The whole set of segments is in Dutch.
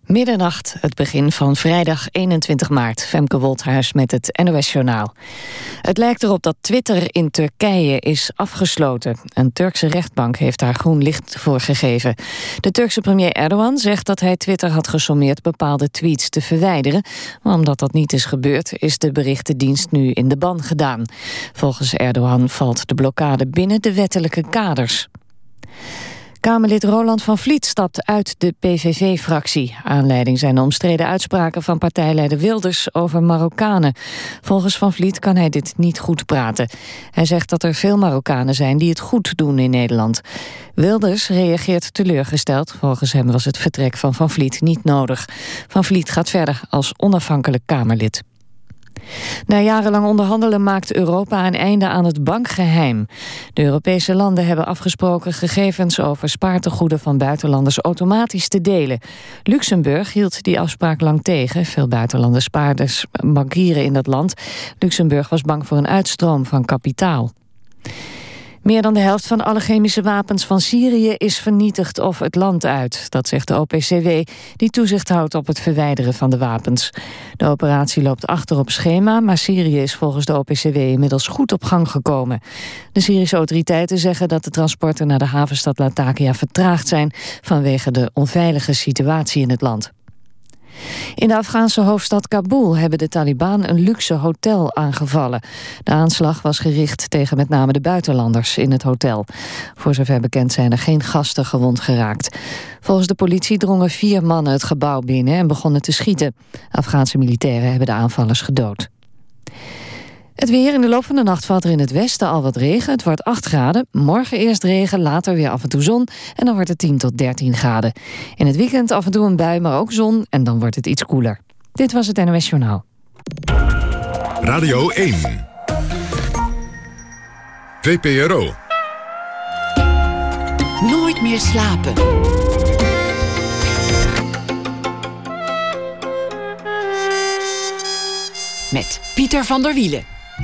Middernacht, het begin van vrijdag 21 maart. Femke Wolthuis met het NOS-journaal. Het lijkt erop dat Twitter in Turkije is afgesloten. Een Turkse rechtbank heeft daar groen licht voor gegeven. De Turkse premier Erdogan zegt dat hij Twitter had gesommeerd bepaalde tweets te verwijderen. Maar omdat dat niet is gebeurd, is de berichtendienst nu in de ban gedaan. Volgens Erdogan valt de blokkade binnen de wettelijke kaders. Kamerlid Roland van Vliet stapt uit de PVV-fractie. Aanleiding zijn de omstreden uitspraken van partijleider Wilders over Marokkanen. Volgens Van Vliet kan hij dit niet goed praten. Hij zegt dat er veel Marokkanen zijn die het goed doen in Nederland. Wilders reageert teleurgesteld. Volgens hem was het vertrek van Van Vliet niet nodig. Van Vliet gaat verder als onafhankelijk Kamerlid. Na jarenlang onderhandelen maakt Europa een einde aan het bankgeheim. De Europese landen hebben afgesproken gegevens over spaartegoeden van buitenlanders automatisch te delen. Luxemburg hield die afspraak lang tegen. Veel buitenlandse spaarders bankieren in dat land. Luxemburg was bang voor een uitstroom van kapitaal. Meer dan de helft van alle chemische wapens van Syrië is vernietigd of het land uit. Dat zegt de OPCW, die toezicht houdt op het verwijderen van de wapens. De operatie loopt achter op schema, maar Syrië is volgens de OPCW inmiddels goed op gang gekomen. De Syrische autoriteiten zeggen dat de transporten naar de havenstad Latakia vertraagd zijn vanwege de onveilige situatie in het land. In de Afghaanse hoofdstad Kabul hebben de Taliban een luxe hotel aangevallen. De aanslag was gericht tegen met name de buitenlanders in het hotel. Voor zover bekend zijn er geen gasten gewond geraakt. Volgens de politie drongen 4 mannen het gebouw binnen en begonnen te schieten. Afghaanse militairen hebben de aanvallers gedood. Het weer. In de loop van de nacht valt er in het westen al wat regen. Het wordt 8 graden. Morgen eerst regen, later weer af en toe zon. En dan wordt het 10 tot 13 graden. In het weekend af en toe een bui, maar ook zon. En dan wordt het iets koeler. Dit was het NOS Journaal. Radio 1. VPRO. Nooit meer slapen. Met Pieter van der Wielen.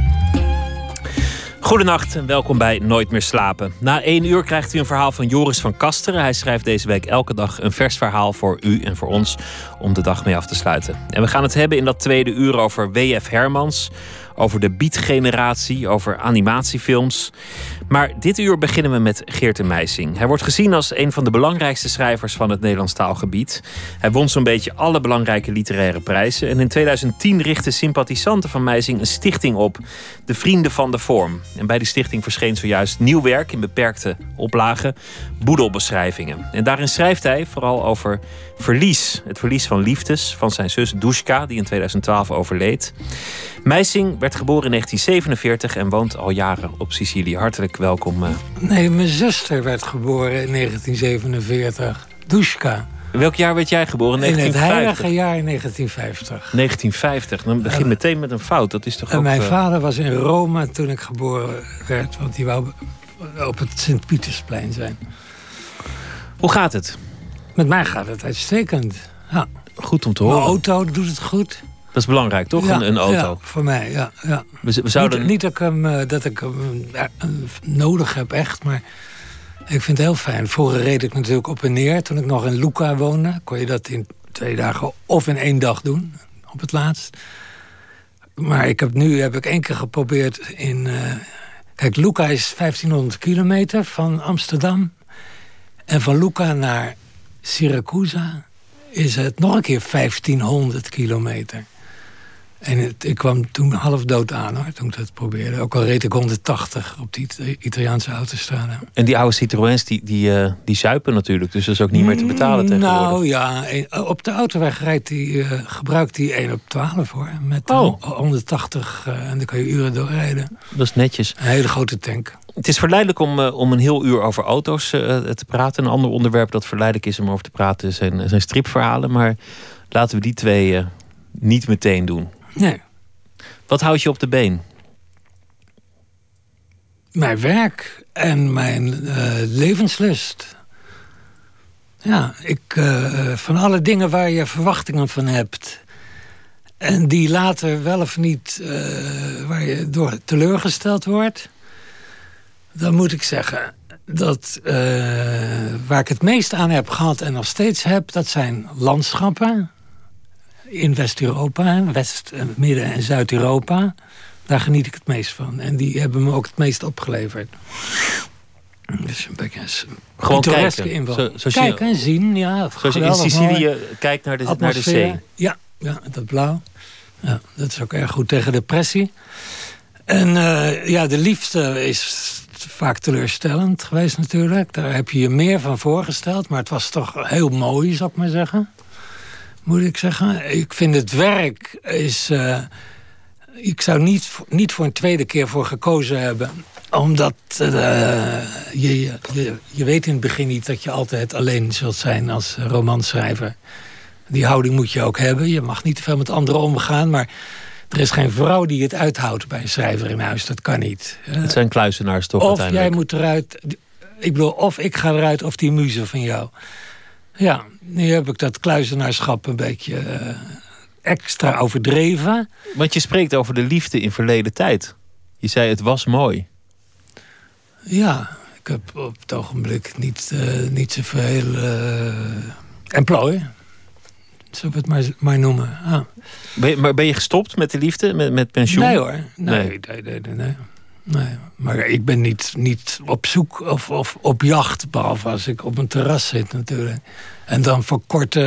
Goedenacht en welkom bij Nooit meer slapen. Na 1 uur krijgt u een verhaal van Joris van Kasteren. Hij schrijft deze week elke dag een vers verhaal voor u en voor ons om de dag mee af te sluiten. En we gaan het hebben in dat tweede uur over W.F. Hermans, over de beatgeneratie, over animatiefilms. Maar dit uur beginnen we met Geert de Meijsing. Hij wordt gezien als een van de belangrijkste schrijvers van het Nederlands taalgebied. Hij won zo'n beetje alle belangrijke literaire prijzen. En in 2010 richtten sympathisanten van Meijsing een stichting op, de Vrienden van de Vorm. En bij die stichting verscheen zojuist nieuw werk in beperkte oplagen, Boedelbeschrijvingen. En daarin schrijft hij vooral over verlies. Het verlies van liefdes van zijn zus Dushka, die in 2012 overleed. Meijsing werd geboren in 1947 en woont al jaren op Sicilië. Hartelijk welkom. Nee, mijn zuster werd geboren in 1947. Dushka. Welk jaar werd jij geboren? In het 1950? heilige jaar 1950. 1950, dan begin meteen met een fout. Dat is toch en ook... mijn vader was in Rome toen ik geboren werd, want die wou op het Sint-Pietersplein zijn. Hoe gaat het? Met mij gaat het uitstekend. Ja. Goed om te horen. Mijn auto doet het goed. Dat is belangrijk, toch? Ja, een auto. Ja, voor mij, ja. We zouden... Niet dat ik hem nodig heb, echt, maar ik vind het heel fijn. Vroeger reed ik natuurlijk op en neer. Toen ik nog in Lucca woonde, kon je dat in 2 dagen of in 1 dag doen, op het laatst. Maar nu heb ik 1 keer geprobeerd in... Kijk, Lucca is 1500 kilometer van Amsterdam. En van Lucca naar Siracusa is het nog een keer 1500 kilometer. En ik kwam toen half dood aan, hoor, toen ik dat probeerde. Ook al reed ik 180 op die Italiaanse autostrade. En die oude Citroëns, die zuipen natuurlijk. Dus dat is ook niet meer te betalen tegenwoordig. Nou ja, op de autoweg gebruikt hij 1 op 12, hoor. Met 180 en dan kan je uren doorrijden. Dat is netjes. Een hele grote tank. Het is verleidelijk om een heel uur over auto's te praten. Een ander onderwerp dat verleidelijk is om over te praten zijn stripverhalen. Maar laten we die 2 niet meteen doen. Nee. Wat houdt je op de been? Mijn werk en mijn levenslust. Ja, van alle dingen waar je verwachtingen van hebt en die later wel of niet waar je door teleurgesteld wordt, dan moet ik zeggen, waar ik het meest aan heb gehad en nog steeds heb, dat zijn landschappen in West-Europa, Midden- en Zuid-Europa. Daar geniet ik het meest van. En die hebben me ook het meest opgeleverd. Dus een beetje gewoon kijken. Kijken en zien, ja. Zoals je in Sicilië kijkt naar de zee. Ja, dat blauw. Ja, dat is ook erg goed tegen depressie. En de liefde is vaak teleurstellend geweest natuurlijk. Daar heb je je meer van voorgesteld. Maar het was toch heel mooi, zou ik maar zeggen. Moet ik zeggen. Ik vind het werk is... ik zou niet voor een tweede keer voor gekozen hebben. Omdat je weet in het begin niet dat je altijd alleen zult zijn als romanschrijver. Die houding moet je ook hebben. Je mag niet te veel met anderen omgaan. Maar er is geen vrouw die het uithoudt bij een schrijver in huis. Dat kan niet. Het zijn kluizenaars toch of uiteindelijk? Jij moet eruit. Ik bedoel, of ik ga eruit of die muze van jou. Ja, nu heb ik dat kluizenaarschap een beetje extra overdreven. Want je spreekt over de liefde in verleden tijd. Je zei het was mooi. Ja, ik heb op het ogenblik niet zoveel employ. Zullen we het maar noemen. Ah. Ben je gestopt met de liefde, met pensioen? Nee hoor, nee. Maar ik ben niet op zoek of op jacht, behalve als ik op een terras zit natuurlijk. En dan voor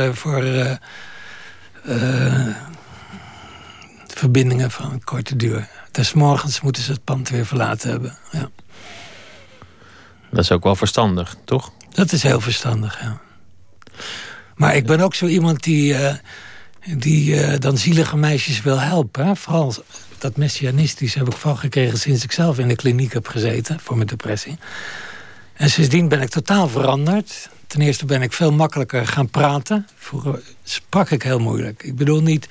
verbindingen van korte duur. Des morgens moeten ze het pand weer verlaten hebben. Ja. Dat is ook wel verstandig, toch? Dat is heel verstandig, ja. Maar ik ben ook zo iemand die dan zielige meisjes wil helpen. Hè? Vooral dat messianistisch heb ik vooral gekregen sinds ik zelf in de kliniek heb gezeten voor mijn depressie. En sindsdien ben ik totaal veranderd. Ten eerste ben ik veel makkelijker gaan praten. Vroeger sprak ik heel moeilijk. Ik bedoel niet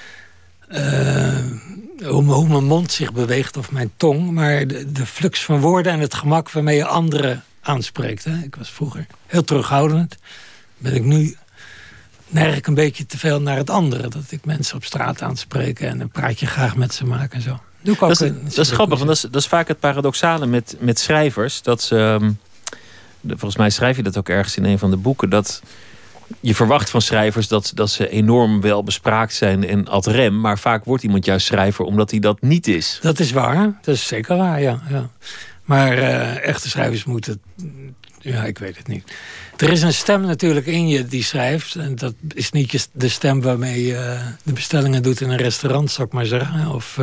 hoe mijn mond zich beweegt of mijn tong, maar de flux van woorden en het gemak waarmee je anderen aanspreekt. Hè? Ik was vroeger heel terughoudend. Ben ik nu neig ik een beetje te veel naar het andere. Dat ik mensen op straat aanspreek en een praatje graag met ze maak en zo. Doe ik ook dat is grappig, want dat is vaak het paradoxale met schrijvers. Dat ze, volgens mij schrijf je dat ook ergens in een van de boeken, dat je verwacht van schrijvers dat ze enorm wel bespraakt zijn en ad rem, maar vaak wordt iemand juist schrijver omdat hij dat niet is. Dat is waar, dat is zeker waar, ja. Maar echte schrijvers moeten... Ja, ik weet het niet. Er is een stem natuurlijk in je die schrijft. En dat is niet de stem waarmee je de bestellingen doet in een restaurant, zou ik maar zeggen. Of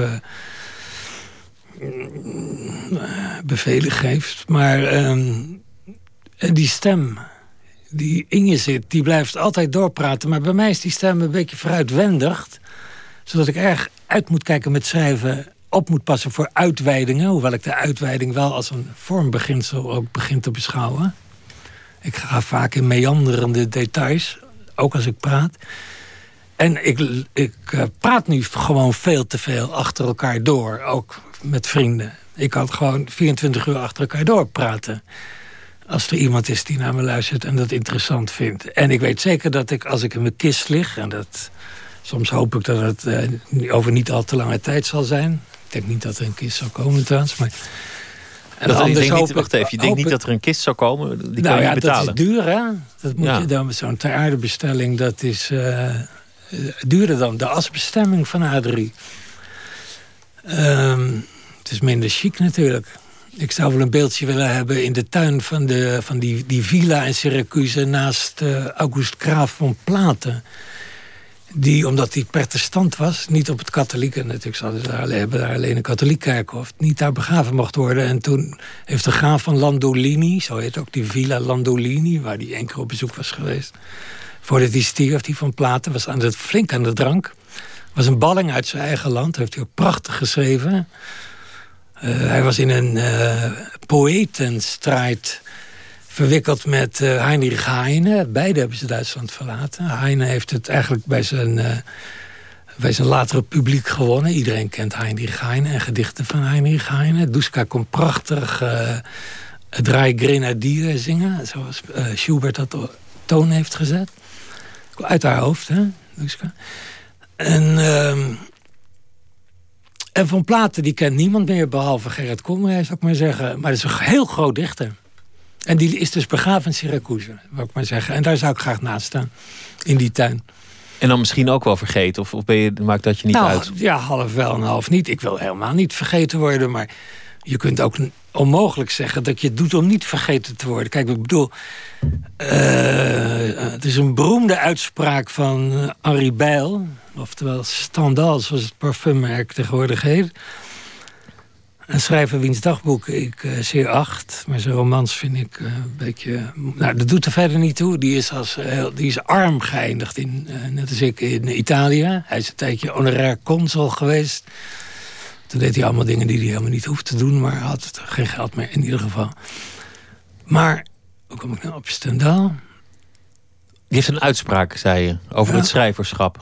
bevelen geeft. Maar die stem die in je zit, die blijft altijd doorpraten. Maar bij mij is die stem een beetje vooruitwendig. Zodat ik erg uit moet kijken met schrijven, op moet passen voor uitweidingen. Hoewel ik de uitweiding wel als een vormbeginsel ook begin te beschouwen. Ik ga vaak in meanderende details, ook als ik praat. En ik praat nu gewoon veel te veel achter elkaar door, ook met vrienden. Ik had gewoon 24 uur achter elkaar door praten. Als er iemand is die naar me luistert en dat interessant vindt. En ik weet zeker dat ik, als ik in mijn kist lig, en dat soms hoop ik dat het over niet al te lange tijd zal zijn. Ik denk niet dat er een kist zal komen trouwens, maar... Je denkt niet dat er een kist zou komen? Die kan je niet betalen. Dat is duur, hè? Dat moet je dan met zo'n ter aarde bestelling. Dat is duurder dan de asbestemming van A3. Het is minder chic natuurlijk. Ik zou wel een beeldje willen hebben in de tuin van die villa in Syracuse naast August Graaf van Platen. Die, omdat hij protestant was, niet op het katholieke, natuurlijk hebben daar alleen een katholiek kerkhof, niet daar begraven mocht worden. En toen heeft de graaf van Landolini, zo heet ook die villa Landolini, waar hij 1 keer op bezoek was geweest, voordat hij stierf, die van Platen, was flink aan de drank. Was een balling uit zijn eigen land, heeft hij ook prachtig geschreven. Hij was in een poëtenstrijd verwikkeld met Heinrich Heine. Beide hebben ze Duitsland verlaten. Heine heeft het eigenlijk bij zijn latere publiek gewonnen. Iedereen kent Heinrich Heine en gedichten van Heinrich Heine. Duska kon prachtig Drei Grenadier zingen, zoals Schubert dat toon heeft gezet. Uit haar hoofd, hè, Duska. En Van Platen, die kent niemand meer, behalve Gerrit Komrij, zou ik maar zeggen. Maar dat is een heel groot dichter. En die is dus begraven in Syracuse, wil ik maar zeggen. En daar zou ik graag naast staan, in die tuin. En dan misschien ook wel vergeten? Of maakt dat je niet uit? Ja, half wel en half niet. Ik wil helemaal niet vergeten worden. Maar je kunt ook onmogelijk zeggen dat je het doet om niet vergeten te worden. Kijk, ik bedoel... het is een beroemde uitspraak van Henri Bijl. Oftewel Stendhal, zoals het parfummerk tegenwoordig heet. Een schrijver wiens dagboek ik zeer acht. Maar zijn romans vind ik een beetje... Nou, dat doet er verder niet toe. Die is arm geëindigd, net als ik, in Italië. Hij is een tijdje honorair consul geweest. Toen deed hij allemaal dingen die hij helemaal niet hoeft te doen. Maar had geen geld meer, in ieder geval. Maar, hoe kom ik nou op Stendhal? Die heeft een uitspraak, zei je, over het schrijverschap.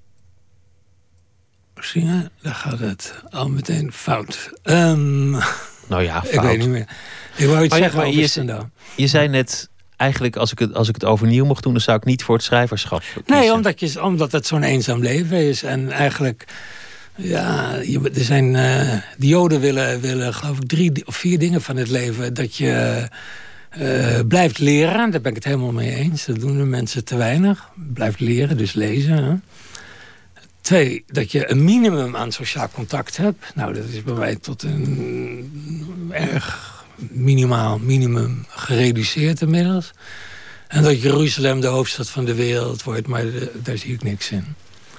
Zie je, daar gaat het al meteen fout. Nou ja, fout. Ik weet niet meer. Ik wou iets zeggen over Stendhal. Je zei net, eigenlijk als ik het overnieuw mocht doen... dan zou ik niet voor het schrijverschap kiezen. Nee, omdat het zo'n eenzaam leven is. En eigenlijk, ja, er zijn... de Joden willen geloof ik 3 of 4 dingen van het leven. Dat je blijft leren, daar ben ik het helemaal mee eens. Dat doen de mensen te weinig. Blijft leren, dus lezen, hè. 2, dat je een minimum aan sociaal contact hebt. Nou, dat is bij mij tot een erg minimum gereduceerd inmiddels. En dat Jeruzalem de hoofdstad van de wereld wordt, maar daar zie ik niks in.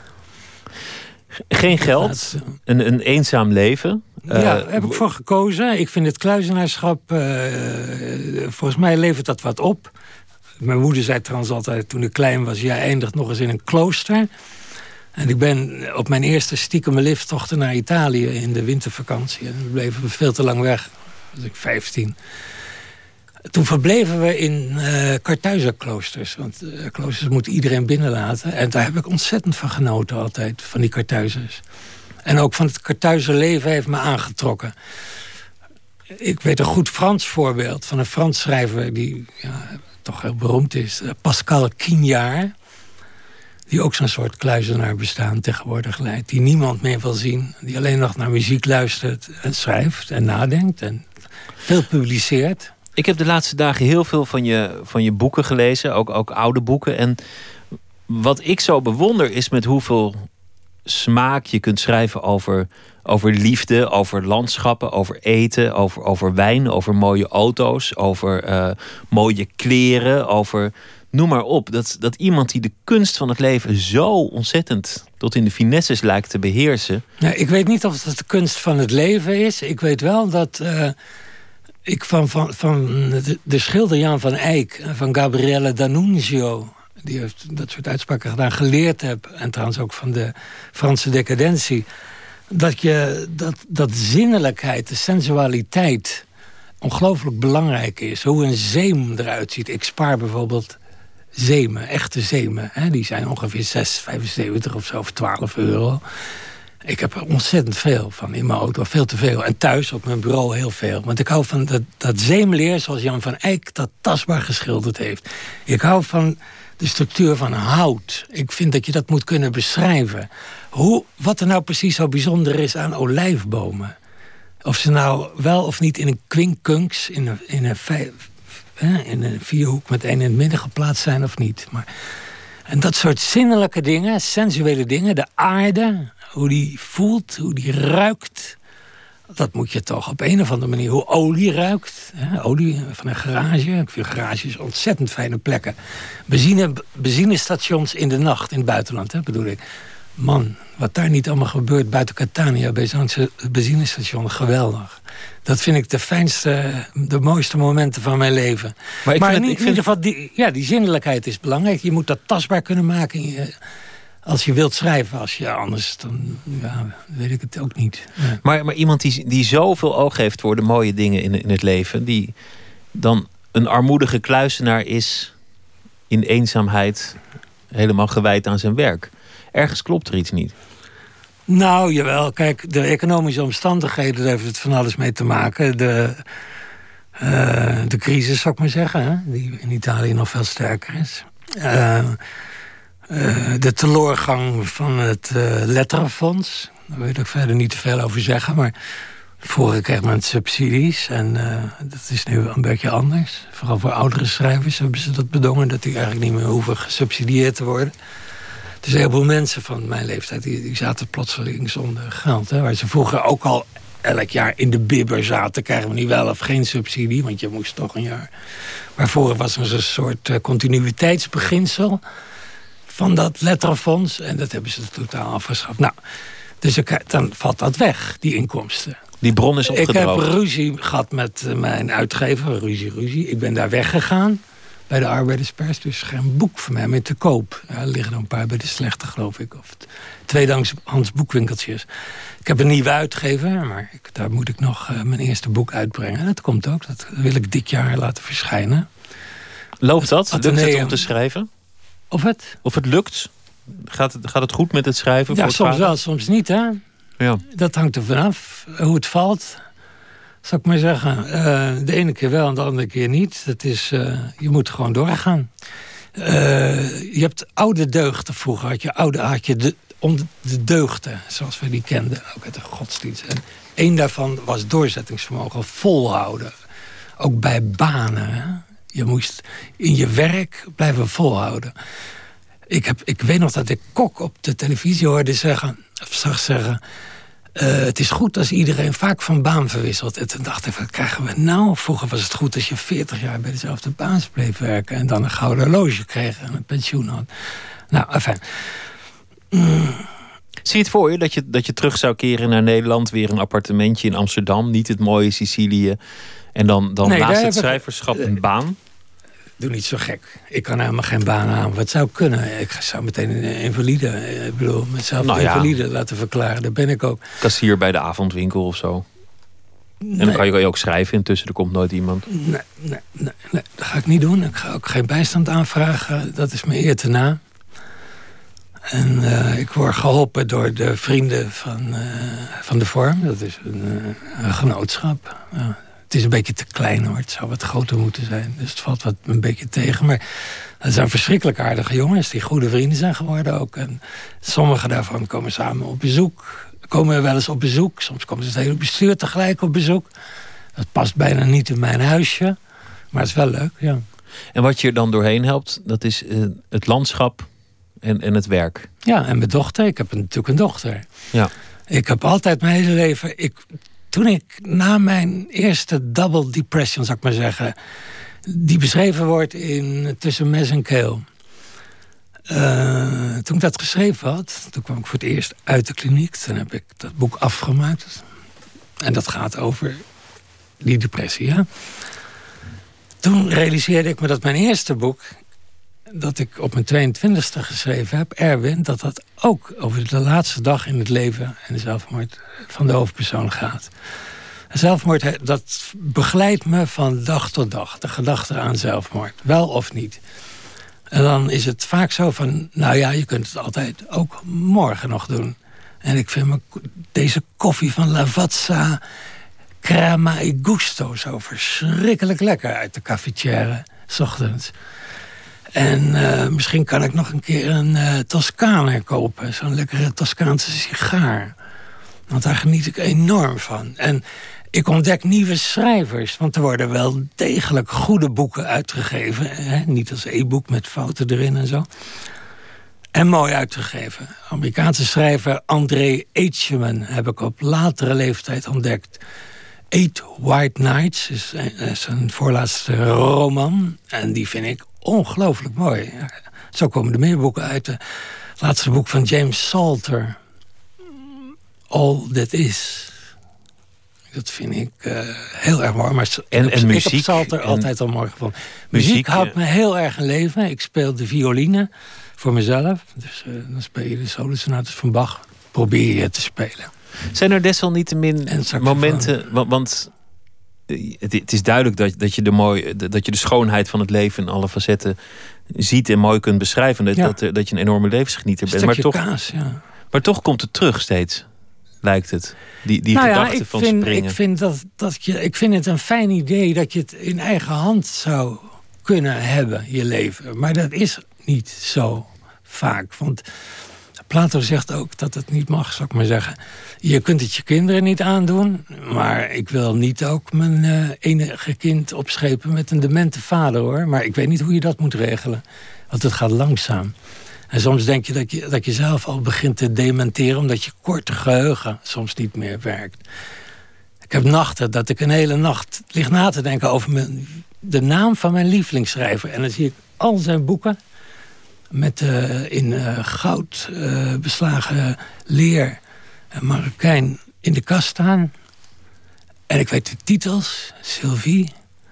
Geen geld, een eenzaam leven. Ja, heb ik voor gekozen. Ik vind het kluizenaarschap, volgens mij levert dat wat op. Mijn moeder zei trouwens altijd toen ik klein was, jij eindigt nog eens in een klooster. En ik ben op mijn eerste stiekeme lifttochten naar Italië in de wintervakantie. En we bleven veel te lang weg. Was ik 15. Toen verbleven we in Kartuizerkloosters. Want kloosters moet iedereen binnenlaten. En daar heb ik ontzettend van genoten altijd, van die Kartuizers. En ook van het Kartuizerleven heeft me aangetrokken. Ik weet een goed Frans voorbeeld van een Frans schrijver die toch heel beroemd is. Pascal Quignard. Die ook zo'n soort kluizenaar bestaan tegenwoordig leidt. Die niemand meer wil zien. Die alleen nog naar muziek luistert en schrijft en nadenkt. En veel publiceert. Ik heb de laatste dagen heel veel van je boeken gelezen. Ook oude boeken. En wat ik zo bewonder is met hoeveel smaak je kunt schrijven over liefde, over landschappen, over eten, over wijn, over mooie auto's, over mooie kleren, over... Noem maar op, dat iemand die de kunst van het leven zo ontzettend tot in de finesses lijkt te beheersen. Ja, ik weet niet of het de kunst van het leven is. Ik weet wel dat ik van de schilder Jan van Eyck en van Gabriele D'Annunzio, die heeft dat soort uitspraken gedaan, geleerd heb. En trouwens ook van de Franse decadentie. Dat zinnelijkheid, de sensualiteit ongelooflijk belangrijk is. Hoe een zeem eruit ziet. Ik spaar bijvoorbeeld zeemen, echte zeemen. Hè? Die zijn ongeveer 6,75 of zo, of €12. Ik heb er ontzettend veel van in mijn auto, veel te veel. En thuis op mijn bureau heel veel. Want ik hou van dat zeemleer zoals Jan van Eyck dat tastbaar geschilderd heeft. Ik hou van de structuur van hout. Ik vind dat je dat moet kunnen beschrijven. Wat er nou precies zo bijzonder is aan olijfbomen. Of ze nou wel of niet in een kwinkkunks, in een vierhoek met 1 in het midden geplaatst zijn of niet. En dat soort zinnelijke dingen, sensuele dingen, de aarde, hoe die voelt, hoe die ruikt. Dat moet je toch op een of andere manier, hoe olie ruikt. Olie van een garage. Ik vind garages ontzettend fijne plekken. Benzinestations in de nacht in het buitenland, bedoel ik. Man, wat daar niet allemaal gebeurt buiten Catania bij zo'n benzinestation, geweldig. Dat vind ik de mooiste momenten van mijn leven. Maar in ieder geval, die zinnelijkheid is belangrijk. Je moet dat tastbaar kunnen maken als je wilt schrijven. Anders, dan weet ik het ook niet. Ja. Maar iemand die zoveel oog heeft voor de mooie dingen in het leven, die dan een armoedige kluizenaar is in eenzaamheid, helemaal gewijd aan zijn werk. Ergens klopt er iets niet. Nou, jawel. Kijk, de economische omstandigheden, daar heeft het van alles mee te maken. De crisis, zou ik maar zeggen, hè, die in Italië nog veel sterker is. De teloorgang van het Letterenfonds. Daar wil ik verder niet te veel over zeggen. Maar Vroeger kreeg men subsidies en dat is nu een beetje anders. Vooral voor oudere schrijvers hebben ze dat bedongen... dat die eigenlijk niet meer hoeven gesubsidieerd te worden. Dus een heleboel mensen van mijn leeftijd... die zaten plotseling zonder geld. Hè, waar ze vroeger ook al elk jaar in de bibber zaten... krijgen we nu wel of geen subsidie, want je moest toch een jaar. Maar vroeger was er een soort continuïteitsbeginsel... van dat letterenfonds. En dat hebben ze totaal afgeschaft. Nou, dus dan valt dat weg, die inkomsten. Die bron is opgedroogd. Ik heb ruzie gehad met mijn uitgever. Ruzie. Ik ben daar weggegaan bij de Arbeiderspers. Dus geen boek van mij meer te koop. Ja, er liggen er een paar bij de Slechte, geloof ik. Of tweedehands boekwinkeltjes. Ik heb een nieuwe uitgever. Maar daar moet ik nog mijn eerste boek uitbrengen. Dat komt ook. Dat wil ik dit jaar laten verschijnen. Loopt dat? Lukt het om te schrijven? Of het lukt? Gaat het goed met het schrijven? Ja, soms wel, soms niet, hè? Ja. Dat hangt er vanaf, hoe het valt. Zal ik maar zeggen. De ene keer wel en de andere keer niet. Dat is, je moet gewoon doorgaan. Je hebt oude deugden vroeger. Had je de deugden, zoals we die kenden. Ook uit de godsdienst. En één daarvan was doorzettingsvermogen. Volhouden. Ook bij banen, hè? Je moest in je werk blijven volhouden. Ik weet nog dat ik Kok op de televisie hoorde zag zeggen... het is goed als iedereen vaak van baan verwisselt. En toen dacht ik, wat krijgen we nou? Vroeger was het goed als je 40 jaar bij dezelfde baas bleef werken... en dan een gouden horloge kreeg en een pensioen had. Nou, enfin. Zie je het voor je dat je terug zou keren naar Nederland... weer een appartementje in Amsterdam, niet het mooie Sicilië... en dan naast het schrijverschap een baan? Doe niet zo gek. Ik kan helemaal geen baan aan. Wat zou ik kunnen? Ik zou meteen een invalide... Ik bedoel, mezelf invalide laten verklaren. Dat ben ik ook. Kassier bij de avondwinkel of zo. Nee. En dan kan je ook schrijven intussen. Er komt nooit iemand. Nee. Dat ga ik niet doen. Ik ga ook geen bijstand aanvragen. Dat is me eer te na. En ik word geholpen door de vrienden van de Vorm. Dat is een genootschap. Het is een beetje te klein, hoor. Het zou wat groter moeten zijn. Dus het valt een beetje tegen. Maar het zijn verschrikkelijk aardige jongens... die goede vrienden zijn geworden ook. En sommige daarvan komen samen op bezoek. Komen wel eens op bezoek. Soms komt het hele bestuur tegelijk op bezoek. Dat past bijna niet in mijn huisje. Maar het is wel leuk, ja. En wat je er dan doorheen helpt... dat is het landschap en het werk. Ja, en mijn dochter. Ik heb natuurlijk een dochter. Ja. Ik heb altijd mijn hele leven... Toen ik na mijn eerste double depression, zou ik maar zeggen... die beschreven wordt in Tussen mes en keel. Toen ik dat geschreven had... toen kwam ik voor het eerst uit de kliniek. Toen heb ik dat boek afgemaakt. En dat gaat over die depressie, hè? Toen realiseerde ik me dat mijn eerste boek... dat ik op mijn 22e geschreven heb, Erwin... dat ook over de laatste dag in het leven... en de zelfmoord van de hoofdpersoon gaat. Zelfmoord, dat begeleidt me van dag tot dag. De gedachte aan zelfmoord, wel of niet. En dan is het vaak zo van... nou ja, je kunt het altijd ook morgen nog doen. En ik vind deze koffie van Lavazza... Crema e Gusto zo verschrikkelijk lekker uit de cafetière... 's ochtends. En misschien kan ik nog een keer een Toscaner kopen. Zo'n lekkere Toscaanse sigaar. Want daar geniet ik enorm van. En ik ontdek nieuwe schrijvers. Want er worden wel degelijk goede boeken uitgegeven. Hè? Niet als e-boek met fouten erin en zo. En mooi uitgegeven. Amerikaanse schrijver André Aitchman heb ik op latere leeftijd ontdekt. 8 White Nights is zijn voorlaatste roman. En die vind ik ongelooflijk mooi. Zo komen er meer boeken uit. Het laatste boek van James Salter. All That Is. Dat vind ik heel erg mooi. Maar en muziek. Ik heb Salter altijd al mooi gevonden. Muziek houdt me heel erg in leven. Ik speel de violine voor mezelf. Dus dan speel je de solosonates van Bach. Probeer je te spelen. Zijn er desalniettemin momenten... Want het is duidelijk dat je de schoonheid van het leven... in alle facetten ziet en mooi kunt beschrijven. Dat je een enorme levensgenieter bent. Maar toch komt het terug steeds, lijkt het. Die gedachte van springen. Ik vind het een fijn idee dat je het in eigen hand zou kunnen hebben, je leven. Maar dat is niet zo vaak. Want Plato zegt ook dat het niet mag, zou ik maar zeggen. Je kunt het je kinderen niet aandoen, maar ik wil niet ook mijn enige kind opschepen met een demente vader, hoor. Maar ik weet niet hoe je dat moet regelen, want het gaat langzaam. En soms denk je dat je zelf al begint te dementeren, omdat je korte geheugen soms niet meer werkt. Ik heb nachten dat ik een hele nacht lig na te denken over de naam van mijn lievelingsschrijver. En dan zie ik al zijn boeken met in goud beslagen leer en marokijn in de kast staan. En ik weet de titels. Sylvie,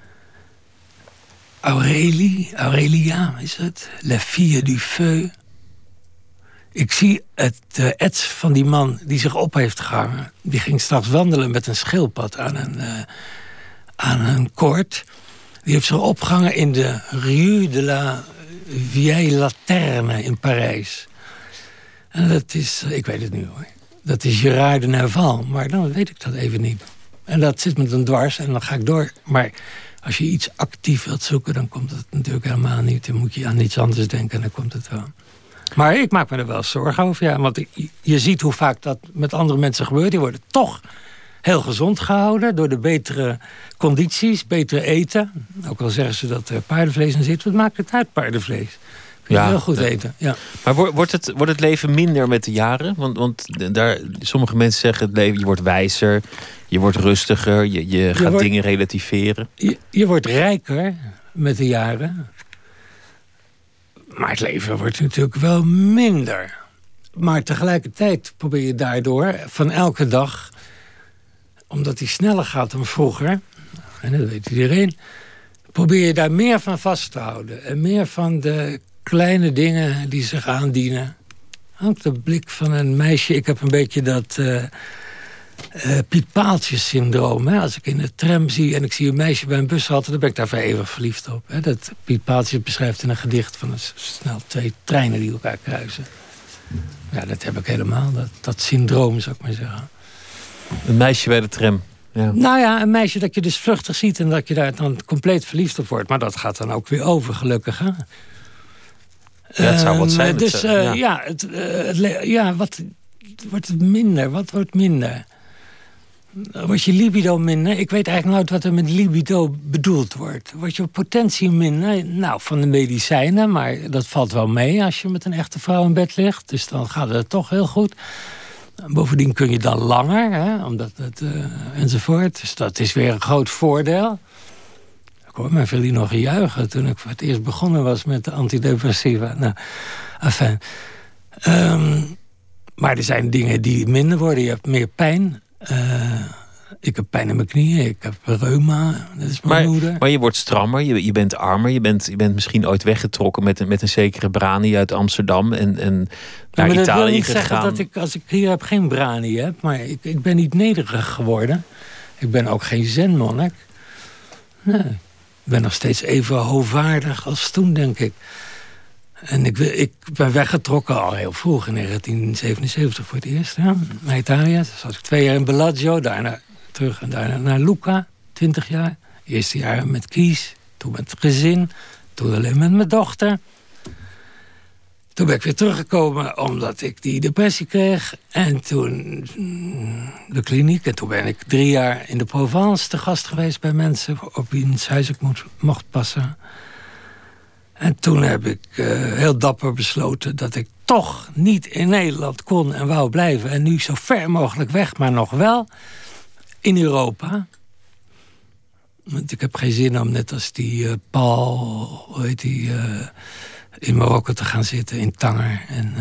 Aurelia is het. La fille du feu. Ik zie het ets van die man die zich op heeft gehangen. Die ging straks wandelen met een schildpad aan een koord. Die heeft zich opgehangen in de Rue de la Vieille Laterne in Parijs. En dat is, ik weet het nu hoor, dat is Gerard de Nerval. Maar dan weet ik dat even niet. En dat zit me dan dwars en dan ga ik door. Maar als je iets actief wilt zoeken, dan komt het natuurlijk helemaal niet. Dan moet je aan iets anders denken en dan komt het wel. Maar ik maak me er wel zorgen over, ja. Want je ziet hoe vaak dat met andere mensen gebeurt. Die worden toch heel gezond gehouden door de betere condities, beter eten. Ook al zeggen ze dat er paardenvlees in zit. Wat maakt het uit, paardenvlees? Ja, heel goed eten. Ja. Maar wordt het leven minder met de jaren? Want sommige mensen zeggen het leven, je wordt wijzer, je wordt rustiger, je gaat dingen relativeren. Je wordt rijker met de jaren. Maar het leven wordt natuurlijk wel minder. Maar tegelijkertijd probeer je daardoor van elke dag, omdat die sneller gaat dan vroeger, en dat weet iedereen, probeer je daar meer van vast te houden. En meer van de kleine dingen die zich aandienen. Ook de blik van een meisje. Ik heb een beetje dat Piet Paaltjes-syndroom. Als ik in de tram zie en ik zie een meisje bij een bushalte, dan ben ik daar voor eeuwig verliefd op. Hè? Dat Piet Paaltjes beschrijft in een gedicht van snel 2 treinen die elkaar kruisen. Ja, dat heb ik helemaal. Dat syndroom, zou ik maar zeggen. Een meisje bij de tram. Ja. Nou ja, een meisje dat je dus vluchtig ziet en dat je daar dan compleet verliefd op wordt. Maar dat gaat dan ook weer over, gelukkig. Hè? Ja, het zou wat zijn. Dus wat wordt het minder? Wat wordt minder? Wordt je libido minder? Ik weet eigenlijk nooit wat er met libido bedoeld wordt. Wordt je potentie minder? Nou, van de medicijnen, maar dat valt wel mee als je met een echte vrouw in bed ligt. Dus dan gaat het toch heel goed. Bovendien kun je dan langer, hè, omdat het, enzovoort. Dus dat is weer een groot voordeel. Ik hoor mij veel nog juichen toen ik voor het eerst begonnen was met de antidepressiva. Nou, enfin. Maar er zijn dingen die minder worden. Je hebt meer pijn. Ik heb pijn in mijn knieën. Ik heb reuma. Dat is mijn moeder. Maar je wordt strammer. Je bent armer. Je bent misschien ooit weggetrokken met een zekere brani uit Amsterdam. En naar Italië gegaan. Dat wil niet zeggen dat ik, als ik hier heb, geen brani heb. Maar ik ben niet nederig geworden. Ik ben ook geen zenmonnik. Nee. Ik ben nog steeds even hoogwaardig als toen, denk ik. En ik ben weggetrokken al heel vroeg, in 1977 voor het eerst. Ja, naar Italië. Dus was ik 2 jaar in Bellagio, daarna terug en daarna naar Lucca, 20 jaar. Eerste jaar met Kies, toen met het gezin, toen alleen met mijn dochter. Toen ben ik weer teruggekomen omdat ik die depressie kreeg. En toen de kliniek. En toen ben ik 3 jaar in de Provence te gast geweest bij mensen op wiens huis ik mocht passen. En toen heb ik heel dapper besloten dat ik toch niet in Nederland kon en wou blijven. En nu zo ver mogelijk weg, maar nog wel in Europa. Want ik heb geen zin om net als die Paul, hoe heet die, in Marokko te gaan zitten, in Tanger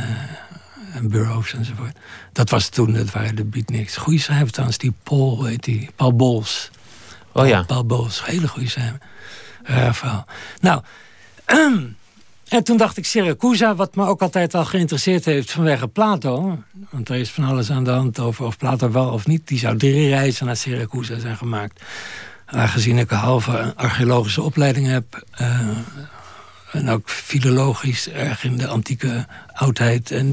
en bureaus enzovoort. Dat was toen, dat waren de beatniks. Goeie schrijver trouwens, die Paul, hoe heet die, Paul Bols. Oh ja. Paul Bols, hele goede schrijver. Raar verhaal. Nou, en toen dacht ik Siracusa, wat me ook altijd al geïnteresseerd heeft vanwege Plato. Want er is van alles aan de hand over of Plato wel of niet. Die zou 3 reizen naar Siracusa zijn gemaakt. Aangezien ik een halve archeologische opleiding heb. En ook filologisch erg in de antieke oudheid en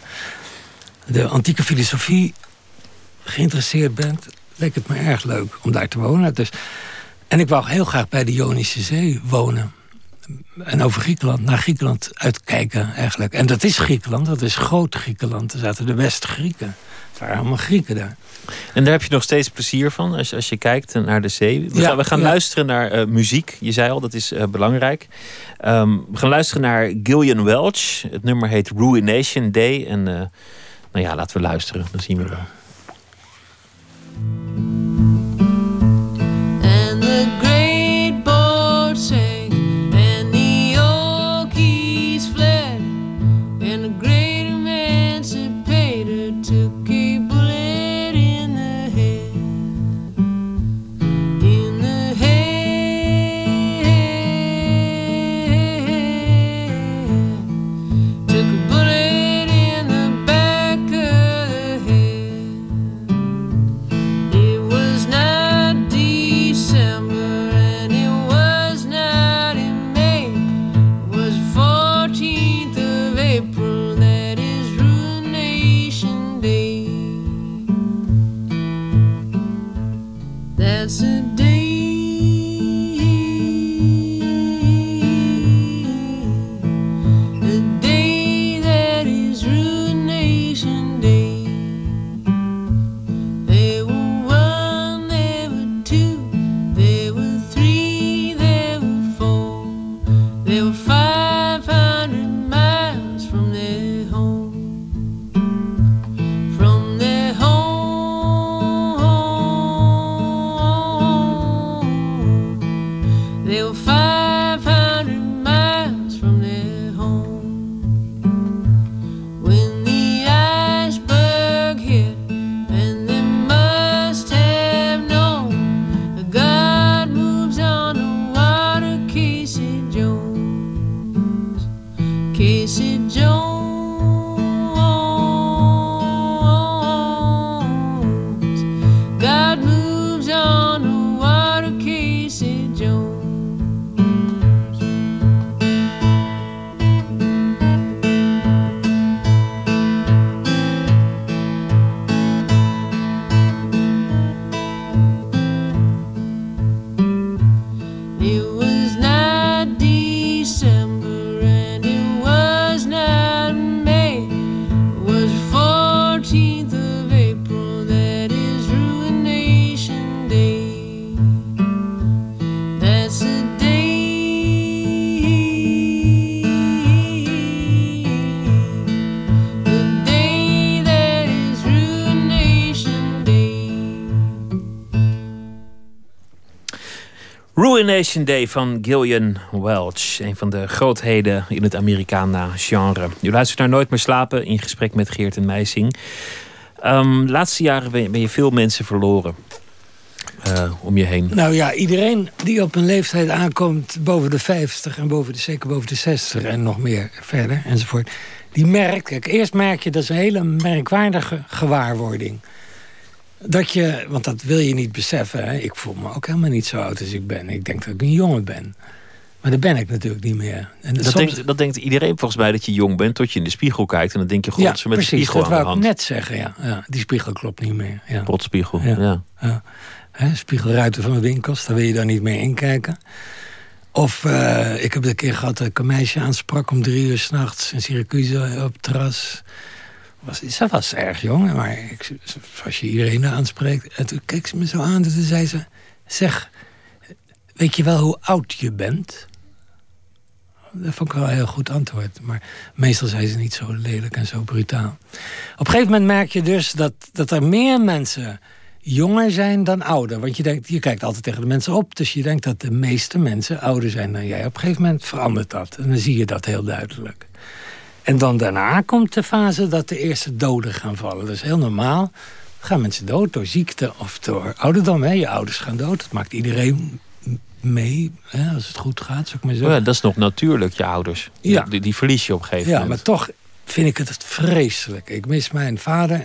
de antieke filosofie geïnteresseerd ben, leek het me erg leuk om daar te wonen. Dus, en ik wou heel graag bij de Ionische Zee wonen. En over Griekenland, naar Griekenland uitkijken eigenlijk. En dat is Griekenland, dat is groot Griekenland. Er zaten de West-Grieken. Het waren allemaal Grieken daar. En daar heb je nog steeds plezier van als je kijkt naar de zee. We gaan luisteren naar muziek. Je zei al, dat is belangrijk. We gaan luisteren naar Gillian Welch. Het nummer heet Ruination Day. En laten we luisteren. Dan zien we wel. And the great boat sank, and the Yankees fled, and the great emancipator took a bullet in the head. In the head. Took a bullet in the back of the head. It was not December and it was not in May. It was the 14th of April, that is Ruination Day. That's a day, a day that is Ruination Day. There were one, there were two, there were three, there were four. They were 500 miles from their home. From their home. They were 500 miles from their home. When the iceberg hit, and they must have known that God moves on the water. Casey Jones, Casey Jones, God moves on the water. Casey Jones. It was not December and it was not May. It was the 14th of April, that is Ruination Day. That's a day that is Ruination Day. Ruination Day van Gillian Welch. Een van de grootheden in het Americana-genre. U luistert naar Nooit meer slapen in gesprek met Geert en Meijsing. De laatste jaren ben je veel mensen verloren om je heen. Nou ja, iedereen die op een leeftijd aankomt boven de 50 en zeker boven de 60 en nog meer verder enzovoort, die merkt, kijk, eerst merk je, dat is een hele merkwaardige gewaarwording. Dat je, want dat wil je niet beseffen, hè? Ik voel me ook helemaal niet zo oud als ik ben. Ik denk dat ik een jongen ben. Maar dat ben ik natuurlijk niet meer. En Dat denkt iedereen volgens mij, dat je jong bent, tot je in de spiegel kijkt en dan denk je, god, ze met precies, de spiegel aan de hand. dat wou ik net zeggen, ja. Die spiegel klopt niet meer. Ja. Rotspiegel, ja. Spiegelruiten van de winkels, daar wil je dan niet meer inkijken. Of ik heb een keer gehad dat ik een meisje aansprak om 3 uur 's nachts in Syracuse op het terras. Ze was erg jong, maar zoals je iedereen aanspreekt. En toen keek ze me zo aan en toen zei ze, zeg, weet je wel hoe oud je bent? Dat vond ik wel een heel goed antwoord. Maar meestal zei ze niet zo lelijk en zo brutaal. Op een gegeven moment merk je dus dat er meer mensen jonger zijn dan ouder. Want je kijkt altijd tegen de mensen op. Dus je denkt dat de meeste mensen ouder zijn dan jij. Op een gegeven moment verandert dat. En dan zie je dat heel duidelijk. En dan daarna komt de fase dat de eerste doden gaan vallen. Dat is heel normaal. Gaan mensen dood door ziekte of door ouderdom. Hè? Je ouders gaan dood. Dat maakt iedereen mee, hè? Als het goed gaat, zou ik maar zeggen. Ja, dat is nog natuurlijk, je ouders. Ja. Die verlies je op een gegeven moment. Ja, maar toch vind ik het vreselijk. Ik mis mijn vader,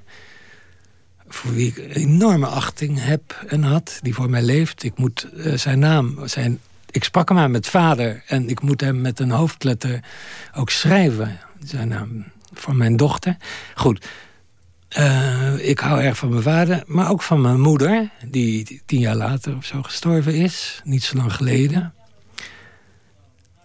voor wie ik een enorme achting heb en had, die voor mij leeft. Ik moet zijn naam, ik sprak hem aan met vader en ik moet hem met een hoofdletter ook schrijven. Zijn naam voor mijn dochter. Goed. Ik hou erg van mijn vader, maar ook van mijn moeder, die 10 jaar later of zo gestorven is. Niet zo lang geleden.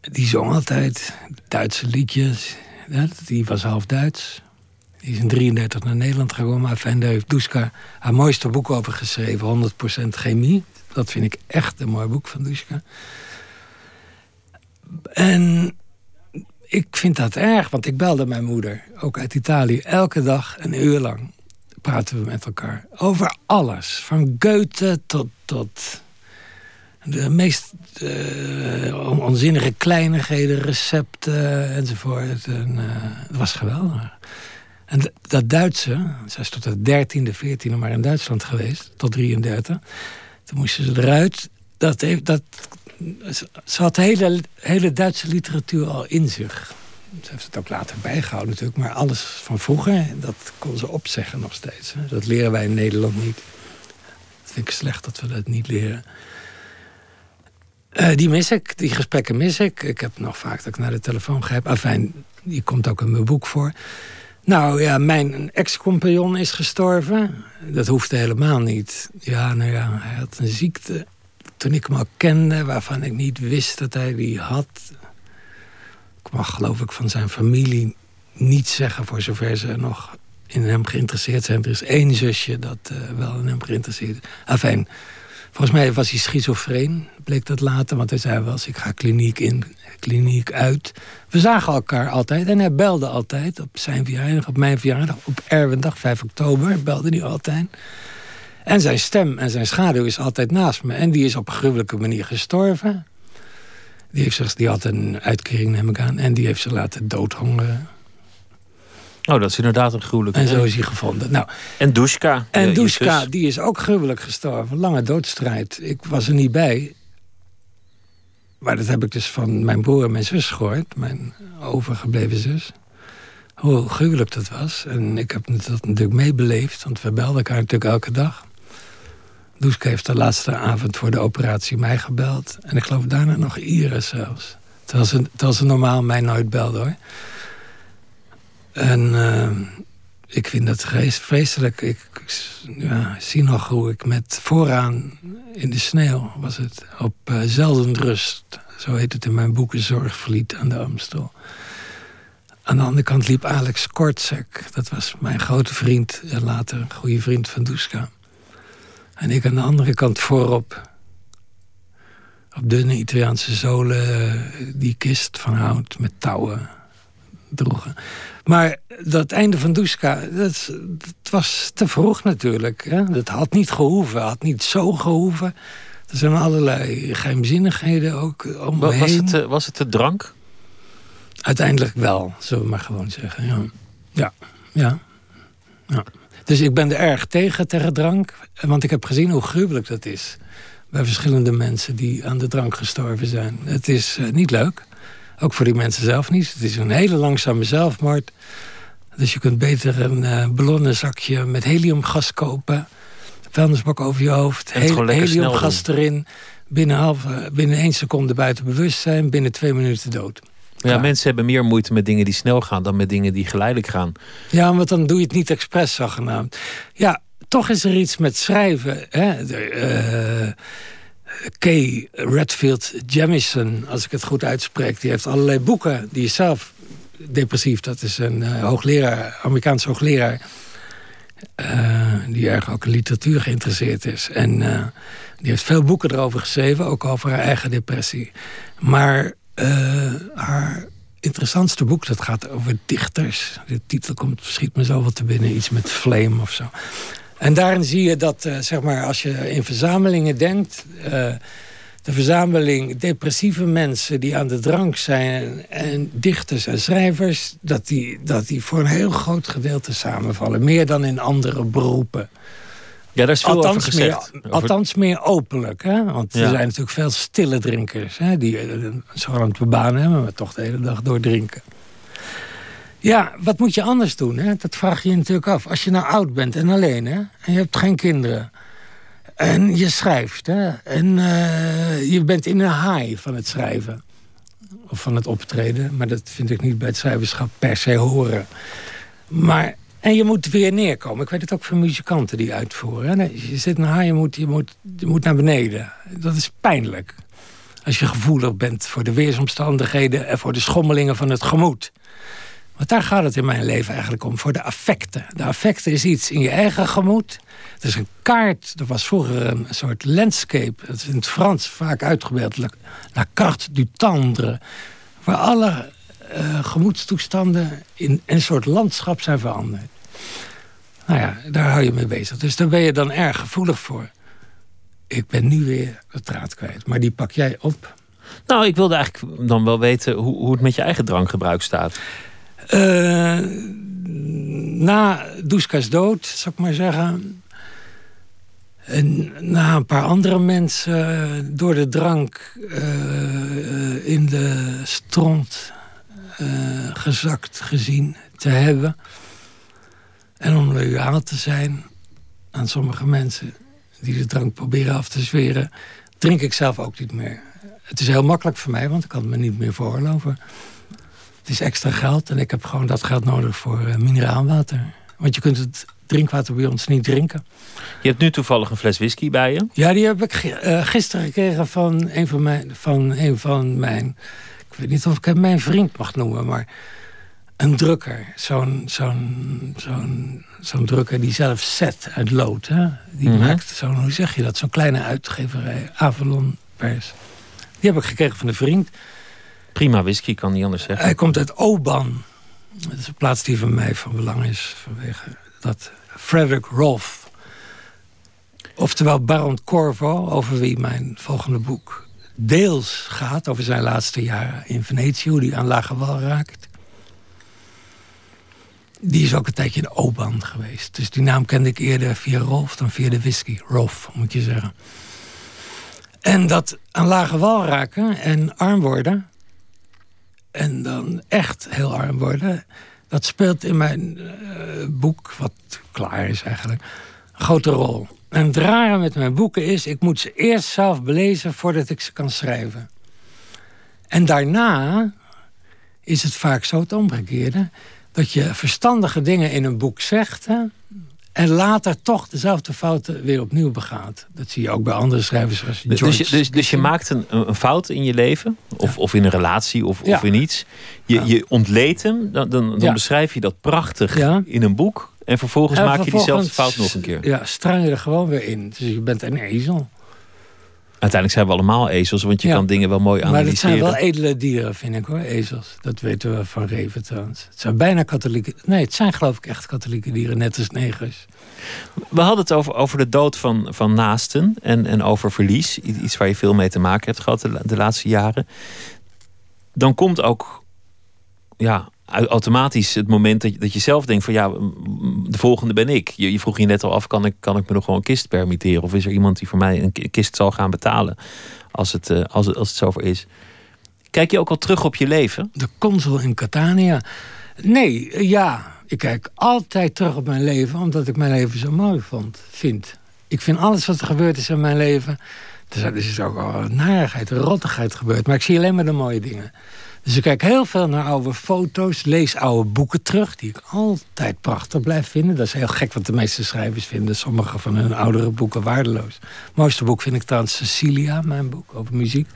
Die zong altijd Duitse liedjes. Ja, die was half Duits. Die is in 1933 naar Nederland gekomen. En daar heeft Duška haar mooiste boek over geschreven. 100% chemie. Dat vind ik echt een mooi boek van Duška. En ik vind dat erg, want ik belde mijn moeder, ook uit Italië. Elke dag, een uur lang, praten we met elkaar. Over alles. Van Goethe tot de meest onzinnige kleinigheden, recepten enzovoort. En, het was geweldig. En dat Duitse, zij is tot de 13e, 14e maar in Duitsland geweest, tot 33. Toen moesten ze eruit. Ze had de hele Duitse literatuur al in zich. Ze heeft het ook later bijgehouden natuurlijk. Maar alles van vroeger, dat kon ze opzeggen nog steeds. Hè. Dat leren wij in Nederland niet. Dat vind ik slecht dat we dat niet leren. Die mis ik, die gesprekken mis ik. Ik heb nog vaak dat ik naar de telefoon grijp. Afijn, die komt ook in mijn boek voor. Nou ja, mijn ex-compagnon is gestorven. Dat hoefde helemaal niet. Ja, nou ja, hij had een ziekte toen ik hem al kende, waarvan ik niet wist dat hij die had. Ik mag geloof ik van zijn familie niet zeggen, voor zover ze nog in hem geïnteresseerd zijn. Er is 1 zusje dat wel in hem geïnteresseerd is. Afijn, volgens mij was hij schizofreen, bleek dat later. Want hij zei wel eens, ik ga kliniek in, kliniek uit. We zagen elkaar altijd en hij belde altijd op zijn verjaardag, op mijn verjaardag, op Erwendag, 5 oktober, belde hij altijd. En zijn stem en zijn schaduw is altijd naast me. En die is op een gruwelijke manier gestorven. Die had een uitkering, neem ik aan. En die heeft ze laten doodhongeren. Oh, dat is inderdaad een gruwelijke. En zo is hij gevonden. Nou, en Duška. En Duška, die is ook gruwelijk gestorven. Lange doodstrijd. Ik was er niet bij. Maar dat heb ik dus van mijn broer en mijn zus gehoord. Mijn overgebleven zus. Hoe gruwelijk dat was. En ik heb dat natuurlijk meebeleefd. Want we belden elkaar natuurlijk elke dag. Duška heeft de laatste avond voor de operatie mij gebeld. En ik geloof daarna nog Iris zelfs. Terwijl ze normaal mij nooit belde, hoor. En ik vind dat vreselijk. Ik zie nog hoe ik met vooraan in de sneeuw was het. Op Zeldenrust, zo heet het in mijn boeken, Zorgverliet aan de Amstel. Aan de andere kant liep Alex Kortsek. Dat was mijn grote vriend en later een goede vriend van Duška. En ik aan de andere kant voorop. Op dunne Italiaanse zolen die kist van hout met touwen droegen. Maar dat einde van Duška, dat was te vroeg natuurlijk. Hè? Dat had niet gehoeven, had niet zo gehoeven. Er zijn allerlei geheimzinnigheden ook om me heen. Was het de drank? Uiteindelijk wel, zullen we maar gewoon zeggen. Ja. Dus ik ben er erg tegen drank. Want ik heb gezien hoe gruwelijk dat is. Bij verschillende mensen die aan de drank gestorven zijn. Het is niet leuk. Ook voor die mensen zelf niet. Het is een hele langzame zelfmoord. Dus je kunt beter een ballonnenzakje met heliumgas kopen. Vuilnisbak over je hoofd. Heliumgas erin. Binnen 1 seconde buiten bewustzijn. Binnen 2 minuten dood. Ja, mensen hebben meer moeite met dingen die snel gaan dan met dingen die geleidelijk gaan. Ja, want dan doe je het niet expres, zogenaamd. Ja, toch is er iets met schrijven. Hè? Kay Redfield Jamieson, als ik het goed uitspreek, die heeft allerlei boeken. Die is zelf depressief. Dat is een hoogleraar, Amerikaans hoogleraar. Die erg ook in literatuur geïnteresseerd is. En die heeft veel boeken erover geschreven, ook over haar eigen depressie. Maar haar interessantste boek, dat gaat over dichters. De titel schiet me zo wat te binnen, iets met flame of zo. En daarin zie je dat, zeg maar, als je in verzamelingen denkt, de verzameling depressieve mensen die aan de drank zijn en dichters en schrijvers, dat die voor een heel groot gedeelte samenvallen. Meer dan in andere beroepen. Ja, daar is veel over gezegd. Althans meer openlijk. Hè? Want er zijn natuurlijk veel stille drinkers. Hè? Die een zogenaamd baan hebben, maar toch de hele dag door drinken. Ja, wat moet je anders doen? Hè? Dat vraag je je natuurlijk af. Als je nou oud bent en alleen, hè? En je hebt geen kinderen. En je schrijft. Hè? En je bent in een high van het schrijven. Of van het optreden. Maar dat vind ik niet bij het schrijverschap per se horen. En je moet weer neerkomen. Ik weet het ook van muzikanten die uitvoeren. Hè? Je zit naar haar, je moet naar beneden. Dat is pijnlijk. Als je gevoelig bent voor de weersomstandigheden en voor de schommelingen van het gemoed. Want daar gaat het in mijn leven eigenlijk om, voor de affecten. De affecten is iets in je eigen gemoed. Het is een kaart, er was vroeger een soort landscape. Dat is in het Frans vaak uitgebeeld. La carte du tendre. Waar alle gemoedstoestanden in een soort landschap zijn veranderd. Nou ja, daar hou je mee bezig. Dus daar ben je dan erg gevoelig voor. Ik ben nu weer de draad kwijt. Maar die pak jij op. Nou, ik wilde eigenlijk dan wel weten hoe het met je eigen drankgebruik staat. Na Duškas dood, zou ik maar zeggen. En na een paar andere mensen door de drank in de stront gezakt gezien te hebben. En om loyaal te zijn aan sommige mensen die de drank proberen af te zweren, drink ik zelf ook niet meer. Het is heel makkelijk voor mij, want ik kan het me niet meer veroorloven. Het is extra geld en ik heb gewoon dat geld nodig voor mineraalwater. Want je kunt het drinkwater bij ons niet drinken. Je hebt nu toevallig een fles whisky bij je. Ja, die heb ik gisteren gekregen van een van mijn... Ik weet niet of ik hem mijn vriend mag noemen, maar een drukker. Zo'n drukker die zelf zet uit lood. Hè? Die maakt zo'n, hoe zeg je dat? Zo'n kleine uitgeverij, Avalon Pers. Die heb ik gekregen van een vriend. Prima whisky, kan niet anders zeggen. Hij komt uit Oban. Dat is een plaats die voor mij van belang is vanwege dat Frederick Rolfe. Oftewel Baron Corvo, over wie mijn volgende boek deels gaat. Over zijn laatste jaren in Venetië, hoe hij aan lage wal raakt. Die is ook een tijdje in Oban geweest. Dus die naam kende ik eerder via Rolfe dan via de whisky. Rolfe, moet je zeggen. En dat aan lage wal raken en arm worden, en dan echt heel arm worden, dat speelt in mijn boek, wat klaar is eigenlijk, een grote rol. En het rare met mijn boeken is, ik moet ze eerst zelf belezen voordat ik ze kan schrijven. En daarna is het vaak zo het omgekeerde, dat je verstandige dingen in een boek zegt, hè, en later toch dezelfde fouten weer opnieuw begaat. Dat zie je ook bij andere schrijvers als George. Dus je maakt een fout in je leven, of in een relatie, of in iets. Je ontleedt hem, dan beschrijf je dat prachtig in een boek. En vervolgens maak je diezelfde fout nog een keer. Ja, strang je er gewoon weer in. Dus je bent een ezel. Uiteindelijk zijn we allemaal ezels, want je kan dingen wel mooi analyseren. Maar het zijn wel edele dieren, vind ik hoor, ezels. Dat weten we van reven trouwens. Het zijn bijna katholieke... Nee, het zijn geloof ik echt katholieke dieren, net als negers. We hadden het over de dood van naasten en over verlies. Iets waar je veel mee te maken hebt gehad de laatste jaren. Dan komt ook automatisch het moment dat je zelf denkt van de volgende ben ik. Je vroeg je net al af, kan ik me nog gewoon een kist permitteren? Of is er iemand die voor mij een kist zal gaan betalen als het zover is? Kijk je ook al terug op je leven? De consul in Catania. Nee, ik kijk altijd terug op mijn leven, omdat ik mijn leven zo mooi vind. Ik vind alles wat er gebeurd is in mijn leven, er is ook al narigheid, rottigheid gebeurd, maar ik zie alleen maar de mooie dingen. Dus ik kijk heel veel naar oude foto's, lees oude boeken terug, die ik altijd prachtig blijf vinden. Dat is heel gek wat de meeste schrijvers vinden. Sommige van hun oudere boeken waardeloos. Het mooiste boek vind ik trouwens Cecilia, mijn boek over muziek.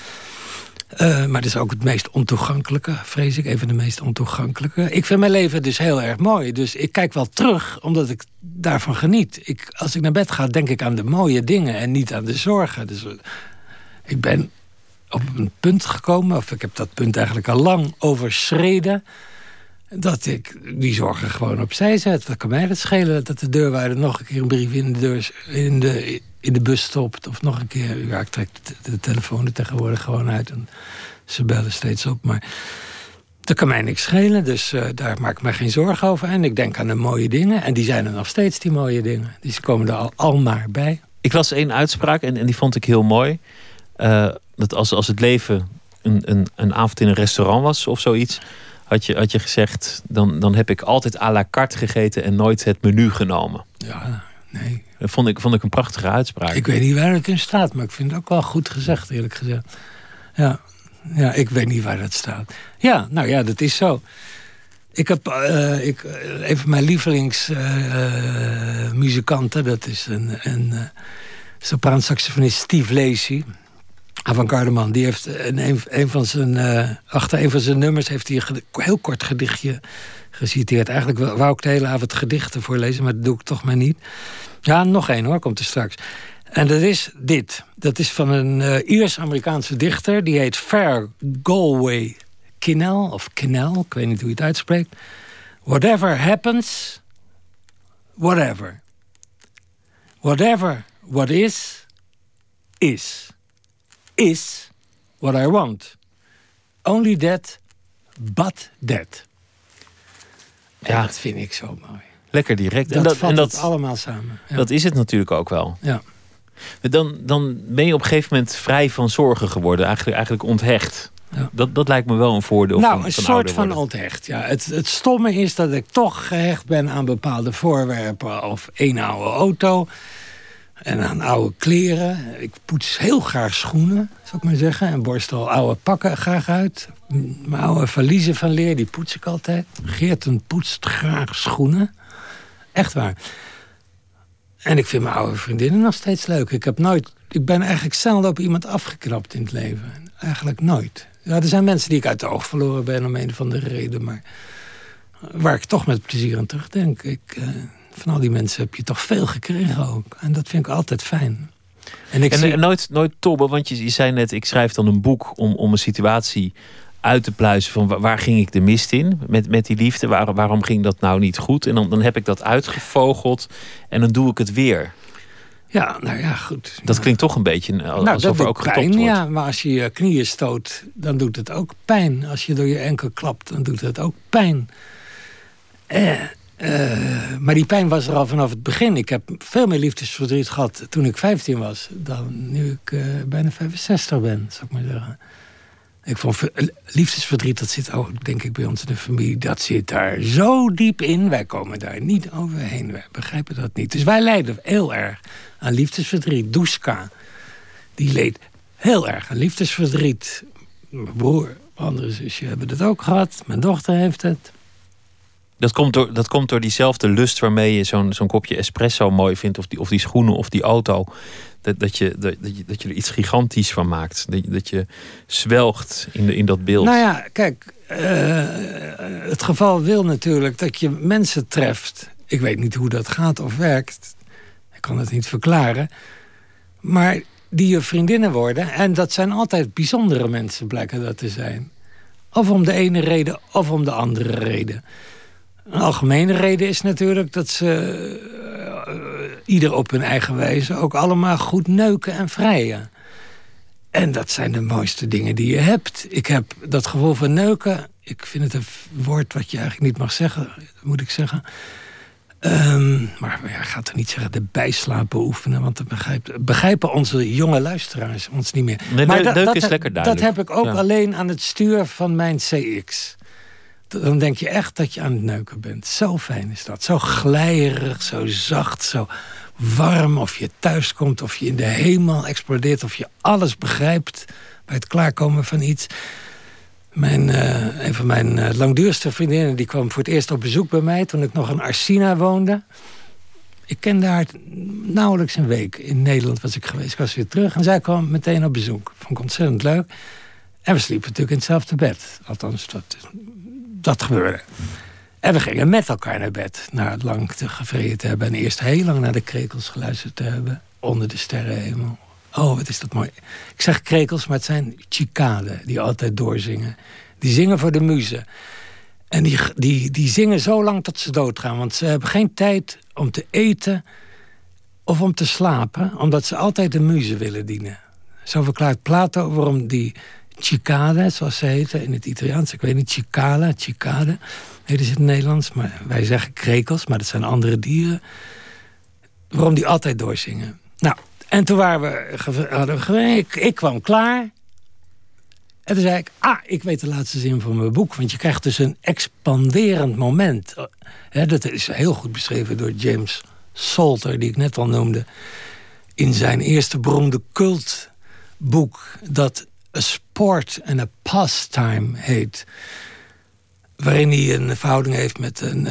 Maar het is ook het meest ontoegankelijke, vrees ik. Een van de meest ontoegankelijke. Ik vind mijn leven dus heel erg mooi. Dus ik kijk wel terug, omdat ik daarvan geniet. Als ik naar bed ga, denk ik aan de mooie dingen en niet aan de zorgen. Dus ik ben op een punt gekomen, of ik heb dat punt eigenlijk al lang overschreden, dat ik die zorgen gewoon opzij zet. Wat kan mij dat schelen dat de deurwaarder nog een keer een brief in de bus stopt, of nog een keer, ik trek de telefoon er tegenwoordig gewoon uit en ze bellen steeds op, maar dat kan mij niks schelen, dus daar maak ik mij geen zorgen over. En ik denk aan de mooie dingen, en die zijn er nog steeds, die mooie dingen. Die komen er al maar bij. Ik las één uitspraak en die vond ik heel mooi. Dat als het leven een avond in een restaurant was of zoiets, had je gezegd, dan heb ik altijd à la carte gegeten en nooit het menu genomen. Ja, nee. Dat vond ik een prachtige uitspraak. Ik weet niet waar het in staat, maar ik vind het ook wel goed gezegd, eerlijk gezegd. Ja, ik weet niet waar dat staat. Ja, nou ja, dat is zo. Ik heb een van mijn lievelingsmuzikanten, dat is een sopraansaxofonist Steve Lacy. Van Kardeman, die heeft achter een van zijn nummers heeft hij een heel kort gedichtje geciteerd. Eigenlijk wou ik de hele avond gedichten voorlezen, maar dat doe ik toch maar niet. Ja, nog één hoor, komt er straks. En dat is dit. Dat is van een Iers-Amerikaanse dichter. Die heet Fair Galway Kinnell, of Kinnell, ik weet niet hoe je het uitspreekt. Whatever happens, whatever. Whatever what is, is. Is what I want. Only that, but that. Ja, dat vind ik zo mooi. Lekker direct. Dat vat het allemaal samen. Ja. Dat is het natuurlijk ook wel. Ja. Dan ben je op een gegeven moment vrij van zorgen geworden. Eigenlijk onthecht. Ja. Dat lijkt me wel een voordeel van een soort van worden. onthecht. Ja. Het stomme is dat ik toch gehecht ben aan bepaalde voorwerpen. Of één oude auto. En aan oude kleren. Ik poets heel graag schoenen, zou ik maar zeggen. En borstel oude pakken graag uit. Mijn oude valiezen van leer, die poets ik altijd. Geerten poetst graag schoenen. Echt waar. En ik vind mijn oude vriendinnen nog steeds leuk. Ik ben eigenlijk zelden op iemand afgeknapt in het leven. Eigenlijk nooit. Ja, er zijn mensen die ik uit de oog verloren ben om een of andere reden. Maar waar ik toch met plezier aan terugdenk. Van al die mensen heb je toch veel gekregen ook. En dat vind ik altijd fijn. En nooit tobben, want je zei net, ik schrijf dan een boek om een situatie uit te pluizen van waar ging ik de mist in met die liefde. Waarom ging dat nou niet goed? En dan heb ik dat uitgevogeld en dan doe ik het weer. Ja, nou ja, goed. Dat klinkt toch een beetje alsof er ook getopt pijn, wordt. Ja, maar als je je knieën stoot, dan doet het ook pijn. Als je door je enkel klapt, dan doet het ook pijn. Maar die pijn was er al vanaf het begin. Ik heb veel meer liefdesverdriet gehad toen ik 15 was... dan nu ik bijna 65 ben, zou ik maar zeggen. Ik vond liefdesverdriet, dat zit ook, denk ik, bij ons in de familie... dat zit daar zo diep in. Wij komen daar niet overheen. Wij begrijpen dat niet. Dus wij lijden heel erg aan liefdesverdriet. Duska, die leed heel erg aan liefdesverdriet. Mijn broer, mijn andere zusje hebben het ook gehad. Mijn dochter heeft het... Dat komt door diezelfde lust waarmee je zo'n kopje espresso mooi vindt... of die schoenen of die auto. Dat je er iets gigantisch van maakt. Dat je zwelgt in dat beeld. Nou ja, kijk. Het geval wil natuurlijk dat je mensen treft. Ik weet niet hoe dat gaat of werkt. Ik kan het niet verklaren. Maar die je vriendinnen worden. En dat zijn altijd bijzondere mensen, blijken dat te zijn. Of om de ene reden of om de andere reden. Een algemene reden is natuurlijk dat ze ieder op hun eigen wijze ook allemaal goed neuken en vrijen. En dat zijn de mooiste dingen die je hebt. Ik heb dat gevoel van neuken, ik vind het een woord wat je eigenlijk niet mag zeggen, moet ik zeggen. Maar ja, gaat er niet zeggen de bijslaap beoefenen, want dan begrijpen onze jonge luisteraars ons niet meer. Nee, maar neuken is lekker duidelijk. Dat heb ik ook alleen aan het stuur van mijn CX. Dan denk je echt dat je aan het neuken bent. Zo fijn is dat. Zo glijrig, zo zacht, zo warm. Of je thuis komt, of je in de hemel explodeert... of je alles begrijpt bij het klaarkomen van iets. Een van mijn langdurigste vriendinnen... die kwam voor het eerst op bezoek bij mij... toen ik nog in Arsina woonde. Ik kende haar nauwelijks een week. In Nederland was ik geweest. Ik was weer terug en zij kwam meteen op bezoek. Vond ik ontzettend leuk. En we sliepen natuurlijk in hetzelfde bed. Althans, dat gebeurde. En we gingen met elkaar naar bed. Na het lang te gevreden te hebben. En eerst heel lang naar de krekels geluisterd te hebben. Onder de sterrenhemel. Oh, wat is dat mooi. Ik zeg krekels, maar het zijn cicaden die altijd doorzingen. Die zingen voor de muzen. En die zingen zo lang tot ze doodgaan. Want ze hebben geen tijd om te eten of om te slapen. Omdat ze altijd de muzen willen dienen. Zo verklaart Plato waarom die cicade, zoals ze heten in het Italiaans. Ik weet niet, cicade. Nee, dat is in het Nederlands. Maar wij zeggen krekels, maar dat zijn andere dieren. Waarom die altijd doorzingen. Nou, en toen ik kwam klaar. En toen zei ik, ik weet de laatste zin van mijn boek. Want je krijgt dus een expanderend moment. Dat is heel goed beschreven door James Salter, die ik net al noemde. In zijn eerste beroemde cultboek, dat A Sport and a Pastime heet. Waarin hij een verhouding heeft met een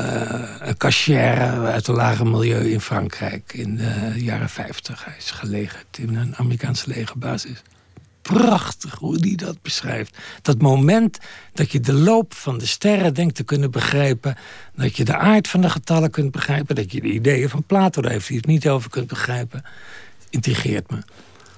cachère uit een lager milieu in Frankrijk in de jaren 50. Hij is gelegerd in een Amerikaanse legerbasis. prachtig hoe die dat beschrijft. Dat moment dat je de loop van de sterren denkt te kunnen begrijpen. Dat je de aard van de getallen kunt begrijpen. Dat je de ideeën van Plato, daar heeft hij het niet over, kunt begrijpen. Intrigeert me.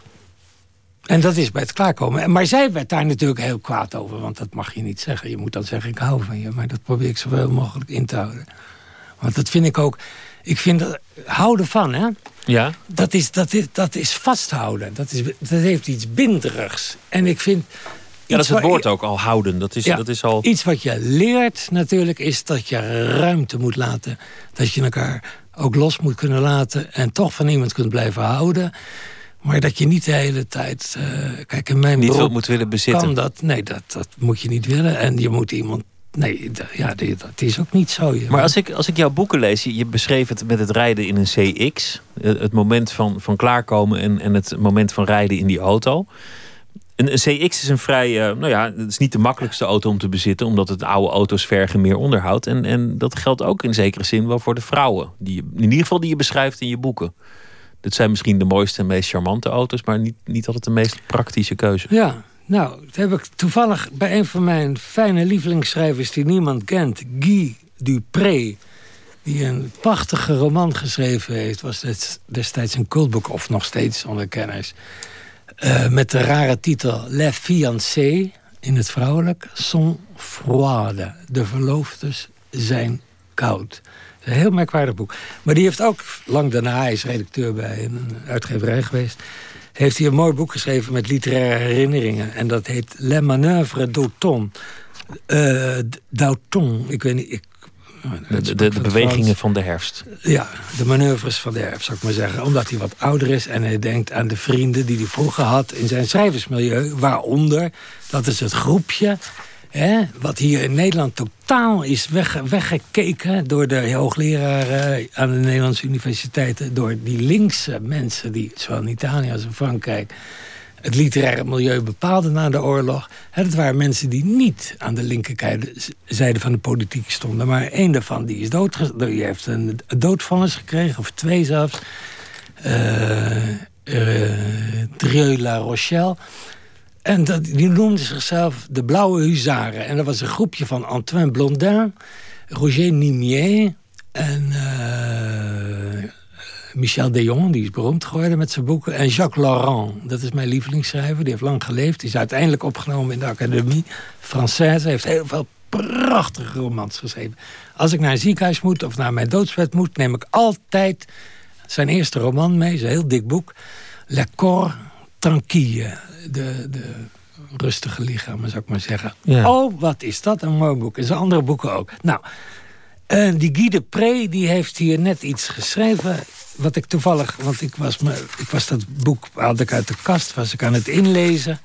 En dat is bij het klaarkomen. Maar zij werd daar natuurlijk heel kwaad over. Want dat mag je niet zeggen. Je moet dan zeggen, ik hou van je. Maar dat probeer ik zoveel mogelijk in te houden. Want dat vind ik ook... Ik vind dat... Houden van, hè? Ja? Dat is vasthouden. Dat heeft iets binderigs. En ik vind... Ja, dat is het woord ook, al houden. Dat is al... Iets wat je leert natuurlijk is dat je ruimte moet laten. Dat je elkaar ook los moet kunnen laten. En toch van iemand kunt blijven houden. Maar dat je niet de hele tijd... kijk, in mijn beroep moet willen bezitten. Kan dat. Nee, dat moet je niet willen. En je moet iemand... Nee, dat is ook niet zo. Maar als ik jouw boeken lees, je beschreef het met het rijden in een CX. Het moment van klaarkomen en het moment van rijden in die auto. Een CX is een vrij... het is niet de makkelijkste auto om te bezitten, omdat het oude auto's vergen meer onderhoud. En dat geldt ook in zekere zin wel voor de vrouwen. In ieder geval die je beschrijft in je boeken. Dat zijn misschien de mooiste en meest charmante auto's, maar niet altijd de meest praktische keuze. Ja. Nou, dat heb ik toevallig bij een van mijn fijne lievelingsschrijvers die niemand kent, Guy Dupré, die een prachtige roman geschreven heeft, was destijds een cultboek, of nog steeds onder kenners, met de rare titel Les fiancés, in het vrouwelijk, sont froides. De verloofdes zijn koud. Een heel merkwaardig boek. Maar die heeft ook, lang daarna, hij is redacteur bij een uitgeverij geweest, heeft hij een mooi boek geschreven met literaire herinneringen. En dat heet Les Manœuvres d'Automne. D'Automne, ik weet niet... De bewegingen van de herfst. Ja, de manoeuvres van de herfst, zou ik maar zeggen. Omdat hij wat ouder is en hij denkt aan de vrienden die hij vroeger had in zijn schrijversmilieu. Waaronder, dat is het groepje... wat hier in Nederland totaal is weggekeken door de hoogleraren aan de Nederlandse universiteiten, door die linkse mensen die, zowel in Italië als in Frankrijk, het literaire milieu bepaalden na de oorlog. Dat waren mensen die niet aan de linkerzijde van de politiek stonden. Maar één daarvan die is die heeft een doodvonnis gekregen, of 2 zelfs. Drieux-La Rochelle. En die noemden zichzelf de Blauwe Huzaren. En dat was een groepje van Antoine Blondin, Roger Nimier en Michel Deyon, die is beroemd geworden met zijn boeken. En Jacques Laurent, dat is mijn lievelingsschrijver, die heeft lang geleefd. Die is uiteindelijk opgenomen in de Académie Française. Hij heeft heel veel prachtige romans geschreven. Als ik naar een ziekenhuis moet of naar mijn doodsbed moet, neem ik altijd zijn eerste roman mee. Zijn heel dik boek. Le Corps Tranquille. De rustige lichamen, zou ik maar zeggen. Ja. Oh, wat is dat een mooi boek. En zijn andere boeken ook. Nou, die Guy Dupré, die heeft hier net iets geschreven. Wat ik toevallig, want ik was dat boek, had ik uit de kast, was ik aan het inlezen.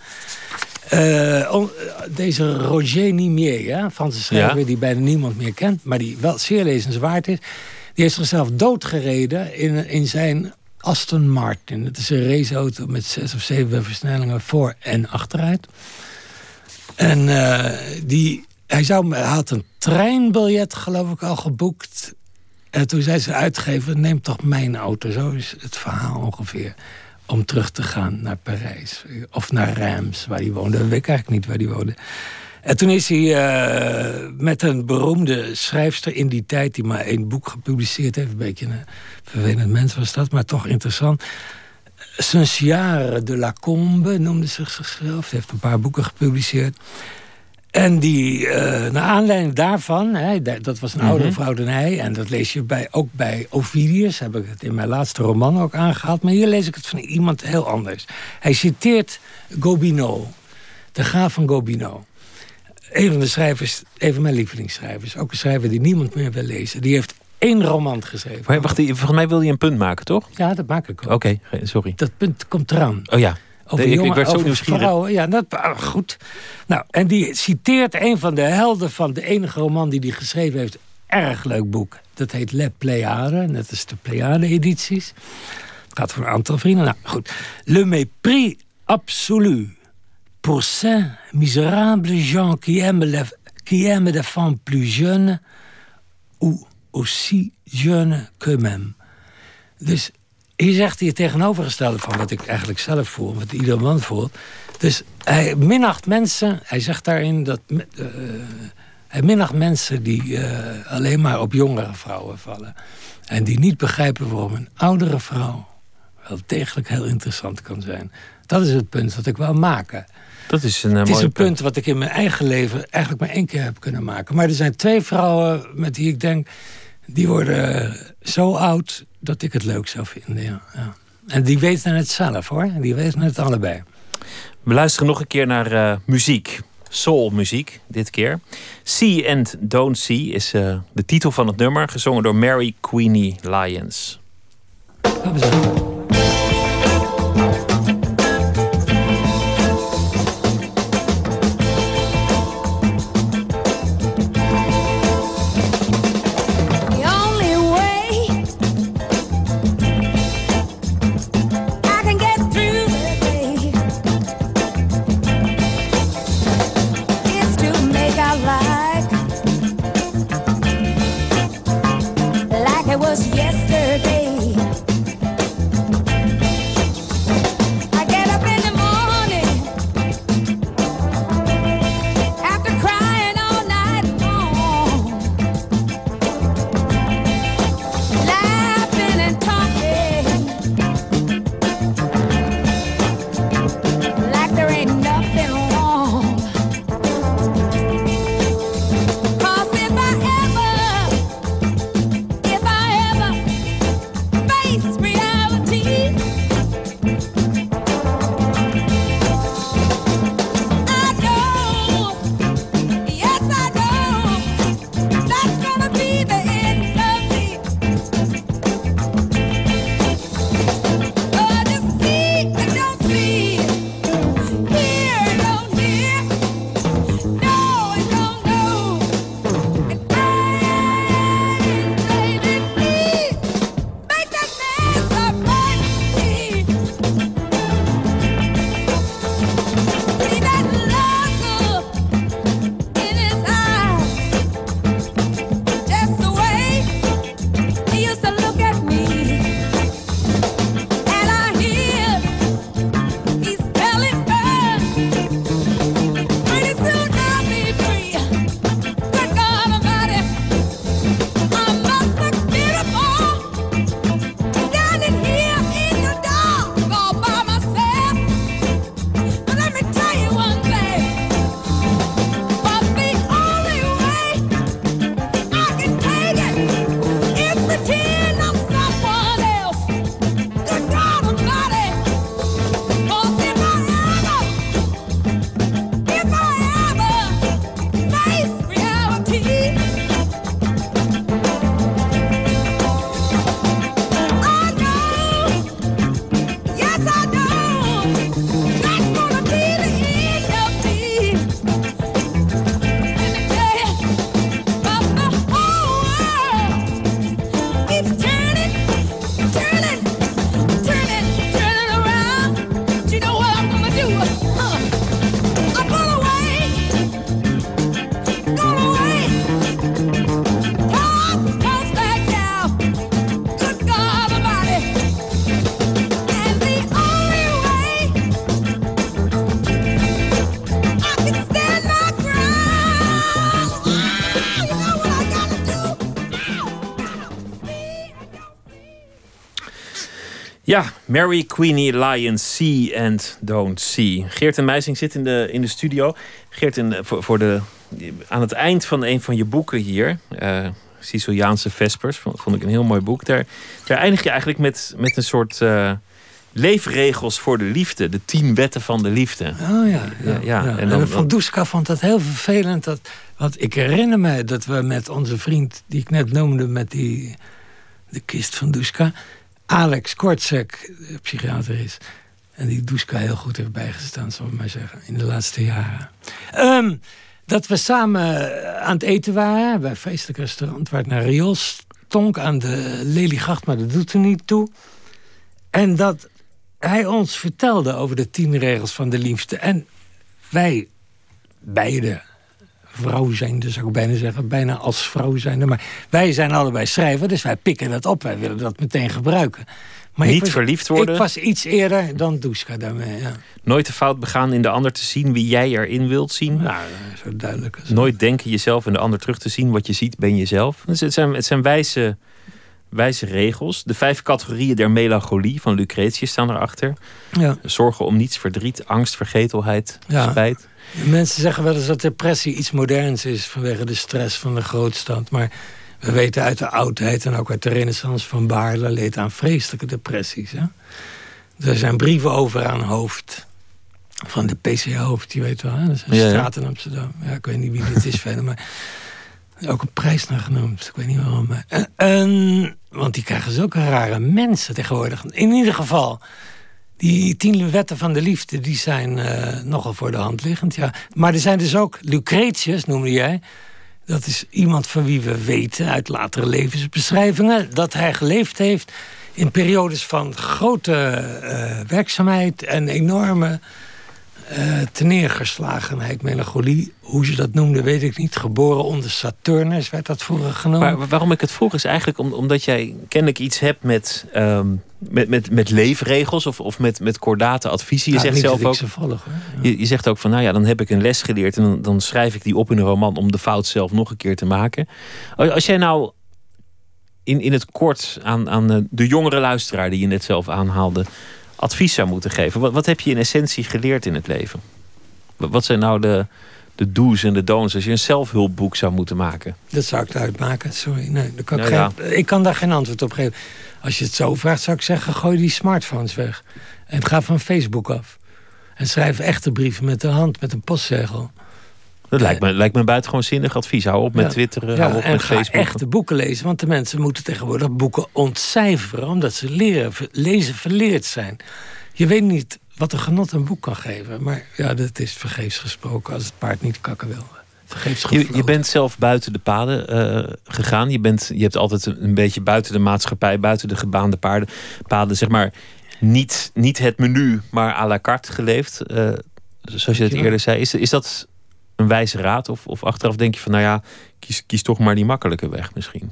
Deze Roger Nimier, Franse schrijver, die bijna niemand meer kent, maar die wel zeer lezenswaard is. Die heeft zichzelf doodgereden in zijn Aston Martin. Het is een raceauto met 6 of 7 versnellingen voor en achteruit. En hij had een treinbiljet, geloof ik, al geboekt. En toen zei ze uitgever, neem toch mijn auto. Zo is het verhaal ongeveer. Om terug te gaan naar Parijs. Of naar Reims, waar hij woonde. Dat weet ik eigenlijk niet waar hij woonde. En toen is hij met een beroemde schrijfster in die tijd, die maar 1 boek gepubliceerd heeft. Een beetje een vervelend mens was dat, maar toch interessant. Saint-Cyr de la Combe noemde zichzelf. Ze heeft een paar boeken gepubliceerd. En die, naar aanleiding daarvan, dat was een oude vrouw dan hij. En dat lees je ook bij Ovidius. Heb ik het in mijn laatste roman ook aangehaald. Maar hier lees ik het van iemand heel anders. Hij citeert Gobineau. De graaf van Gobineau. Een van de schrijvers, een van mijn lievelingsschrijvers. Ook een schrijver die niemand meer wil lezen. Die heeft 1 roman geschreven. Maar wacht, volgens mij wil je een punt maken, toch? Ja, dat maak ik ook. Oké, sorry. Dat punt komt eraan. Oh ja. Ik werd zo nieuwsgierig. Vrouwen. Ja, goed. Nou, en die citeert een van de helden van de enige roman die hij geschreven heeft. Erg leuk boek. Dat heet Les Pléiades. Net als de Pléiades-edities. Het gaat voor een aantal vrienden. Nou, goed. Le mépris absolu pour ces misérables gens qui aiment des femmes plus jeunes ou aussi jeunes qu'eux-mêmes. Dus Hier zegt hij het tegenovergestelde van wat ik eigenlijk zelf voel, wat ieder man voelt. Dus hij minacht mensen. Hij zegt daarin dat hij minacht mensen die alleen maar op jongere vrouwen vallen. En die niet begrijpen waarom een oudere vrouw wel degelijk heel interessant kan zijn. Dat is het punt dat ik wil maken. Dat is een Het is mooi een punt wat ik in mijn eigen leven eigenlijk maar 1 keer heb kunnen maken. Maar er zijn 2 vrouwen met wie ik denk, die worden zo oud dat ik het leuk zou vinden. Ja. En die weten het zelf hoor. Die weten het allebei. We luisteren nog een keer naar muziek. Soulmuziek, dit keer. See and Don't See is de titel van het nummer, gezongen door Mary Queenie Lyons. Dat is het. Yesterday, I get up in the morning after crying all night long, laughing and talking like there ain't nothing wrong. 'Cause if I ever face reality, I know, yes I know, that's gonna be the end of me. Just see and don't see, hear and don't hear, know and don't know. And baby, please make that man stop me. See that look in his eyes, just the way he used to look at me. And I hear he's telling her pretty soon I'll be free. Good God Almighty, I must look beautiful standing here in the dark all by myself. But let me tell you one thing, but the only way I can take it is pretend I'm someone else. Good God Almighty, 'cause if I ever face reality, I know, yes I know, that's gonna be the end of me. Let me tell you, but the whole world keeps turning, turning, turning, turning around. But you know what I'm gonna do? I'm gonna wait, gonna wait, comes back down. Good God Almighty, and the only way I can stand my ground, you know what I gotta do? Ja, Mary Queenie Lyons, See and Don't See. Geert en Meijsing zit in de studio. Geert, aan het eind van een van je boeken hier, Siciliaanse Vespers, vond ik een heel mooi boek. Daar eindig je eigenlijk met een soort leefregels voor de liefde. De 10 wetten van de liefde. Oh ja. En dan, Van Duska vond dat heel vervelend. Want ik herinner me dat we met onze vriend, die ik net noemde, met de kist van Duska, Alex Kortsek, psychiater is. En die Duska heel goed heeft bijgestaan, zal ik maar zeggen, in de laatste jaren. Dat we samen aan het eten waren bij een feestelijk restaurant waar het naar riool stonk aan de Leliegracht, maar dat doet er niet toe. En dat hij ons vertelde over de 10 regels van de liefde. En wij beide vrouw zijnde, zou ik bijna zeggen, bijna als vrouw zijnde, maar wij zijn allebei schrijver, dus wij pikken dat op. Wij willen dat meteen gebruiken. Maar Niet verliefd worden. Ik was iets eerder dan Duška daarmee, ja. Nooit de fout begaan in de ander te zien wie jij erin wilt zien. Nou, zo duidelijk. Als Nooit denken jezelf en de ander terug te zien. Wat je ziet, ben jezelf. Dus het zijn wijze regels. De 5 categorieën der melancholie van Lucretius staan erachter. Ja. Zorgen om niets, verdriet, angst, vergetelheid, Ja. spijt. Mensen zeggen wel eens dat depressie iets moderns is vanwege de stress van de grootstad. Maar we weten uit de oudheid en ook uit de renaissance van Baarle leed aan vreselijke depressies. Hè? Er zijn brieven over aan Hoofd. Van de PCA Hoofd, je weet wel. Hè? Dat is een Ja, ja. straat in Amsterdam. Ja, ik weet niet wie dit is verder, maar ook een prijs naar genoemd. Ik weet niet waarom. Want die krijgen zulke rare mensen tegenwoordig. In ieder geval, die 10 wetten van de liefde, die zijn nogal voor de hand liggend. Ja. Maar er zijn dus ook Lucretius, noemde jij. Dat is iemand van wie we weten uit latere levensbeschrijvingen dat hij geleefd heeft in periodes van grote werkzaamheid en enorme teneergeslagenheid, melancholie. Hoe ze dat noemden, weet ik niet. Geboren onder Saturnus werd dat vroeger genoemd. Maar waarom ik het vroeg is eigenlijk omdat jij kennelijk iets hebt met leefregels of met kordate adviezen. Je zegt zelf ook. Je zegt ook van, nou ja, dan heb ik een les geleerd en dan schrijf ik die op in een roman om de fout zelf nog een keer te maken. Als jij nou in het kort aan de jongere luisteraar die je net zelf aanhaalde advies zou moeten geven. Wat heb je in essentie geleerd in het leven? Wat zijn nou de do's en de don'ts als je een zelfhulpboek zou moeten maken? Dat zou ik eruit maken, sorry. Nee, ik kan daar geen antwoord op geven. Als je het zo vraagt, zou ik zeggen, gooi die smartphones weg. En ga van Facebook af. En schrijf echte brieven met de hand, met een postzegel. Dat lijkt me een buitengewoon zinnig advies. Hou op met twitteren, hou op en met ga Facebook. echte boeken lezen, want de mensen moeten tegenwoordig boeken ontcijferen, omdat ze lezen verleerd zijn. Je weet niet wat een genot een boek kan geven. Maar ja, dat is vergeefs gesproken als het paard niet kakken wil. Vergeefs gevlogen. Je bent zelf buiten de paden gegaan. Je hebt altijd een beetje buiten de maatschappij, buiten de gebaande paden, zeg maar, niet het menu, maar à la carte geleefd. Zoals je het eerder zei. Is dat een wijze raad? Of achteraf denk je van, nou ja, kies toch maar die makkelijke weg misschien?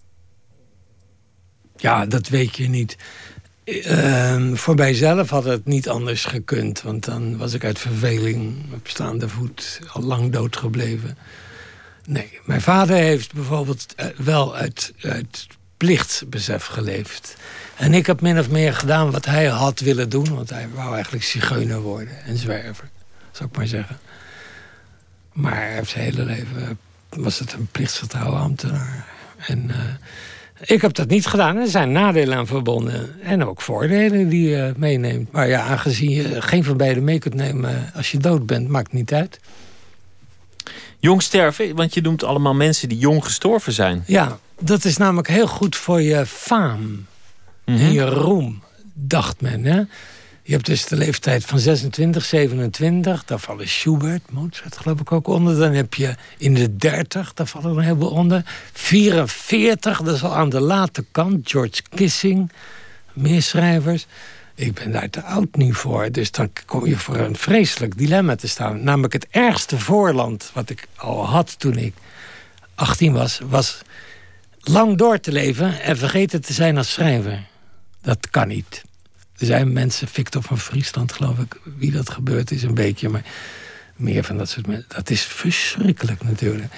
Ja, dat weet je niet. Voor mijzelf had het niet anders gekund. Want dan was ik uit verveling op staande voet al lang dood gebleven. Nee, mijn vader heeft bijvoorbeeld wel uit plichtsbesef geleefd. En ik heb min of meer gedaan wat hij had willen doen. Want hij wou eigenlijk zigeuner worden en zwerver, zou ik maar zeggen. Maar hij heeft zijn hele leven was het een plichtsgetrouwe ambtenaar. En ik heb dat niet gedaan. Er zijn nadelen aan verbonden. En ook voordelen die je meeneemt. Maar ja, aangezien je geen van beiden mee kunt nemen als je dood bent, maakt niet uit. Jong sterven, want je noemt allemaal mensen die jong gestorven zijn. Ja, dat is namelijk heel goed voor je faam. En je roem, dacht men. Hè? Je hebt dus de leeftijd van 26, 27. Daar vallen Schubert, Mozart geloof ik ook onder. Dan heb je in de 30, daar vallen er een heleboel onder. 44, dat is al aan de late kant. George Kissing, meer schrijvers. Ik ben daar te oud nu voor. Dus dan kom je voor een vreselijk dilemma te staan. Namelijk het ergste voorland wat ik al had toen ik 18 was lang door te leven en vergeten te zijn als schrijver. Dat kan niet. Er zijn mensen, Victor van Friesland geloof ik, wie dat gebeurd is een beetje, maar meer van dat soort mensen. Dat is verschrikkelijk natuurlijk.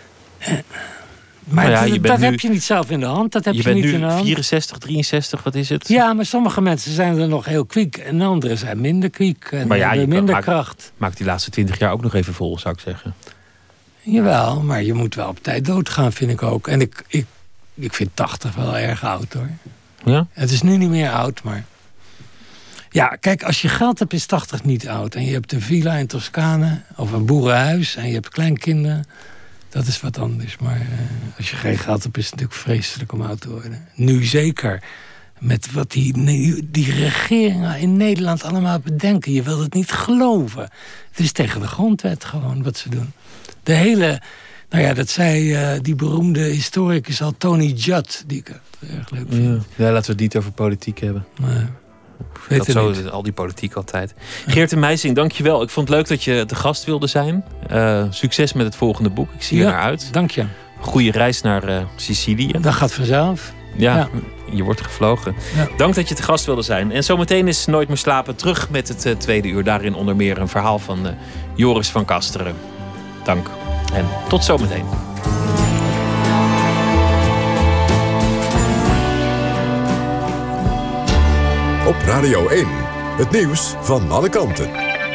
Maar ja, dat heb je niet zelf in de hand. Dat heb je niet in de hand. Je bent nu 64, 63, wat is het? Ja, maar sommige mensen zijn er nog heel kwiek en anderen zijn minder kwiek en hebben minder kracht. Maak die laatste 20 jaar ook nog even vol, zou ik zeggen. Jawel, maar je moet wel op tijd doodgaan, vind ik ook. En ik vind 80 wel erg oud, hoor. Ja? Het is nu niet meer oud, maar... Ja, kijk, als je geld hebt is 80 niet oud. En je hebt een villa in Toscane of een boerenhuis en je hebt kleinkinderen. Dat is wat anders. Maar als je geen geld hebt is het natuurlijk vreselijk om oud te worden. Nu zeker. Met wat die regeringen in Nederland allemaal bedenken. Je wilt het niet geloven. Het is tegen de grondwet gewoon wat ze doen. De hele... Nou ja, dat zei die beroemde historicus al, Tony Judd, die ik erg leuk vind. Ja, laten we het niet over politiek hebben. Maar, dat zo, al die politiek altijd. Geert de Meijsing, dankjewel. Ik vond het leuk dat je te gast wilde zijn. Succes met het volgende boek. Ik zie er naar uit. Dank je. Goeie reis naar Sicilië. Dat gaat vanzelf. Ja, je wordt gevlogen. Ja. Dank dat je te gast wilde zijn. En zometeen is Nooit meer slapen terug met het tweede uur. Daarin onder meer een verhaal van Joris van Kasteren. Dank en tot zometeen. Op Radio 1, het nieuws van alle kanten.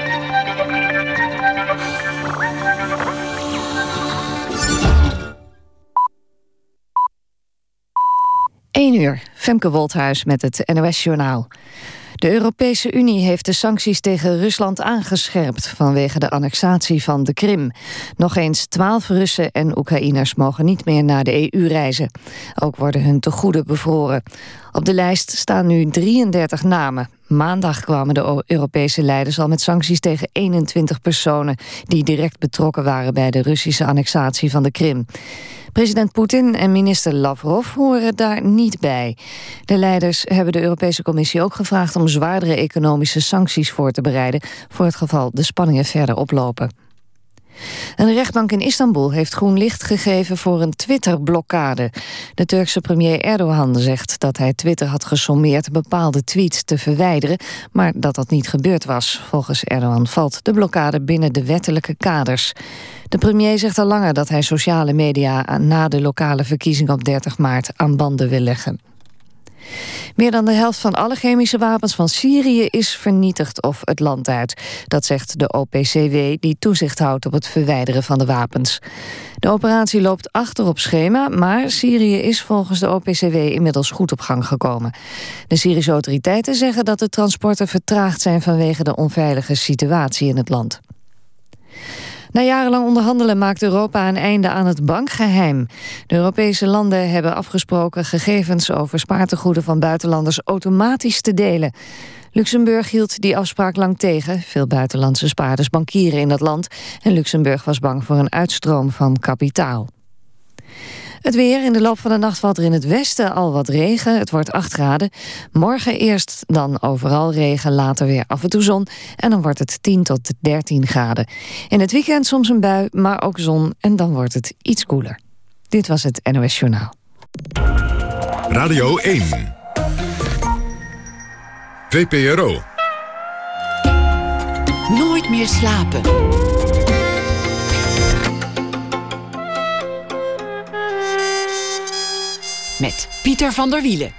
1:00, Femke Wolthuis met het NOS-journaal. De Europese Unie heeft de sancties tegen Rusland aangescherpt vanwege de annexatie van de Krim. Nog eens 12 Russen en Oekraïners mogen niet meer naar de EU reizen. Ook worden hun tegoeden bevroren. Op de lijst staan nu 33 namen. Maandag kwamen de Europese leiders al met sancties tegen 21 personen die direct betrokken waren bij de Russische annexatie van de Krim. President Poetin en minister Lavrov horen daar niet bij. De leiders hebben de Europese Commissie ook gevraagd om zwaardere economische sancties voor te bereiden voor het geval de spanningen verder oplopen. Een rechtbank in Istanbul heeft groen licht gegeven voor een Twitter-blokkade. De Turkse premier Erdogan zegt dat hij Twitter had gesommeerd bepaalde tweets te verwijderen, maar dat dat niet gebeurd was. Volgens Erdogan valt de blokkade binnen de wettelijke kaders. De premier zegt al langer dat hij sociale media na de lokale verkiezingen op 30 maart aan banden wil leggen. Meer dan de helft van alle chemische wapens van Syrië is vernietigd of het land uit. Dat zegt de OPCW, die toezicht houdt op het verwijderen van de wapens. De operatie loopt achter op schema, maar Syrië is volgens de OPCW inmiddels goed op gang gekomen. De Syrische autoriteiten zeggen dat de transporten vertraagd zijn vanwege de onveilige situatie in het land. Na jarenlang onderhandelen maakt Europa een einde aan het bankgeheim. De Europese landen hebben afgesproken gegevens over spaartegoeden van buitenlanders automatisch te delen. Luxemburg hield die afspraak lang tegen. Veel buitenlandse spaarders bankieren in dat land en Luxemburg was bang voor een uitstroom van kapitaal. Het weer. In de loop van de nacht valt er in het westen al wat regen. Het wordt 8 graden. Morgen eerst dan overal regen, later weer af en toe zon. En dan wordt het 10 tot 13 graden. In het weekend soms een bui, maar ook zon. En dan wordt het iets koeler. Dit was het NOS Journaal. Radio 1. VPRO. Nooit meer slapen. Met Pieter van der Wielen.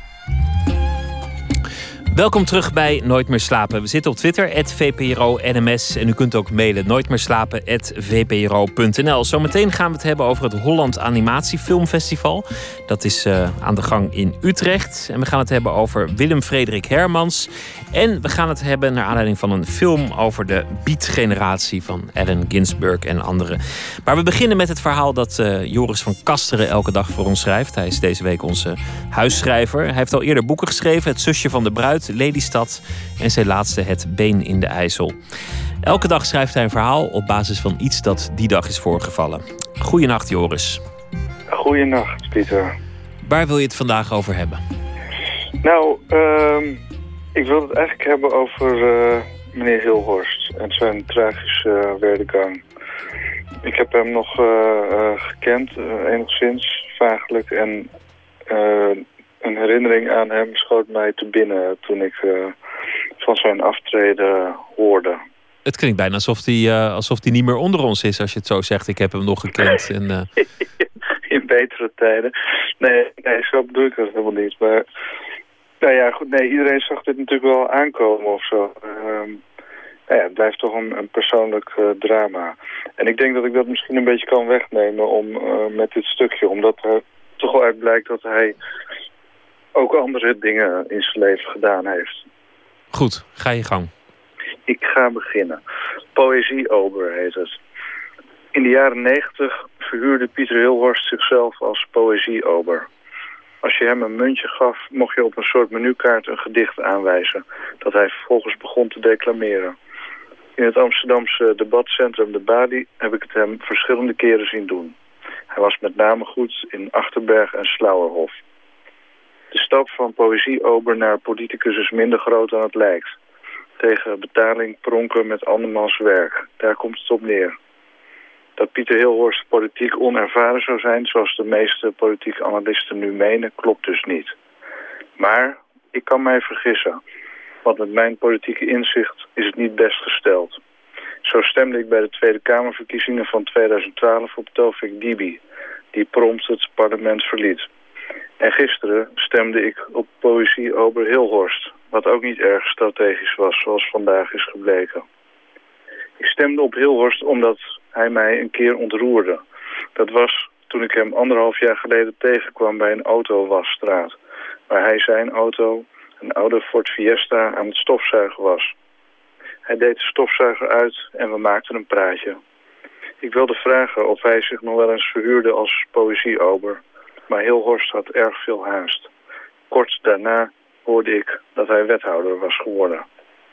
Welkom terug bij Nooit meer slapen. We zitten op Twitter, @VPRO-NMS. En u kunt ook mailen, nooitmeerslapen@vpro.nl. Zometeen gaan we het hebben over het Holland Animatiefilmfestival. Dat is aan de gang in Utrecht. En we gaan het hebben over Willem Frederik Hermans. En we gaan het hebben naar aanleiding van een film over de Beat-generatie van Allen Ginsberg en anderen. Maar we beginnen met het verhaal dat Joris van Kasteren elke dag voor ons schrijft. Hij is deze week onze huisschrijver. Hij heeft al eerder boeken geschreven. Het zusje van de bruid, Lelystad en zijn laatste Het been in de IJssel. Elke dag schrijft hij een verhaal op basis van iets dat die dag is voorgevallen. Goeienacht, Joris. Goeienacht, Pieter. Waar wil je het vandaag over hebben? Nou, ik wil het eigenlijk hebben over meneer Hilhorst en zijn tragische werdegang. Ik heb hem nog gekend, enigszins, vaaglijk. En een herinnering aan hem schoot mij te binnen toen ik van zijn aftreden hoorde. Het klinkt bijna alsof hij niet meer onder ons is, als je het zo zegt. Ik heb hem nog gekend. En, in betere tijden. Nee, zo bedoel ik dat helemaal niet. Maar nou ja, goed, nee, iedereen zag dit natuurlijk wel aankomen of zo. Het blijft toch een persoonlijk drama. En ik denk dat ik dat misschien een beetje kan wegnemen met dit stukje. Omdat er toch wel uit blijkt dat hij ook andere dingen in zijn leven gedaan heeft. Goed, ga je gang. Ik ga beginnen. Poëzie-ober heet het. In de jaren 90 verhuurde Pieter Hilhorst zichzelf als poëzie-ober. Als je hem een muntje gaf, mocht je op een soort menukaart een gedicht aanwijzen, dat hij vervolgens begon te declameren. In het Amsterdamse debatcentrum De Badi heb ik het hem verschillende keren zien doen. Hij was met name goed in Achterberg en Slauerhof. De stap van poëzie-ober naar politicus is minder groot dan het lijkt. Tegen betaling pronken met andermans werk. Daar komt het op neer. Dat Pieter Hilhorst politiek onervaren zou zijn, zoals de meeste politieke analisten nu menen, klopt dus niet. Maar ik kan mij vergissen, want met mijn politieke inzicht is het niet best gesteld. Zo stemde ik bij de Tweede Kamerverkiezingen van 2012 op Tawfik Dibi, die prompt het parlement verliet. En gisteren stemde ik op poëzie-ober Hilhorst, wat ook niet erg strategisch was, zoals vandaag is gebleken. Ik stemde op Hilhorst omdat hij mij een keer ontroerde. Dat was toen ik hem 1,5 jaar geleden tegenkwam bij een autowasstraat, waar hij zijn auto, een oude Ford Fiesta, aan het stofzuigen was. Hij deed de stofzuiger uit en we maakten een praatje. Ik wilde vragen of hij zich nog wel eens verhuurde als poëzie-ober, maar Hilhorst had erg veel haast. Kort daarna hoorde ik dat hij wethouder was geworden.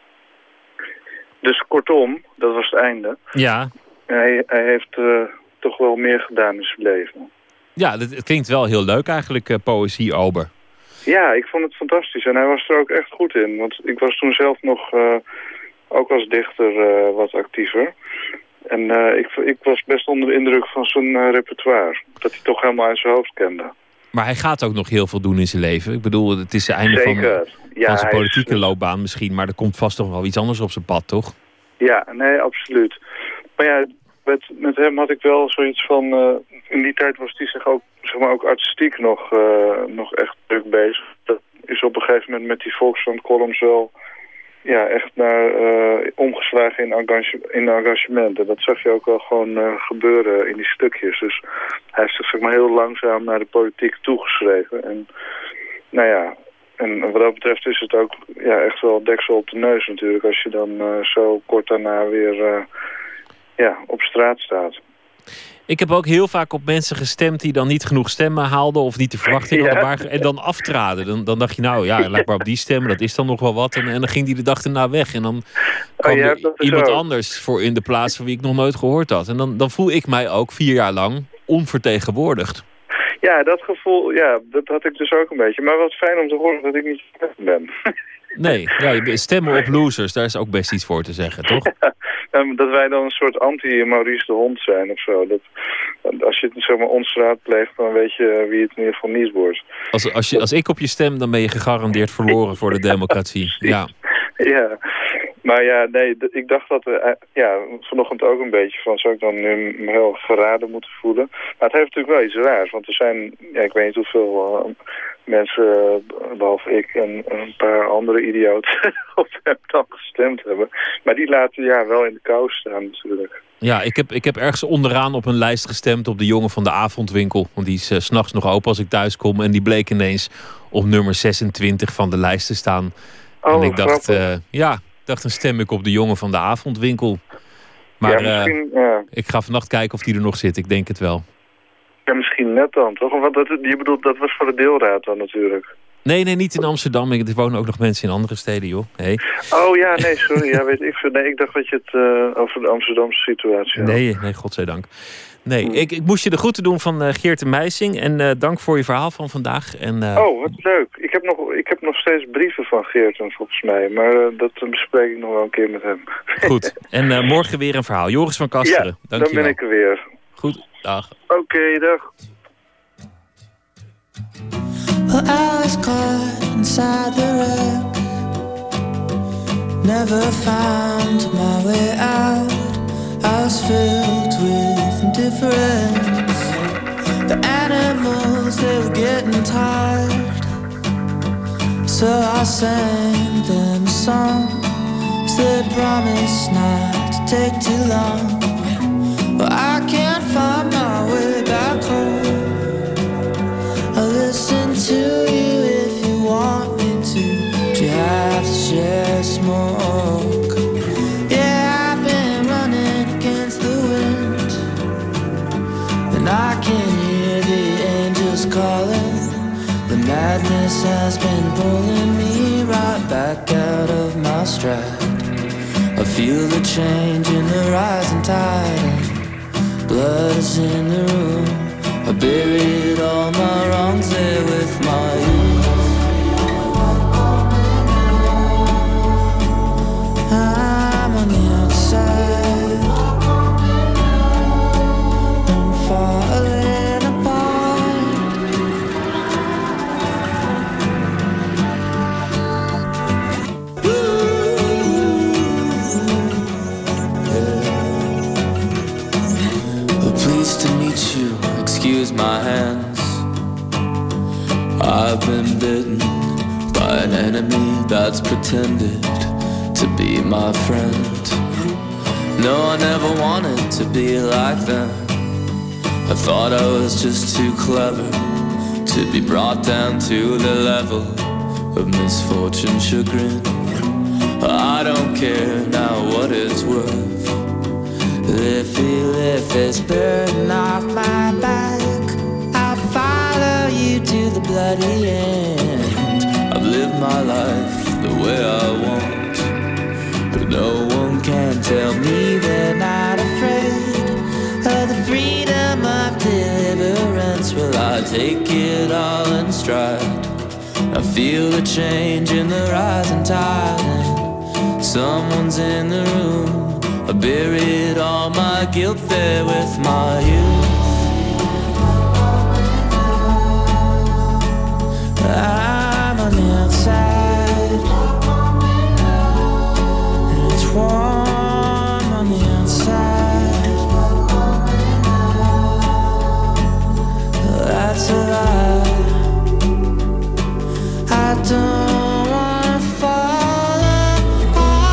Dus kortom, dat was het einde. Ja. Hij heeft toch wel meer gedaan in zijn leven. Ja, het klinkt wel heel leuk eigenlijk, poëzie-ober. Ja, ik vond het fantastisch. En hij was er ook echt goed in. Want ik was toen zelf nog, ook als dichter, wat actiever. En ik was best onder de indruk van zijn repertoire. Dat hij toch helemaal uit zijn hoofd kende. Maar hij gaat ook nog heel veel doen in zijn leven. Ik bedoel, het is het einde van zijn politieke loopbaan misschien. Maar er komt vast toch wel iets anders op zijn pad, toch? Ja, nee, absoluut. Maar ja, met hem had ik wel zoiets van... in die tijd was hij zich ook, zeg maar, ook artistiek nog echt druk bezig. Dat is op een gegeven moment met die Volkskrant columns wel... Ja, echt naar omgeslagen in engagement. En dat zag je ook wel gewoon gebeuren in die stukjes. Dus hij heeft zich, zeg maar, heel langzaam naar de politiek toegeschreven. En nou ja, en wat dat betreft is het ook echt wel deksel op de neus natuurlijk. Als je dan zo kort daarna weer op straat staat. Ik heb ook heel vaak op mensen gestemd die dan niet genoeg stemmen haalden of niet de verwachting hadden waar, en dan aftraden. Dan dacht je, nou ja, laat maar op die stemmen, dat is dan nog wel wat. En dan ging die de dag erna weg. En dan kwam er iemand anders voor in de plaats van wie ik nog nooit gehoord had. En dan voel ik mij ook 4 jaar lang onvertegenwoordigd. Ja, dat gevoel, dat had ik dus ook een beetje. Maar wat fijn om te horen dat ik niet ben. Nee, ja, stemmen op losers, daar is ook best iets voor te zeggen, toch? Dat wij dan een soort anti-Maurice de Hond zijn of zo. Als je het, zeg maar, ons raadpleegt, dan weet je wie het in ieder geval niet wordt. Als ik op je stem, dan ben je gegarandeerd verloren voor de democratie. Ja. Ja, maar ja, nee, ik dacht dat vanochtend ook een beetje van, zou ik dan nu me heel verraden moeten voelen? Maar het heeft natuurlijk wel iets raars, want er zijn, ik weet niet hoeveel mensen, behalve ik en een paar andere idioten, op hem dan gestemd hebben. Maar die laten wel in de kou staan natuurlijk. Ja, ik heb ergens onderaan op een lijst gestemd op de jongen van de avondwinkel. Want die is 's nachts nog open als ik thuis kom. En die bleek ineens op nummer 26 van de lijst te staan. En ik dacht, dan stem ik op de jongen van de avondwinkel. Maar ik ga vannacht kijken of die er nog zit. Ik denk het wel. Ja, misschien net dan, toch? Want je bedoelt, dat was voor de deelraad dan natuurlijk. Nee, niet in Amsterdam. Er wonen ook nog mensen in andere steden, joh. Hey. Oh ja, nee, sorry. Ja, weet ik veel. Nee, ik dacht dat je het over de Amsterdamse situatie had. Nee, godzijdank. Nee, ik moest je de groeten doen van Geert de Meijsing. En dank voor je verhaal van vandaag. En, Oh, wat leuk. Ik heb nog steeds brieven van Geert, volgens mij. Maar dat bespreek ik nog wel een keer met hem. Goed. En morgen weer een verhaal. Joris van Kasteren, dank je wel. Dan ben ik er weer. Goed, dag. Oké, dag. Well, I was caught inside the wreck, never found my way out. I was filled with indifference. The animals, they were getting tired, so I sang them a song. They promised not to take too long. Well, I can't find my way back home. I'll listen to you if you want me to. But you have to share smoke. Yeah, I've been running against the wind, and I can hear the angels calling. The madness has been pulling me right back out of my stride. I feel the change in the rising tide. Blood is in the room. I buried all my wrongs there with my youth. I'm on the outside. I've been bitten by an enemy that's pretended to be my friend. No, I never wanted to be like them. I thought I was just too clever to be brought down to the level of misfortune, chagrin. I don't care now what it's worth. If you lift this burden off my back, I'll follow you to the bloody end. I've lived my life the way I want, but no one can tell me they're not afraid of the freedom of deliverance. Will I take it all in stride? I feel the change in the rising tide, and someone's in the room. I buried all my guilt there with my youth. I'm on the outside, and it's warm on the outside. That's a lie. I don't wanna fall apart.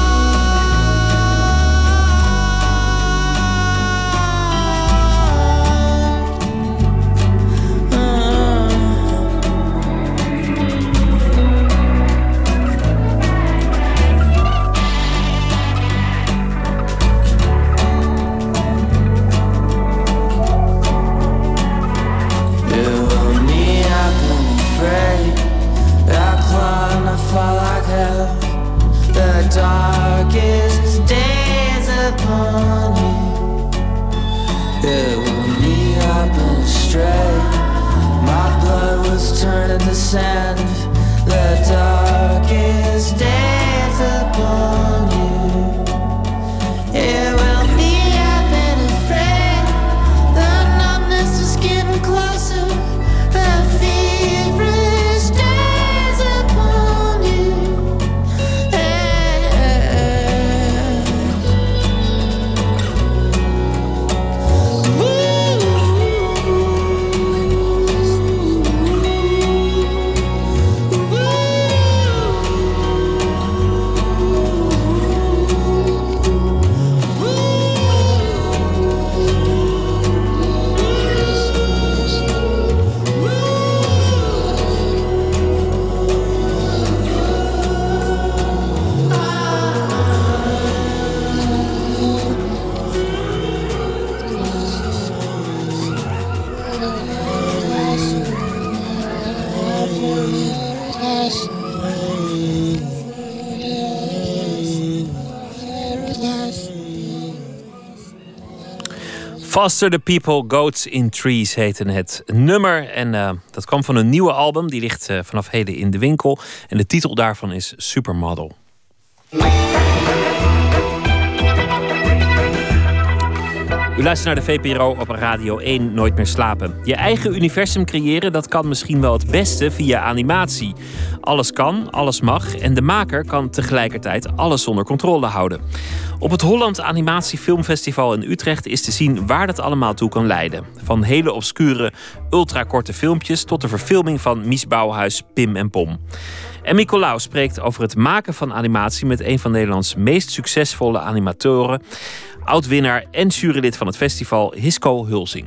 Fall like hell. The darkest days upon you. It will me up and astray. My blood was turned into sand. The darkest days upon you. It will me up and afraid. The numbness is getting closer. The feverish days upon you. Faster the People, Goats in Trees heette het nummer. En dat kwam van een nieuwe album. Die ligt vanaf heden in de winkel. En de titel daarvan is Supermodel. U luistert naar de VPRO op Radio 1 Nooit meer slapen. Je eigen universum creëren, dat kan misschien wel het beste via animatie. Alles kan, alles mag en de maker kan tegelijkertijd alles onder controle houden. Op het Holland Animatie Filmfestival in Utrecht is te zien waar dat allemaal toe kan leiden. Van hele obscure, ultrakorte filmpjes tot de verfilming van Mies Bouwhuis' Pim en Pom. Emmy Colau spreekt over het maken van animatie met een van Nederlands meest succesvolle animatoren, oud-winnaar en jurylid van het festival Hisco Hulsing.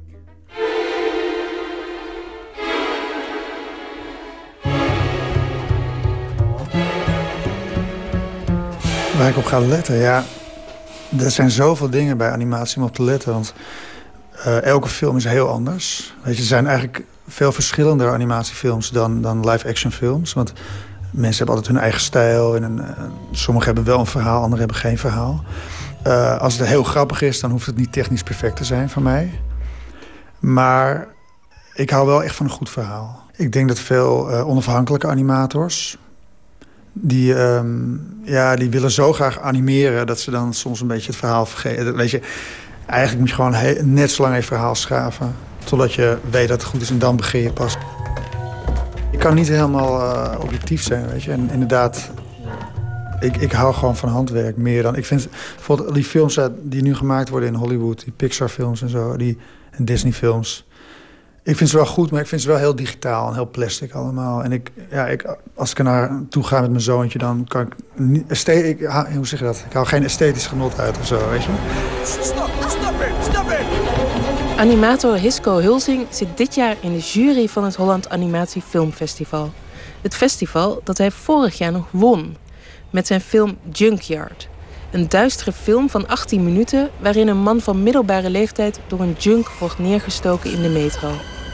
Waar ik op ga letten, ja, er zijn zoveel dingen bij animatie om op te letten. Want elke film is heel anders. Weet je, er zijn eigenlijk veel verschillender animatiefilms dan live-action films. Want mensen hebben altijd hun eigen stijl. En sommigen hebben wel een verhaal, anderen hebben geen verhaal. Als het heel grappig is, dan hoeft het niet technisch perfect te zijn van mij. Maar ik hou wel echt van een goed verhaal. Ik denk dat veel onafhankelijke animators, die willen zo graag animeren dat ze dan soms een beetje het verhaal vergeten. Weet je, eigenlijk moet je gewoon net zo lang een verhaal schaven totdat je weet dat het goed is en dan begin je pas. Ik kan niet helemaal objectief zijn, weet je. En inderdaad, ik hou gewoon van handwerk meer dan. Ik vind bijvoorbeeld die films die nu gemaakt worden in Hollywood, die Pixar films en zo, en Disney films. Ik vind ze wel goed, maar ik vind ze wel heel digitaal en heel plastic allemaal. En als ik er naartoe ga met mijn zoontje, dan kan ik niet... hoe zeg je dat? Ik haal geen esthetisch genot uit of zo, weet je? Stop it! Animator Hisco Hulsing zit dit jaar in de jury van het Holland Animatie Filmfestival. Het festival dat hij vorig jaar nog won. Met zijn film Junkyard. Een duistere film van 18 minuten... waarin een man van middelbare leeftijd door een junk wordt neergestoken in de metro.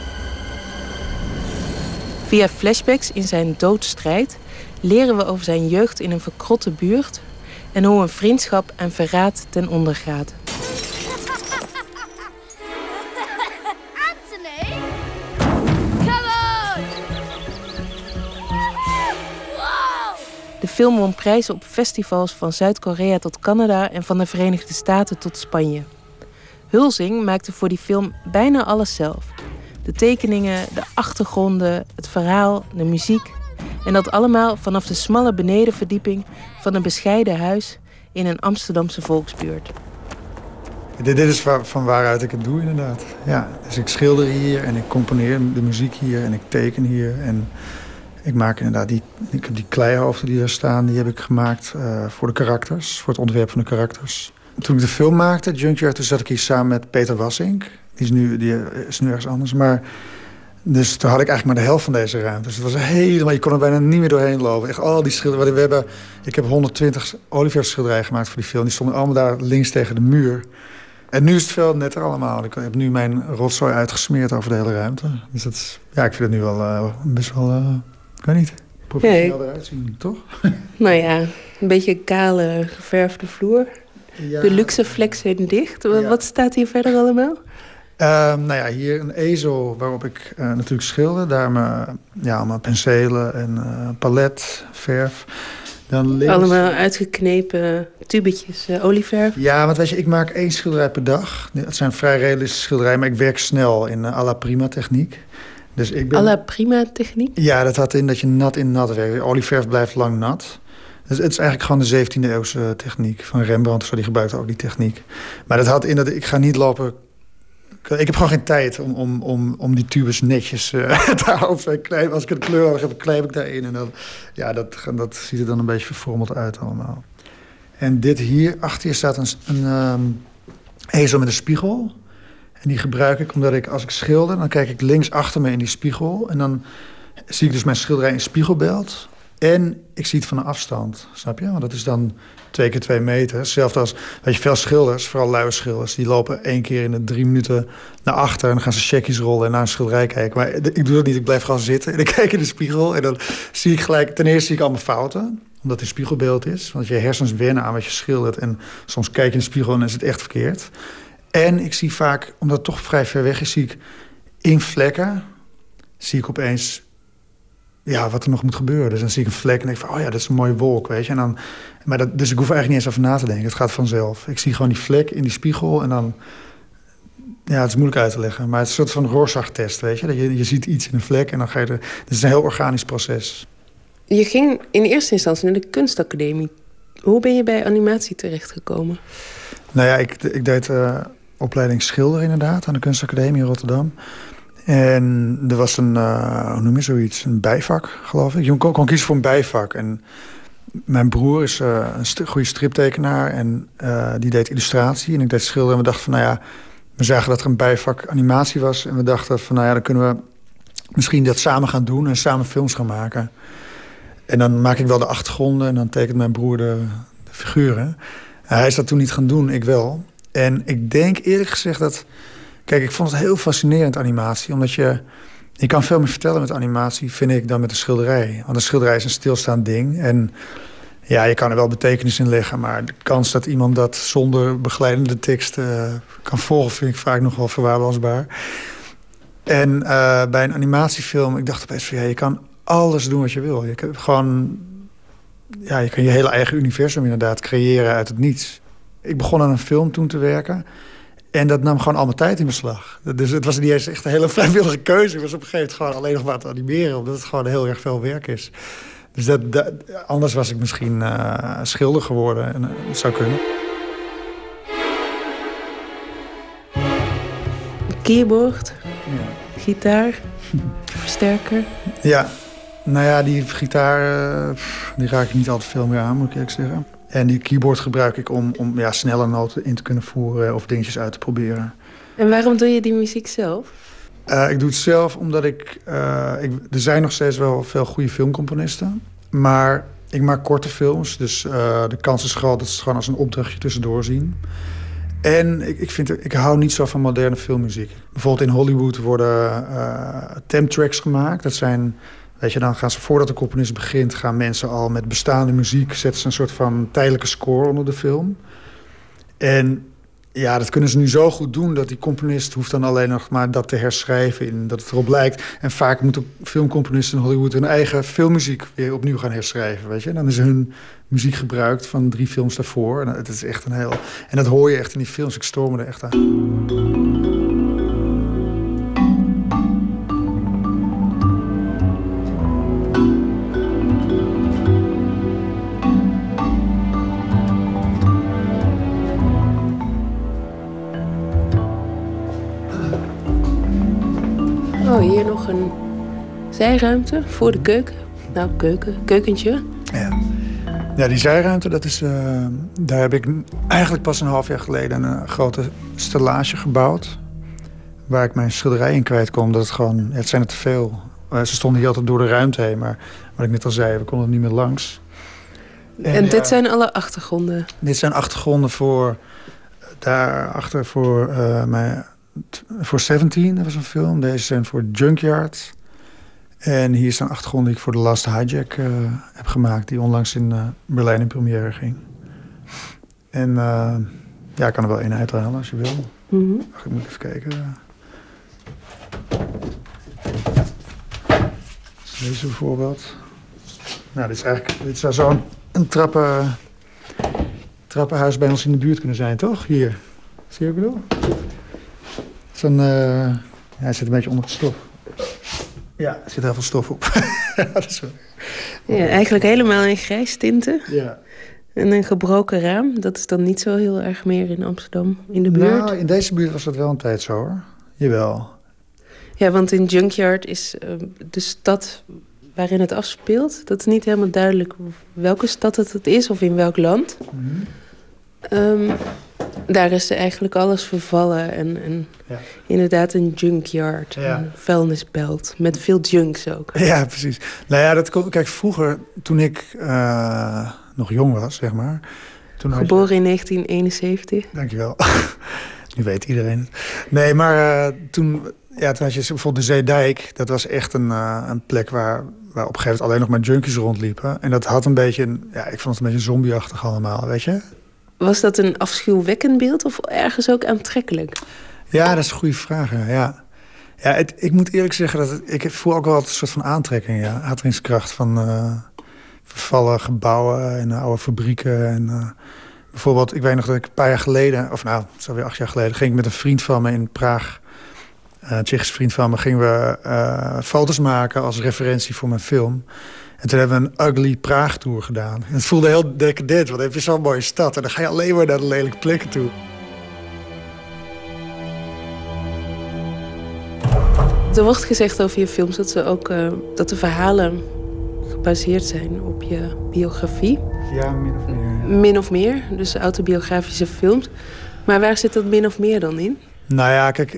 Via flashbacks in zijn doodstrijd leren we over zijn jeugd in een verkrotte buurt... en hoe een vriendschap en verraad ten onder gaat. Anthony! Come on! Wow! De film won prijzen op festivals van Zuid-Korea tot Canada... en van de Verenigde Staten tot Spanje. Hulsing maakte voor die film bijna alles zelf. De tekeningen, de achtergronden, het verhaal, de muziek. En dat allemaal vanaf de smalle benedenverdieping van een bescheiden huis in een Amsterdamse volksbuurt. Dit is van waaruit ik het doe, inderdaad. Ja, dus ik schilder hier en ik componeer de muziek hier en ik teken hier. En ik maak inderdaad ik heb die kleihoofden die daar staan, die heb ik gemaakt voor de karakters, voor het ontwerp van de karakters. Toen ik de film maakte, Junkyard, toen zat ik hier samen met Peter Wassink. Die is nu ergens anders. Maar dus toen had ik eigenlijk maar de helft van deze ruimte. Dus het was helemaal, je kon er bijna niet meer doorheen lopen. Echt al die schilderijen. Ik heb 120 olieverfschilderijen gemaakt voor die film. Die stonden allemaal daar links tegen de muur. En nu is het veel netter allemaal. Ik heb nu mijn rotzooi uitgesmeerd over de hele ruimte. Dus dat is, ik vind het nu wel best wel, ik weet niet, professioneel eruit zien, toch? Nou ja, een beetje kale, geverfde vloer. Ja. De luxe vlekken zijn dicht. Ja. Wat staat hier verder allemaal? Hier een ezel waarop ik natuurlijk schilder. Daar allemaal penselen en palet, verf. Dan links... Allemaal uitgeknepen tubetjes olieverf. Ja, want weet je, ik maak 1 schilderij per dag. Het zijn vrij realistische schilderijen, maar ik werk snel in à la prima techniek. Dus ik ben... À la prima techniek? Ja, dat houdt in dat je nat in nat werkt. Olieverf blijft lang nat. Dus het is eigenlijk gewoon de 17e eeuwse techniek van Rembrandt. Die gebruikte ook die techniek. Maar dat houdt in dat ik ga niet lopen... Ik heb gewoon geen tijd om die tubes netjes te houden. Als ik een kleur nodig heb, knijp ik daarin. En dat ziet er dan een beetje vervormeld uit allemaal. En dit hier, achter je staat een ezel met een spiegel. En die gebruik ik omdat als ik schilder, dan kijk ik links achter me in die spiegel. En dan zie ik dus mijn schilderij in spiegelbeeld. En ik zie het van een afstand, snap je? Want dat is dan 2 keer 2 meter. Hetzelfde als, weet je, veel schilders, vooral luie schilders... die lopen 1 keer in de 3 minuten naar achter... en dan gaan ze checkies rollen en naar een schilderij kijken. Maar ik doe dat niet, ik blijf gewoon zitten en ik kijk in de spiegel... en dan zie ik gelijk, ten eerste zie ik allemaal fouten... omdat het een spiegelbeeld is. Want je hersens wennen aan wat je schildert... en soms kijk je in de spiegel en dan is het echt verkeerd. En ik zie vaak, omdat het toch vrij ver weg is... zie ik in vlekken, zie ik opeens... wat er nog moet gebeuren. Dus dan zie ik een vlek en denk van... dat is een mooie wolk, weet je. En dan, dus ik hoef er eigenlijk niet eens over na te denken. Het gaat vanzelf. Ik zie gewoon die vlek in die spiegel en dan... Ja, het is moeilijk uit te leggen. Maar het is een soort van Rorschach-test, weet je. Dat je ziet iets in een vlek en dan ga je er... Het is een heel organisch proces. Je ging in eerste instantie naar de kunstacademie. Hoe ben je bij animatie terechtgekomen? Nou ja, ik deed opleiding schilder inderdaad... aan de kunstacademie in Rotterdam... En er was hoe noem je zoiets? Een bijvak, geloof ik. Je kon kiezen voor een bijvak. En mijn broer is een goede striptekenaar. En die deed illustratie. En ik deed schilderen. En we dachten van, we zagen dat er een bijvak animatie was. En we dachten van, dan kunnen we misschien dat samen gaan doen. En samen films gaan maken. En dan maak ik wel de achtergronden. En dan tekent mijn broer de figuren. Hij is dat toen niet gaan doen, ik wel. En ik denk eerlijk gezegd dat... Kijk, ik vond het heel fascinerend, animatie. Omdat je kan veel meer vertellen met animatie, vind ik, dan met een schilderij. Want een schilderij is een stilstaand ding. En je kan er wel betekenis in leggen. Maar de kans dat iemand dat zonder begeleidende tekst kan volgen... vind ik vaak nog wel verwaarloosbaar. En bij een animatiefilm, ik dacht opeens van... je kan alles doen wat je wil. Je kan gewoon... je kan je hele eigen universum inderdaad creëren uit het niets. Ik begon aan een film toen te werken... En dat nam gewoon al mijn tijd in beslag. Dus het was niet eens echt een hele vrijwillige keuze. Het was op een gegeven moment gewoon alleen nog maar te animeren... omdat het gewoon heel erg veel werk is. Dus anders was ik misschien schilder geworden. En, dat zou kunnen. Een keyboard. Ja. gitaar, versterker. Ja, nou ja, die gitaar die raak ik niet al te veel meer aan, moet ik eerlijk zeggen. En die keyboard gebruik ik om snelle noten in te kunnen voeren of dingetjes uit te proberen. En waarom doe je die muziek zelf? Ik doe het zelf omdat er zijn nog steeds wel veel goede filmcomponisten. Maar ik maak korte films, dus de kans is groot dat ze het gewoon als een opdrachtje tussendoor zien. En ik hou niet zo van moderne filmmuziek. Bijvoorbeeld in Hollywood worden temp-tracks gemaakt. Dat zijn, weet je, dan gaan ze voordat de componist begint, gaan mensen al met bestaande muziek, zetten ze een soort van tijdelijke score onder de film. En ja, dat kunnen ze nu zo goed doen dat die componist hoeft dan alleen nog maar dat te herschrijven in dat het erop lijkt. En vaak moeten filmcomponisten in Hollywood hun eigen filmmuziek weer opnieuw gaan herschrijven, weet je. Dan is hun muziek gebruikt van 3 films daarvoor. En het is echt een heel... En dat hoor je echt in die films. Ik stoor me er echt aan. Oh, hier nog een zijruimte voor de keuken. Nou, keukentje. Ja, die zijruimte, dat is, daar heb ik eigenlijk pas een half jaar geleden een grote stellage gebouwd. Waar ik mijn schilderij in kwijt kon. Dat het zijn er te veel. Ze stonden hier altijd door de ruimte heen. Maar wat ik net al zei, we konden er niet meer langs. En dit zijn alle achtergronden? Dit zijn achtergronden voor... Daarachter voor 17, dat was een film. Deze zijn voor Junkyard. En hier is een achtergrond die ik voor The Last Hijack heb gemaakt. Die onlangs in Berlijn in première ging. En ik kan er wel één uithalen als je wil. Mm-hmm. Wacht, ik moet even kijken. Deze bijvoorbeeld. Nou, dit zou zo'n trappenhuis bij ons in de buurt kunnen zijn, toch? Hier. Zie je wat ik bedoel? Hij zit een beetje onder het stof. Ja, er zit heel veel stof op. Dat is ja, eigenlijk helemaal in grijs tinten. Ja. En een gebroken raam. Dat is dan niet zo heel erg meer in Amsterdam, in de buurt. Nou, in deze buurt was dat wel een tijd zo, hoor. Jawel. Ja, want in Junkyard is de stad waarin het afspeelt. Dat is niet helemaal duidelijk welke stad het is of in welk land. Mm-hmm. Daar is eigenlijk alles vervallen en inderdaad een junkyard, een vuilnisbelt met veel junks ook. Ja, precies. Nou ja, kijk, vroeger, toen ik nog jong was, zeg maar. Geboren in 1971. Dankjewel. Nu weet iedereen het. Nee, maar toen had je bijvoorbeeld de Zeedijk. Dat was echt een plek waar op een gegeven moment alleen nog maar junkies rondliepen. En dat had een beetje, ik vond het een beetje zombieachtig allemaal, weet je. Was dat een afschuwwekkend beeld of ergens ook aantrekkelijk? Ja, dat is een goede vraag, ja. Ja, ik moet eerlijk zeggen dat ik voel ook wel een soort van aantrekking, aantrekkingskracht van vervallen gebouwen en oude fabrieken. En bijvoorbeeld, ik weet nog dat ik een paar jaar geleden, of nou, zo weer 8 jaar geleden, ging ik met een vriend van me in Praag, een Tsjechische vriend van me, gingen we foto's maken als referentie voor mijn film. En toen hebben we een ugly Praag-tour gedaan. En het voelde heel decadent, want dan heb je zo'n mooie stad. En dan ga je alleen maar naar de lelijke plekken toe. Er wordt gezegd over je films dat de verhalen gebaseerd zijn op je biografie. Ja, min of meer. Ja. Min of meer, dus autobiografische films. Maar waar zit dat min of meer dan in? Nou ja, kijk...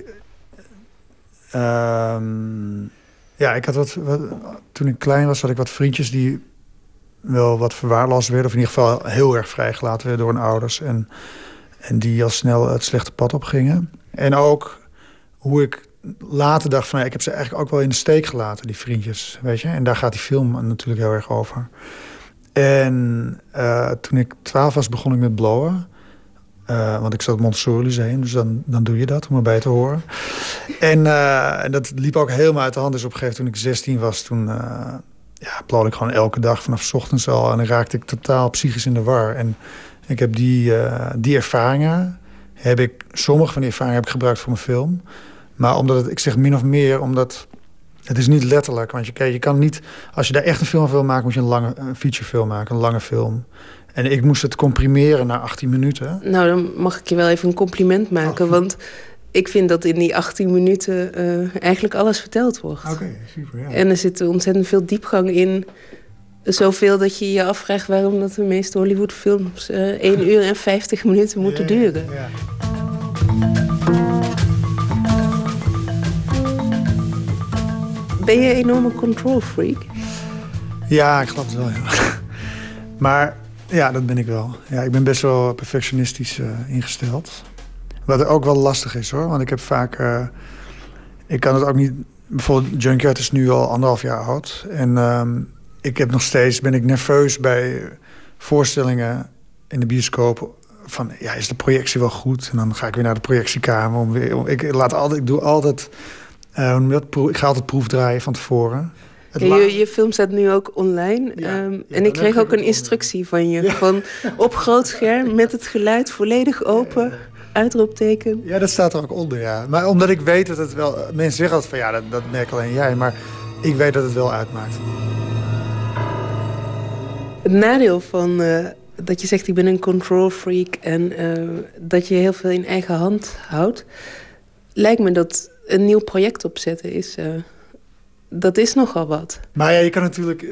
ik had toen ik klein was, had ik wat vriendjes die wel wat verwaarloosd werden. Of in ieder geval heel erg vrijgelaten werden door hun ouders. En die al snel het slechte pad opgingen. En ook hoe ik later dacht van, ik heb ze eigenlijk ook wel in de steek gelaten, die vriendjes. Weet je? En daar gaat die film natuurlijk heel erg over. En toen ik 12 was, begon ik met blowen. Want ik zat op Montessori Lyceum, dus dan doe je dat om erbij te horen. En dat liep ook helemaal uit de hand. Dus op een gegeven moment, toen ik 16 was, toen blowde ik gewoon elke dag vanaf 's ochtends al. En dan raakte ik totaal psychisch in de war. En ik heb die ervaringen, sommige van die ervaringen heb ik gebruikt voor mijn film. Maar omdat ik zeg min of meer, omdat het is niet letterlijk. Want je kan niet, als je daar echt een film van wil maken, moet je een featurefilm maken, een lange film. En ik moest het comprimeren naar 18 minuten. Nou, dan mag ik je wel even een compliment maken. Want ik vind dat in die 18 minuten eigenlijk alles verteld wordt. Oké, super, ja. En er zit ontzettend veel diepgang in. Zoveel dat je je afvraagt waarom dat de meeste Hollywoodfilms 1 uur en 50 minuten moeten duren. Ja. Ben je een enorme control freak? Ja, ik geloof het wel, ja. Maar ja, dat ben ik wel. Ja, ik ben best wel perfectionistisch ingesteld. Wat ook wel lastig is, hoor. Want ik heb vaak... ik kan het ook niet... Bijvoorbeeld Junkyard is nu al 1,5 jaar oud. En ik heb nog steeds... Ben ik nerveus bij voorstellingen in de bioscoop... Van, ja, is de projectie wel goed? En dan ga ik weer naar de projectiekamer. Ik doe altijd... ik ga altijd proefdraaien van tevoren. Je film staat nu ook online. En ik kreeg ook een instructie van je. Van op groot scherm met het geluid volledig open. Uitroepteken. Ja, dat staat er ook onder, ja. Maar omdat ik weet dat het wel... Mensen zeggen altijd van ja, dat merk alleen jij. Maar ik weet dat het wel uitmaakt. Het nadeel van dat je zegt ik ben een control freak... en dat je heel veel in eigen hand houdt... lijkt me dat een nieuw project opzetten is... dat is nogal wat. Maar ja, je kan natuurlijk...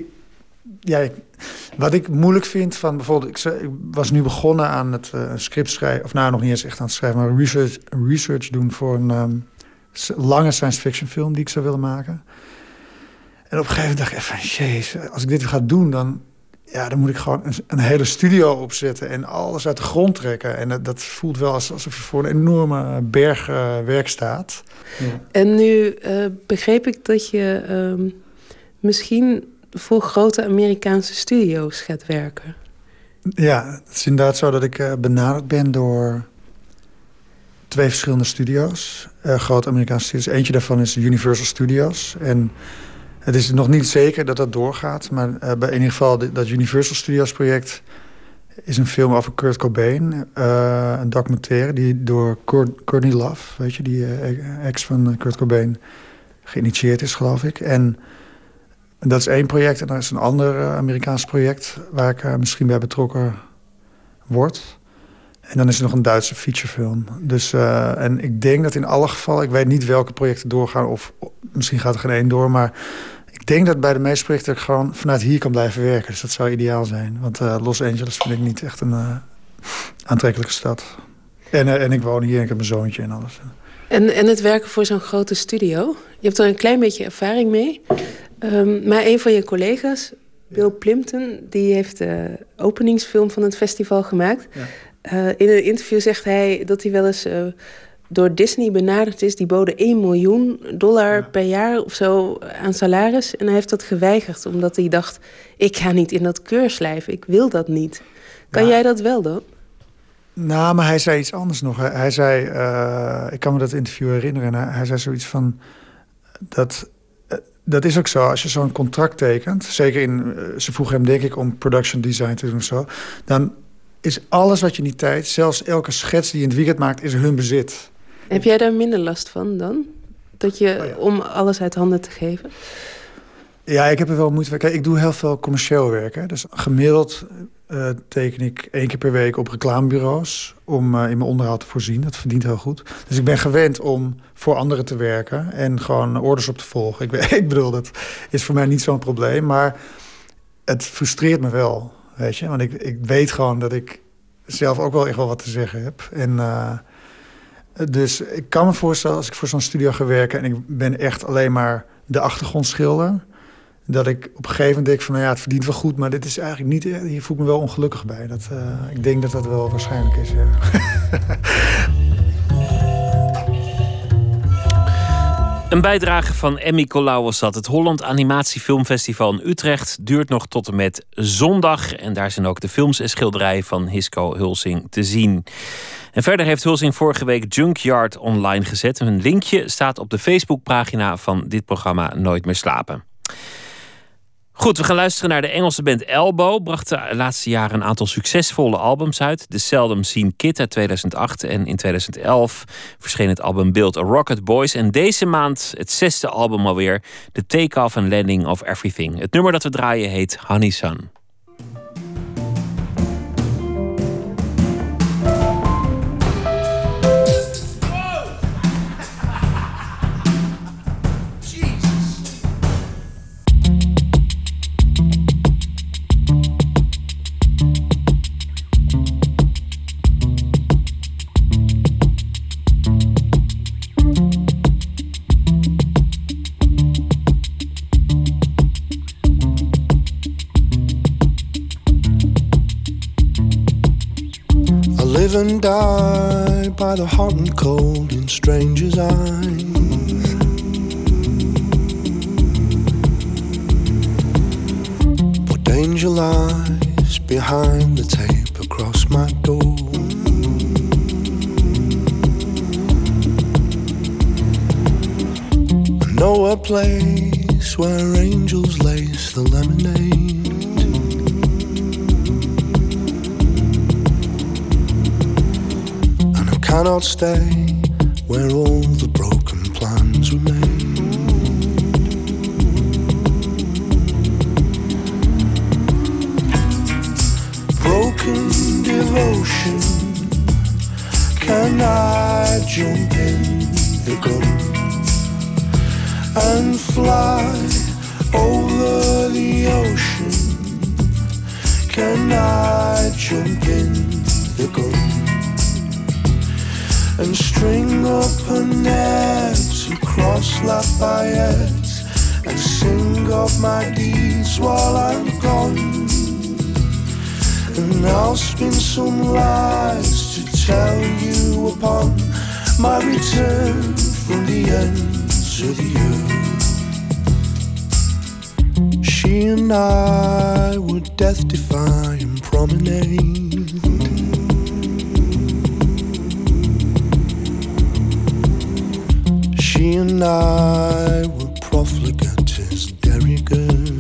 wat ik moeilijk vind van bijvoorbeeld... Ik was nu begonnen aan het script schrijven... of nou, nog niet eens echt aan het schrijven... maar research doen voor een lange science fiction film... die ik zou willen maken. En op een gegeven moment dacht ik even... jezus, als ik dit ga doen, dan moet ik gewoon een hele studio opzetten... en alles uit de grond trekken. En dat voelt wel alsof je voor een enorme berg werk staat. Ja. En nu begreep ik dat je misschien... voor grote Amerikaanse studio's gaat werken. Ja, het is inderdaad zo dat ik benaderd ben door 2 verschillende studio's. Grote Amerikaanse studio's. Eentje daarvan is Universal Studios. En het is nog niet zeker dat dat doorgaat. Maar in ieder geval, dat Universal Studios project... is een film over Kurt Cobain. Een documentaire die door Courtney Love... weet je, die ex van Kurt Cobain... geïnitieerd is, geloof ik. En dat is 1 project. En er is een ander Amerikaans project... waar ik misschien bij betrokken word. En dan is er nog een Duitse featurefilm. Dus, en ik denk dat in alle gevallen... ik weet niet welke projecten doorgaan... of misschien gaat er geen 1 door... maar ik denk dat bij de meeste projecten... ik gewoon vanuit hier kan blijven werken. Dus dat zou ideaal zijn. Want Los Angeles vind ik niet echt een aantrekkelijke stad. En ik woon hier en ik heb mijn zoontje en alles. En het werken voor zo'n grote studio... je hebt er een klein beetje ervaring mee... maar een van je collega's, Bill Plimpton... die heeft de openingsfilm van het festival gemaakt. Ja. In een interview zegt hij dat hij wel eens door Disney benaderd is. Die boden $1 miljoen per jaar of zo aan salaris. En hij heeft dat geweigerd, omdat hij dacht... ik ga niet in dat keurslijf, ik wil dat niet. Kan jij dat wel dan? Nou, maar hij zei iets anders nog. Hij zei, ik kan me dat interview herinneren... hij zei zoiets van... Dat is ook zo, als je zo'n contract tekent... zeker ze vroegen hem denk ik om production design te doen of zo... dan is alles wat je in die tijd... zelfs elke schets die je in het weekend maakt, is hun bezit. Heb jij daar minder last van dan? Dat je, om alles uit handen te geven? Ja, ik heb er wel moeite mee. Kijk, ik doe heel veel commercieel werk. Hè. Dus gemiddeld teken ik 1 keer per week op reclamebureaus... om in mijn onderhoud te voorzien. Dat verdient heel goed. Dus ik ben gewend om voor anderen te werken... en gewoon orders op te volgen. Ik bedoel, dat is voor mij niet zo'n probleem. Maar het frustreert me wel, weet je. Want ik weet gewoon dat ik zelf ook wel echt wel wat te zeggen heb. En dus ik kan me voorstellen, als ik voor zo'n studio ga werken... en ik ben echt alleen maar de achtergrondschilder... dat ik op een gegeven moment denk van... nou ja, het verdient wel goed, maar dit is eigenlijk niet... hier voel ik me wel ongelukkig bij. Ik denk dat dat wel waarschijnlijk is, ja. Een bijdrage van Emmy Colau was dat. Het Holland Animatiefilmfestival in Utrecht duurt nog tot en met zondag. En daar zijn ook de films en schilderijen van Hisco Hulsing te zien. En verder heeft Hulsing vorige week Junkyard online gezet. Een linkje staat op de Facebookpagina van dit programma Nooit meer slapen. Goed, we gaan luisteren naar de Engelse band Elbow. Bracht de laatste jaren een aantal succesvolle albums uit. The Seldom Seen Kid uit 2008 en in 2011 verscheen het album Build a Rocket Boys. En deze maand het 6e album alweer, The Takeoff and Landing of Everything. Het nummer dat we draaien heet Honey Sun. live and die by the hot and cold in strangers' eyes. What danger lies behind the tape across my door? I know a place where angels lace the lemonade. Cannot stay where all the broken plans were made. Broken devotion, can I jump in the gun and fly over the ocean? Can I jump in the gun and string up a net across Lafayette and sing of my deeds while I'm gone? And I'll spin some lies to tell you upon my return from the ends of the earth. She and I would death defy and promenade. She and I were profligate as derrickers.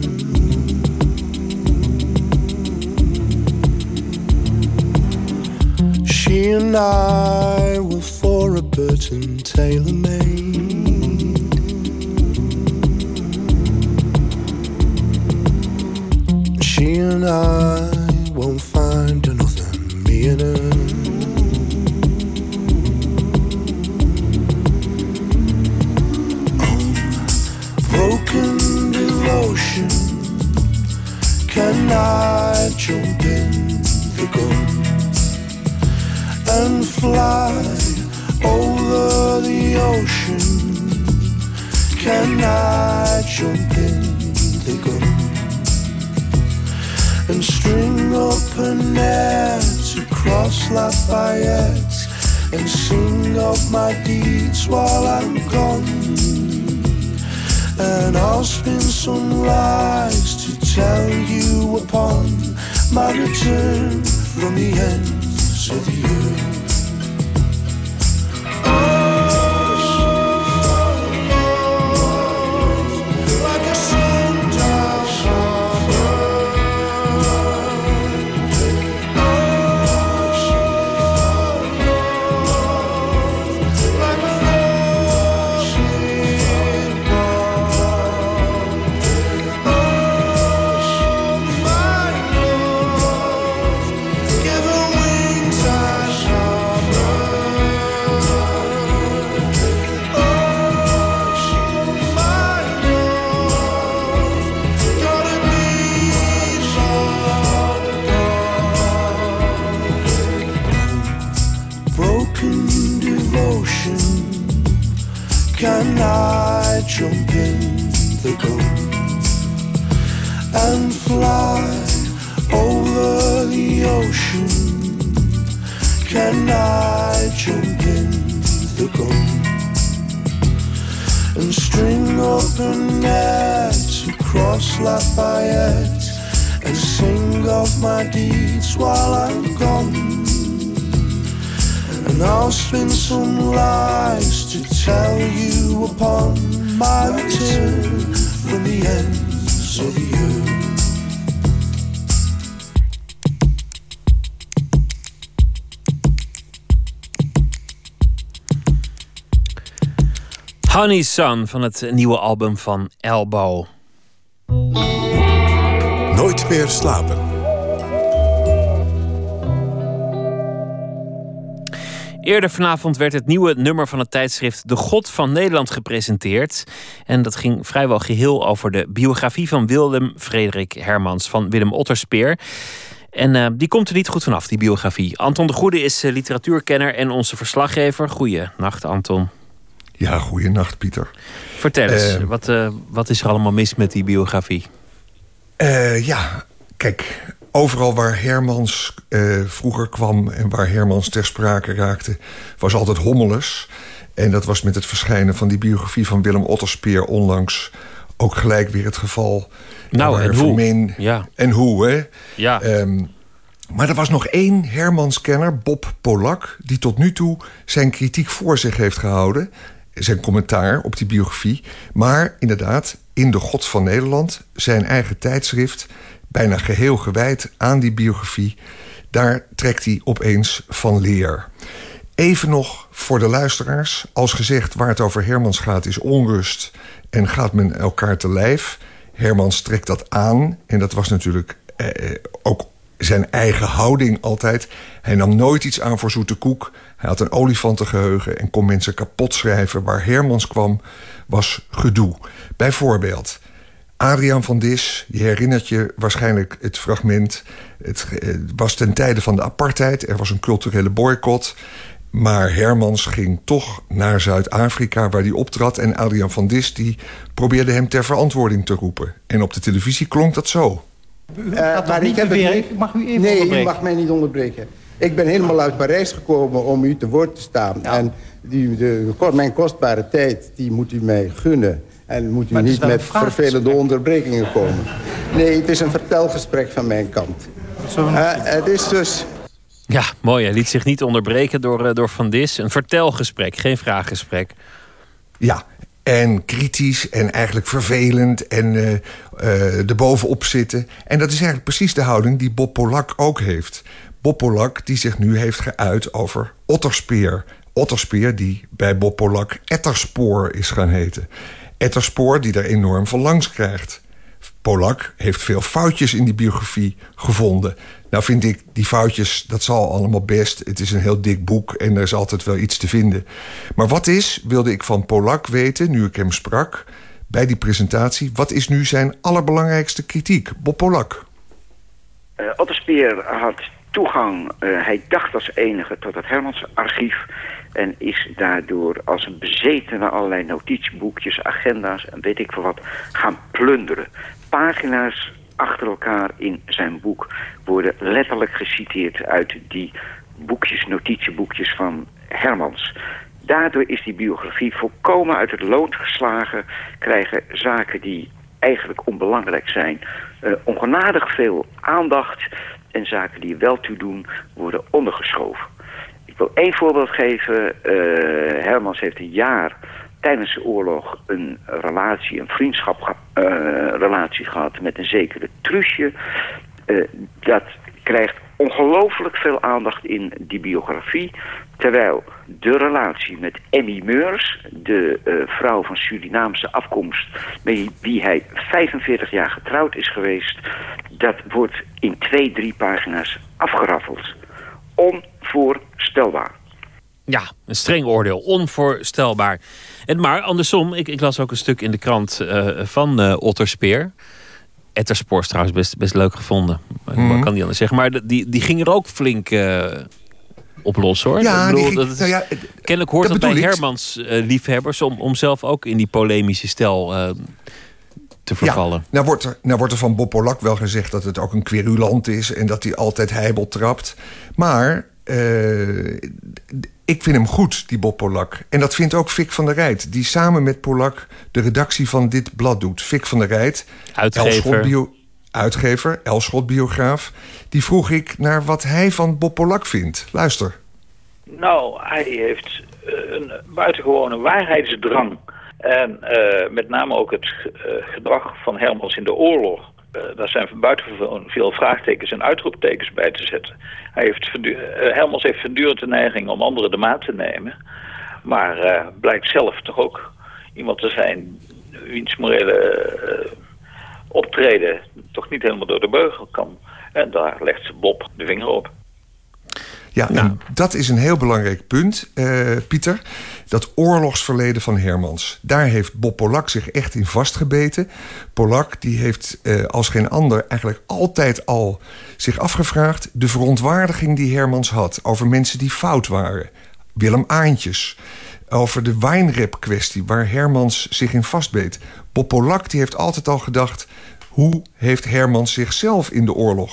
She and I were for a Burton tailor-made. She and I won't find another me and her. Broken devotion, can I jump in the gun and fly over the ocean? Can I jump in the gun and string up a net across Lafayette and sing of my deeds while I'm gone? And I'll spin some lies to tell you upon my return from the ends of the earth. Like a sundial like a can I jump in the gun and fly over the ocean? Can I jump in the gun and string up a net across Lafayette and sing of my deeds while I'm gone? And I'll spin some lies to tell you upon my return from the ends of the earth. Honey Sun van het nieuwe album van Elbow. Nooit meer slapen. Eerder vanavond werd het nieuwe nummer van het tijdschrift De God van Nederland gepresenteerd. En dat ging vrijwel geheel over de biografie van Willem Frederik Hermans van Willem Otterspeer. En die komt er niet goed vanaf, die biografie. Anton de Goede is literatuurkenner en onze verslaggever. Goeienacht, Anton. Ja, goeienacht, Pieter. Vertel eens, wat is er allemaal mis met die biografie? Ja, kijk, overal waar Hermans vroeger kwam en waar Hermans ter sprake raakte, was altijd hommeles. En dat was met het verschijnen van die biografie van Willem Otterspeer onlangs ook gelijk weer het geval. Nou, en hoe? Ja. En hoe, hè? Ja. Maar er was nog één Hermans-kenner, Bob Polak, die tot nu toe zijn kritiek voor zich heeft gehouden. Zijn commentaar op die biografie. Maar inderdaad, in De God van Nederland, zijn eigen tijdschrift, bijna geheel gewijd aan die biografie, daar trekt hij opeens van leer. Even nog voor de luisteraars. Als gezegd, waar het over Hermans gaat is onrust en gaat men elkaar te lijf. Hermans trekt dat aan en dat was natuurlijk ook zijn eigen houding altijd. Hij nam nooit iets aan voor zoete koek. Hij had een olifantengeheugen en kon mensen kapot schrijven. Waar Hermans kwam, was gedoe. Bijvoorbeeld Adriaan van Dis, je herinnert je waarschijnlijk het fragment. Het was ten tijde van de apartheid. Er was een culturele boycott. Maar Hermans ging toch naar Zuid-Afrika waar hij optrad. En Adriaan van Dis die probeerde hem ter verantwoording te roepen. En op de televisie klonk dat zo. Maar ik heb het... Mag u even onderbreken? U mag mij niet onderbreken. Ik ben helemaal uit Parijs gekomen om u te woord te staan. Ja. En mijn kostbare tijd, die moet u mij gunnen. En moet u niet met vervelende onderbrekingen komen. Nee, het is een vertelgesprek van mijn kant. Het is dus... Ja, mooi. Hij liet zich niet onderbreken door Van Dis. Een vertelgesprek, geen vraaggesprek. Ja, en kritisch en eigenlijk vervelend en erbovenop zitten. En dat is eigenlijk precies de houding die Bob Polak ook heeft. Bob Polak die zich nu heeft geuit over Otterspeer. Otterspeer die bij Bob Polak Etterspoor is gaan heten. Etterspoor die daar enorm van langs krijgt. Polak heeft veel foutjes in die biografie gevonden. Nou vind ik, die foutjes, dat zal allemaal best. Het is een heel dik boek en er is altijd wel iets te vinden. Maar wilde ik van Polak weten, nu ik hem sprak bij die presentatie, wat is nu zijn allerbelangrijkste kritiek? Bob Polak. Otterspeer had toegang, hij dacht als enige, tot het Hermans archief en is daardoor als een bezetene allerlei notitieboekjes, agenda's en weet ik veel wat gaan plunderen. Pagina's achter elkaar in zijn boek worden letterlijk geciteerd uit die boekjes, notitieboekjes van Hermans. Daardoor is die biografie volkomen uit het lood geslagen, krijgen zaken die eigenlijk onbelangrijk zijn ongenadig veel aandacht en zaken die wel toe doen worden ondergeschoven. Ik wil één voorbeeld geven. Hermans heeft een jaar tijdens de oorlog een vriendschapsrelatie gehad met een zekere Truusje. Dat krijgt ongelooflijk veel aandacht in die biografie. Terwijl de relatie met Emmy Meurs, de vrouw van Surinaamse afkomst, met wie hij 45 jaar getrouwd is geweest, dat wordt in 2-3 pagina's afgeraffeld. Onvoorstelbaar. Ja, een streng oordeel. Onvoorstelbaar. Maar andersom, ik las ook een stuk in de krant van Otterspeer. Etterspoor is trouwens best leuk gevonden. Mm-hmm. Kan niet anders zeggen. Maar die ging er ook flink op los, hoor. Ja, kennelijk hoort dat bij Hermans liefhebbers om zelf ook in die polemische stijl te vervallen. Ja, nou wordt er van Bob Polak wel gezegd dat het ook een querulant is en dat hij altijd heibel trapt. Maar ik vind hem goed, die Bob Polak. En dat vindt ook Fik van der Rijt, die samen met Polak de redactie van dit blad doet. Fik van der Rijt, uitgever, Elschot-biograaf. Die vroeg ik naar wat hij van Bob Polak vindt. Luister. Nou, hij heeft een buitengewone waarheidsdrang. En met name ook het gedrag van Hermans in de oorlog. Daar zijn buitengewoon veel vraagtekens en uitroeptekens bij te zetten. Hermans heeft voortdurend de neiging om anderen de maat te nemen. Maar blijkt zelf toch ook iemand te zijn wiens morele optreden toch niet helemaal door de beugel kan. En daar legt Bob de vinger op. Ja, en dat is een heel belangrijk punt, Pieter. Dat oorlogsverleden van Hermans. Daar heeft Bob Polak zich echt in vastgebeten. Polak die heeft als geen ander eigenlijk altijd al zich afgevraagd de verontwaardiging die Hermans had over mensen die fout waren. Willem Aantjes. Over de wijnrep-kwestie waar Hermans zich in vastbeet. Bob Polak die heeft altijd al gedacht, hoe heeft Hermans zichzelf in de oorlog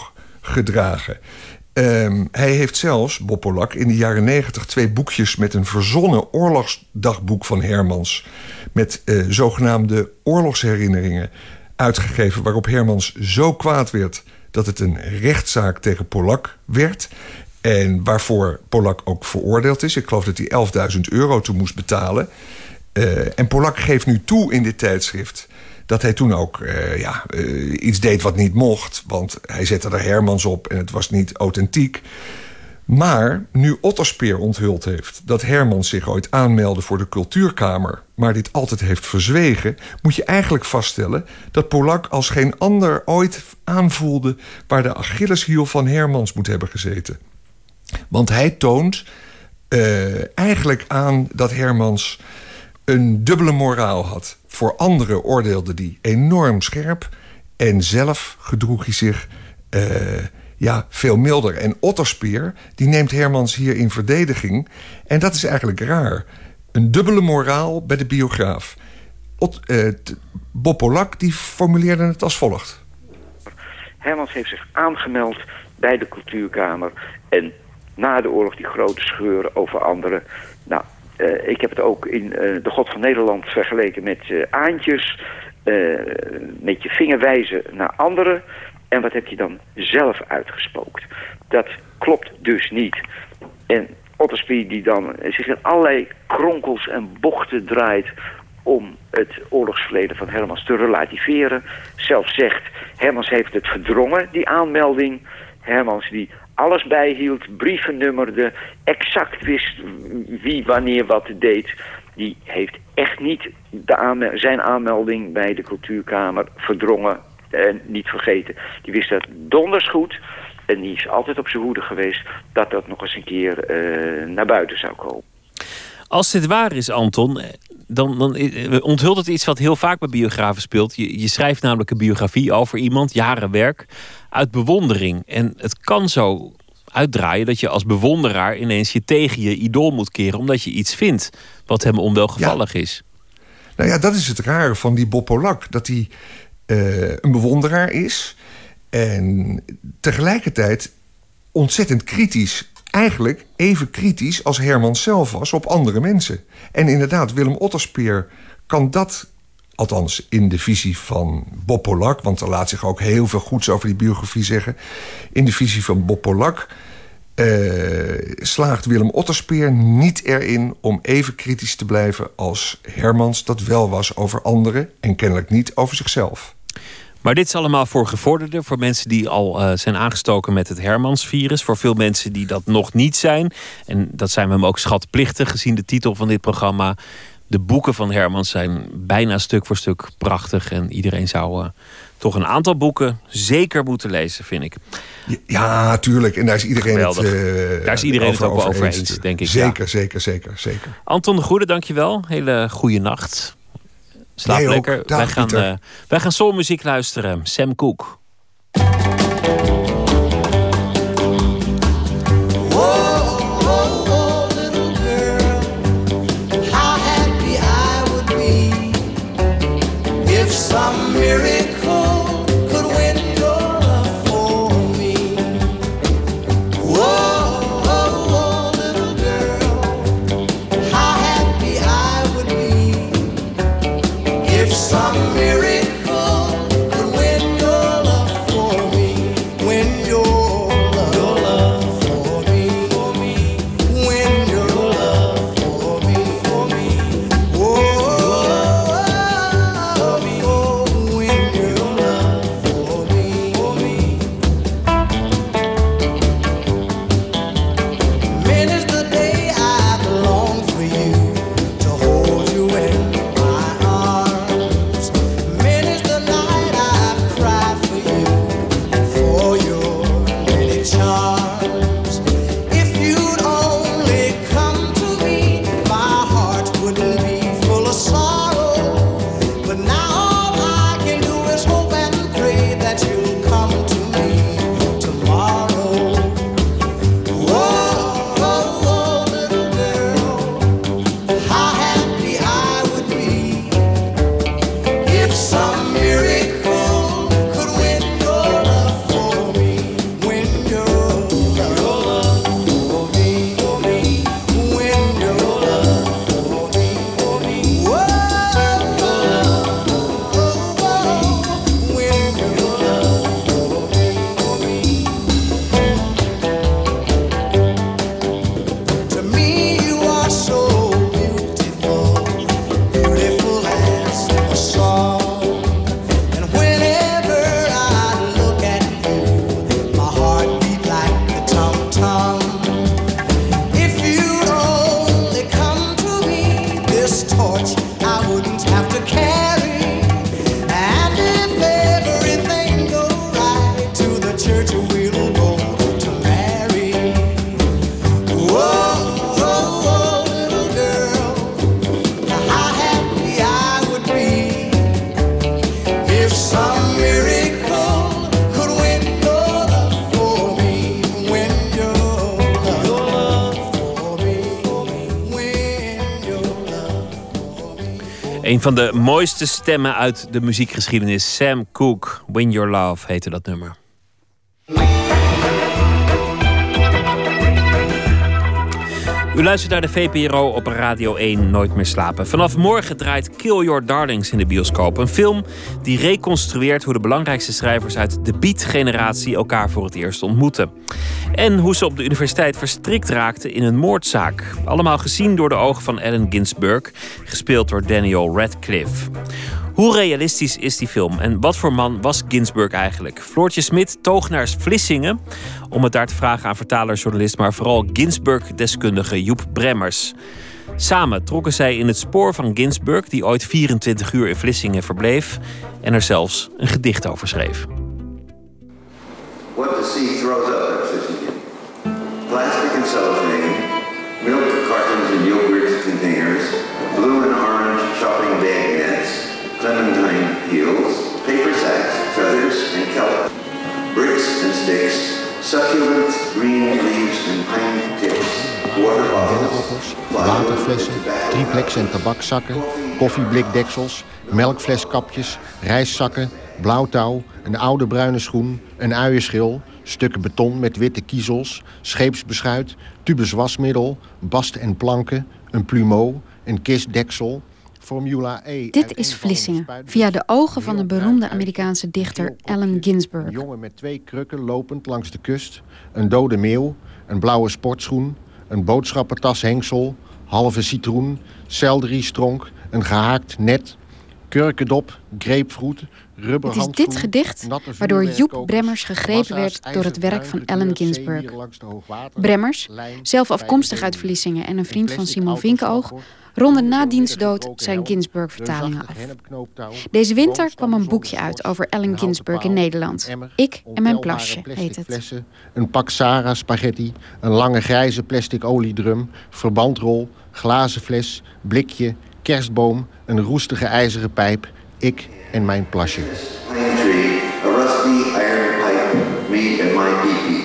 gedragen. Hij heeft zelfs, Bob Polak, in de jaren 90 2 boekjes met een verzonnen oorlogsdagboek van Hermans, met zogenaamde oorlogsherinneringen uitgegeven, waarop Hermans zo kwaad werd dat het een rechtszaak tegen Polak werd. En waarvoor Polak ook veroordeeld is. Ik geloof dat hij €11.000 toe moest betalen. En Polak geeft nu toe in dit tijdschrift dat hij toen ook iets deed wat niet mocht. Want hij zette er Hermans op en het was niet authentiek. Maar nu Otterspeer onthuld heeft dat Hermans zich ooit aanmeldde voor de Cultuurkamer, maar dit altijd heeft verzwegen, moet je eigenlijk vaststellen dat Polak als geen ander ooit aanvoelde waar de Achilleshiel van Hermans moet hebben gezeten. Want hij toont eigenlijk aan dat Hermans een dubbele moraal had. Voor anderen oordeelde hij enorm scherp en zelf gedroeg hij zich veel milder. En Otterspeer die neemt Hermans hier in verdediging. En dat is eigenlijk raar. Een dubbele moraal bij de biograaf. Bob Polak die formuleerde het als volgt. Hermans heeft zich aangemeld bij de Cultuurkamer. En na de oorlog die grote scheuren over anderen. Nou, ik heb het ook in De God van Nederland vergeleken met aantjes. Met je vinger wijzen naar anderen. En wat heb je dan zelf uitgespookt? Dat klopt dus niet. En Otterspeer die dan zich in allerlei kronkels en bochten draait om het oorlogsverleden van Hermans te relativeren. Zelf zegt, Hermans heeft het verdrongen, die aanmelding. Hermans die alles bijhield, brieven nummerde, exact wist wie wanneer wat deed. Die heeft echt niet zijn aanmelding bij de Cultuurkamer verdrongen en niet vergeten. Die wist dat donders goed en die is altijd op zijn hoede geweest dat dat nog eens een keer naar buiten zou komen. Als dit waar is, Anton, dan onthult het iets wat heel vaak bij biografen speelt. Je schrijft namelijk een biografie over iemand, jaren werk, uit bewondering. En het kan zo uitdraaien dat je als bewonderaar ineens je tegen je idool moet keren, omdat je iets vindt wat hem onwelgevallig is. Nou ja, dat is het rare van die Bob Polak. Dat hij een bewonderaar is en tegelijkertijd ontzettend kritisch. Eigenlijk even kritisch als Hermans zelf was op andere mensen. En inderdaad, Willem Otterspeer kan dat, althans in de visie van Bob Polak, want er laat zich ook heel veel goeds over die biografie zeggen. In de visie van Bob Polak slaagt Willem Otterspeer niet erin om even kritisch te blijven als Hermans dat wel was over anderen en kennelijk niet over zichzelf. Maar dit is allemaal voor gevorderden, voor mensen die al zijn aangestoken met het Hermans-virus. Voor veel mensen die dat nog niet zijn. En dat zijn we hem ook schatplichtig, gezien de titel van dit programma. De boeken van Hermans zijn bijna stuk voor stuk prachtig. En iedereen zou toch een aantal boeken zeker moeten lezen, vind ik. Ja, tuurlijk. En daar is iedereen daar is iedereen het ook wel over eens, denk ik. Zeker, ja. zeker. Anton de Goede, dankjewel. Hele goede nacht. Slaap lekker. Wij gaan soulmuziek luisteren. Sam Cooke. Some miracle could win your love for me. Whoa, little girl, how happy I would be if some miracle could win your love. Een van de mooiste stemmen uit de muziekgeschiedenis. Sam Cooke, Win Your Love heette dat nummer. U luistert naar de VPRO op Radio 1 Nooit meer slapen. Vanaf morgen draait Kill Your Darlings in de bioscoop. Een film die reconstrueert hoe de belangrijkste schrijvers uit de Beat-generatie elkaar voor het eerst ontmoeten. En hoe ze op de universiteit verstrikt raakten in een moordzaak. Allemaal gezien door de ogen van Allen Ginsberg, gespeeld door Daniel Radcliffe. Hoe realistisch is die film en wat voor man was Ginsberg eigenlijk? Floortje Smit toog naar Vlissingen om het daar te vragen aan vertaler, journalist, maar vooral Ginsberg-deskundige Joep Bremmers. Samen trokken zij in het spoor van Ginsberg, die ooit 24 uur in Vlissingen verbleef en er zelfs een gedicht over schreef. What the sea throws up at Vlissingen. Plastic and cellophane, milk cartons and yogurt containers, blue and orange shopping bag nets, clementine peels, paper sacks, feathers and kelp, bricks and sticks, succulent green leaves and pine tips, water bottles, waterflessen, triplex en tabakzakken, koffieblikdeksels, melkfleskapjes, rijstzakken, blauwtouw, een oude bruine schoen, een uienschil, stukken beton met witte kiezels, scheepsbeschuit, tubes wasmiddel, bast en planken, een plumeau, een kistdeksel. Formula E. Dit is Vlissingen, via de ogen van de beroemde Amerikaanse dichter Allen Ginsberg. Een jongen met 2 krukken lopend langs de kust, een dode meeuw, een blauwe sportschoen, een boodschappentashengsel, halve citroen, selderiestronk, een gehaakt net, kurkendop, grapefruit, rubberhandschoen. Het is dit gedicht waardoor Joep Bremmers gegrepen werd door het werk van Allen Ginsberg. Bremmers, zelf afkomstig uit Vlissingen en een vriend van Simon Vinkenoog, ronde na diens dood zijn Ginsberg-vertalingen af. Deze winter kwam een boekje uit over Allen Ginsberg in Nederland. Ik en mijn plasje heet het. Een pak Sara spaghetti, een lange grijze plastic oliedrum, verbandrol, glazen fles, blikje, kerstboom, een roestige ijzeren pijp, ik en mijn plasje. Pine tree, a rusty iron pipe, me and my pee-pee.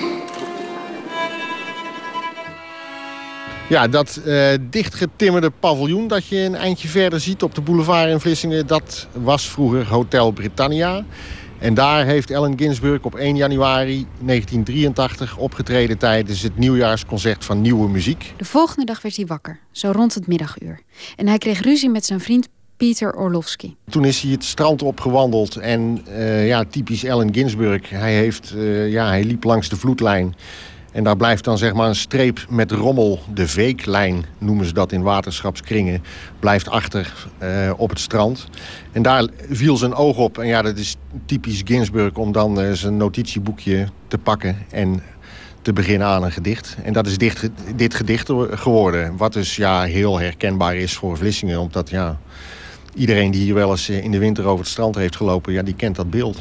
Ja, dat dichtgetimmerde paviljoen dat je een eindje verder ziet op de boulevard in Vlissingen, dat was vroeger Hotel Britannia. En daar heeft Allen Ginsberg op 1 januari 1983 opgetreden tijdens het nieuwjaarsconcert van Nieuwe Muziek. De volgende dag werd hij wakker, zo rond het middaguur. En hij kreeg ruzie met zijn vriend Peter Orlovsky. Toen is hij het strand opgewandeld en typisch Allen Ginsberg. Hij liep langs de vloedlijn. En daar blijft dan zeg maar een streep met rommel, de veeklijn noemen ze dat in waterschapskringen, blijft achter op het strand. En daar viel zijn oog op. En ja, dat is typisch Ginsberg om dan zijn notitieboekje te pakken en te beginnen aan een gedicht. En dat is dit gedicht geworden. Wat dus heel herkenbaar is voor Vlissingen. Omdat iedereen die hier wel eens in de winter over het strand heeft gelopen, die kent dat beeld.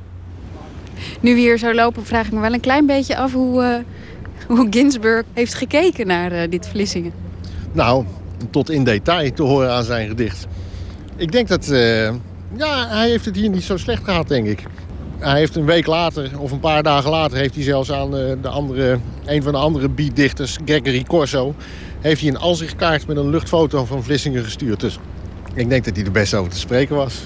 Nu we hier zo lopen, vraag ik me wel een klein beetje af hoe Ginsberg heeft gekeken naar dit Vlissingen. Nou, tot in detail te horen aan zijn gedicht. Ik denk dat hij heeft het hier niet zo slecht gehad, denk ik. Hij heeft een week later, of een paar dagen later, heeft hij zelfs aan een van de andere beatdichters, Gregory Corso, heeft hij een ansichtkaart met een luchtfoto van Vlissingen gestuurd. Dus ik denk dat hij er best over te spreken was.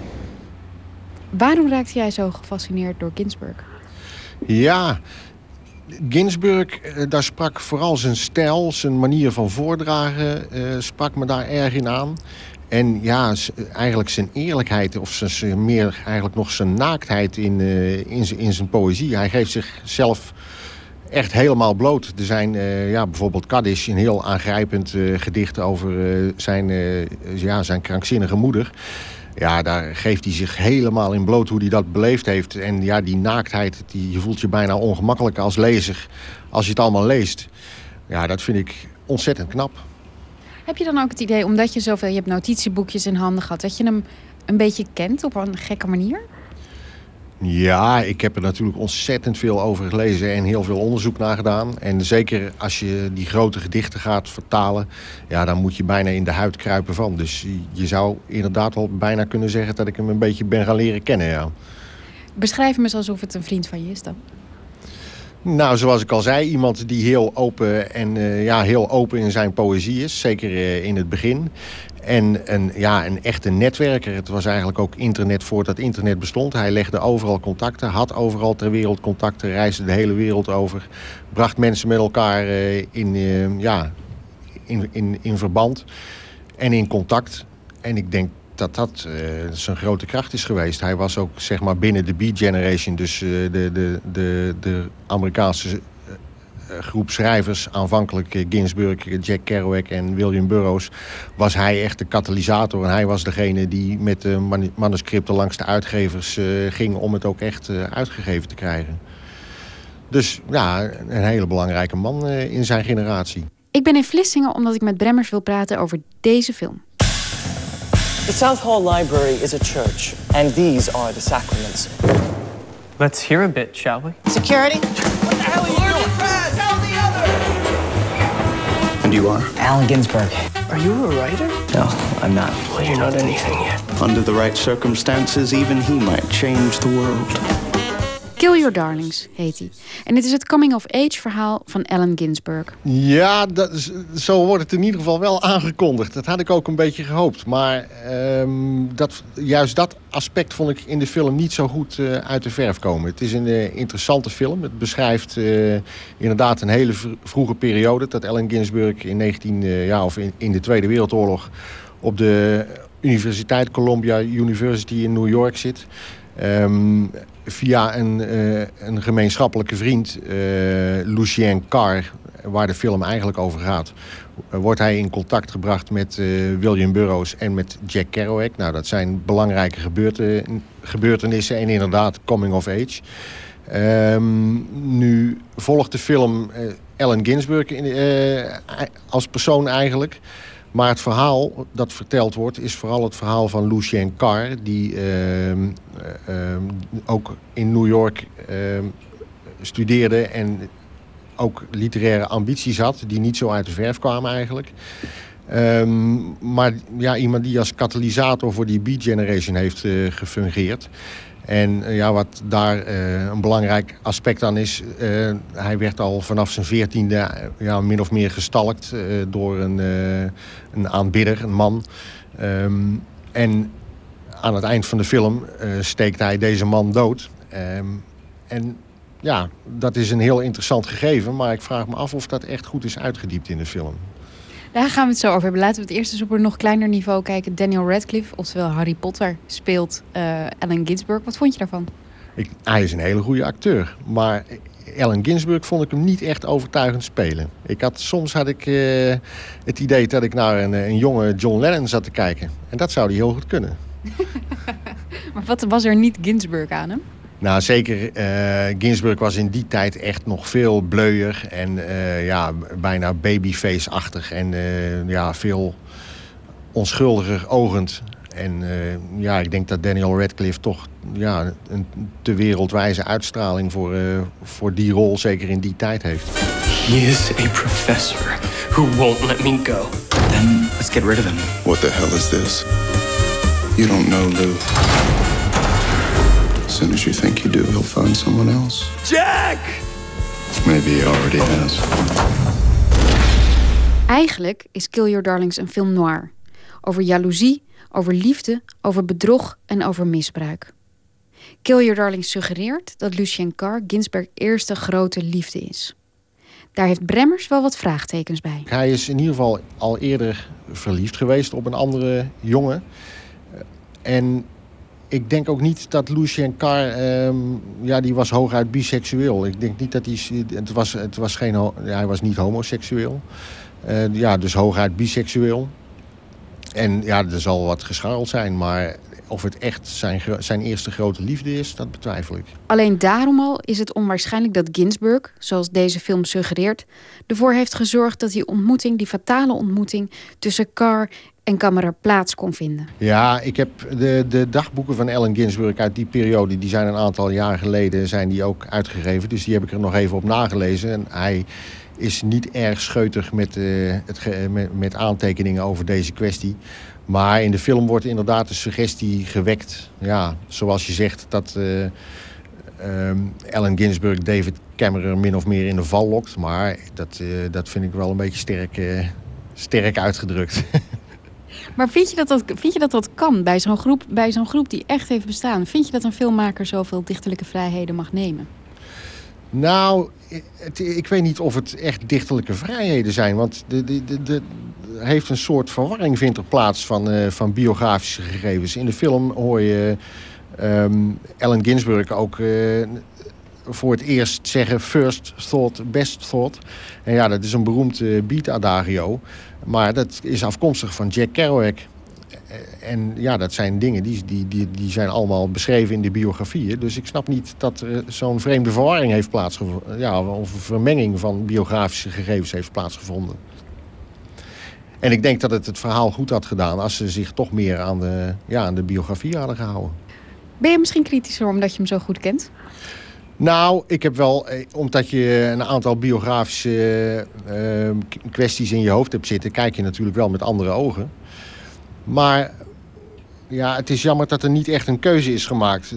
Waarom raakte jij zo gefascineerd door Ginsberg? Ja, Ginsberg, daar sprak vooral zijn stijl, zijn manier van voordragen, sprak me daar erg in aan. En eigenlijk zijn eerlijkheid, of meer eigenlijk nog zijn naaktheid in zijn poëzie. Hij geeft zichzelf echt helemaal bloot. Er zijn bijvoorbeeld Kaddish, een heel aangrijpend gedicht over zijn krankzinnige moeder. Ja, daar geeft hij zich helemaal in bloot hoe hij dat beleefd heeft. En die naaktheid, je voelt je bijna ongemakkelijk als lezer als je het allemaal leest. Ja, dat vind ik ontzettend knap. Heb je dan ook het idee, omdat je je hebt notitieboekjes in handen gehad, dat je hem een beetje kent op een gekke manier? Ja, ik heb er natuurlijk ontzettend veel over gelezen en heel veel onderzoek naar gedaan. En zeker als je die grote gedichten gaat vertalen, dan moet je bijna in de huid kruipen van. Dus je zou inderdaad wel bijna kunnen zeggen dat ik hem een beetje ben gaan leren kennen, ja. Beschrijf hem eens alsof het een vriend van je is dan. Nou, zoals ik al zei, iemand die heel open en heel open in zijn poëzie is. Zeker in het begin. En een echte netwerker. Het was eigenlijk ook internet voordat internet bestond. Hij legde overal contacten, had overal ter wereld contacten, reisde de hele wereld over. Bracht mensen met elkaar in verband en in contact. En ik denk dat zijn grote kracht is geweest. Hij was ook zeg maar binnen de Beat Generation, dus de Amerikaanse groep schrijvers, aanvankelijk Ginsberg, Jack Kerouac en William Burroughs, was hij echt de katalysator. En hij was degene die met de manuscripten langs de uitgevers ging om het ook echt uitgegeven te krijgen. Dus ja, een hele belangrijke man in zijn generatie. Ik ben in Vlissingen omdat ik met Bremmers wil praten over deze film. The South Hall Library is a church, and these are the sacraments. Let's hear a bit, shall we? Security? What the hell are you doing? Tell the other! And you are? Allen Ginsberg. Are you a writer? No, I'm not. Well, you're not anything yet. Under the right circumstances, even he might change the world. Kill Your Darlings heet hij. En het is het coming-of-age verhaal van Allen Ginsberg. Ja, zo wordt het in ieder geval wel aangekondigd. Dat had ik ook een beetje gehoopt. Maar juist dat aspect vond ik in de film niet zo goed uit de verf komen. Het is een interessante film. Het beschrijft inderdaad een hele vroege periode. Dat Allen Ginsberg in de Tweede Wereldoorlog op de Universiteit Columbia University in New York zit. Via een gemeenschappelijke vriend, Lucien Carr, waar de film eigenlijk over gaat, wordt hij in contact gebracht met William Burroughs en met Jack Kerouac. Nou, dat zijn belangrijke gebeurtenissen en inderdaad coming of age. Nu volgt de film Allen Ginsberg als persoon eigenlijk. Maar het verhaal dat verteld wordt is vooral het verhaal van Lucien Carr, die ook in New York studeerde en ook literaire ambities had, die niet zo uit de verf kwamen eigenlijk. Maar ja, iemand die als katalysator voor die Beat Generation heeft gefungeerd. En wat daar een belangrijk aspect aan is, hij werd al vanaf zijn 14e min of meer gestalkt door een aanbidder, een man. En aan het eind van de film steekt hij deze man dood. En ja, dat is een heel interessant gegeven, maar ik vraag me af of dat echt goed is uitgediept in de film. Daar gaan we het zo over hebben. Laten we het eerst eens op een nog kleiner niveau kijken. Daniel Radcliffe, oftewel Harry Potter, speelt Allen Ginsberg. Wat vond je daarvan? Hij is een hele goede acteur. Maar Allen Ginsberg vond ik hem niet echt overtuigend spelen. Soms had ik het idee dat ik naar een jonge John Lennon zat te kijken. En dat zou hij heel goed kunnen. Maar wat was er niet Ginsberg aan hem? Nou, zeker. Ginsberg was in die tijd echt nog veel bleuier en bijna babyface-achtig en veel onschuldiger ogend. En ik denk dat Daniel Radcliffe toch een te wereldwijze uitstraling voor die rol, zeker in die tijd, heeft. He is a professor who won't let me go. Then let's get rid of him. What the hell is this? You don't know, Lou. As soon as you think you do, he'll find someone else. Jack! Maybe he already has. Eigenlijk is Kill Your Darlings een film noir. Over jaloezie, over liefde, over bedrog en over misbruik. Kill Your Darlings suggereert dat Lucien Carr Ginsberg's eerste grote liefde is. Daar heeft Bremmers wel wat vraagtekens bij. Hij is in ieder geval al eerder verliefd geweest op een andere jongen. En ik denk ook niet dat Lucien Carr, die was hooguit biseksueel. Ik denk niet dat hij was niet homoseksueel. Dus hooguit biseksueel. En er zal wat gescharreld zijn, maar of het echt zijn eerste grote liefde is, dat betwijfel ik. Alleen daarom al is het onwaarschijnlijk dat Ginsberg, zoals deze film suggereert, ervoor heeft gezorgd dat die fatale ontmoeting tussen Carr en Kammerer plaats kon vinden. Ja, ik heb de dagboeken van Allen Ginsberg uit die periode, die zijn een aantal jaar geleden zijn die ook uitgegeven. Dus die heb ik er nog even op nagelezen. En hij is niet erg scheutig met aantekeningen over deze kwestie. Maar in de film wordt inderdaad de suggestie gewekt. Ja, zoals je zegt, dat Allen Ginsberg David Cameron min of meer in de val lokt. Maar dat vind ik wel een beetje sterk uitgedrukt. Maar vind je dat kan bij zo'n groep die echt heeft bestaan? Vind je dat een filmmaker zoveel dichterlijke vrijheden mag nemen? Nou, ik weet niet of het echt dichterlijke vrijheden zijn. Want heeft een soort verwarring vindt er plaats van biografische gegevens. In de film hoor je Allen Ginsberg ook voor het eerst zeggen first thought, best thought. En ja, dat is een beroemd beat-adagio. Maar dat is afkomstig van Jack Kerouac. En ja, dat zijn dingen die zijn allemaal beschreven in de biografieën. Dus ik snap niet dat er zo'n vreemde verwarring heeft plaatsgevonden. Ja, of een vermenging van biografische gegevens heeft plaatsgevonden. En ik denk dat het verhaal goed had gedaan als ze zich toch meer aan de biografie hadden gehouden. Ben je misschien kritischer omdat je hem zo goed kent? Nou, ik heb wel, omdat je een aantal biografische kwesties in je hoofd hebt zitten, kijk je natuurlijk wel met andere ogen. Maar ja, het is jammer dat er niet echt een keuze is gemaakt.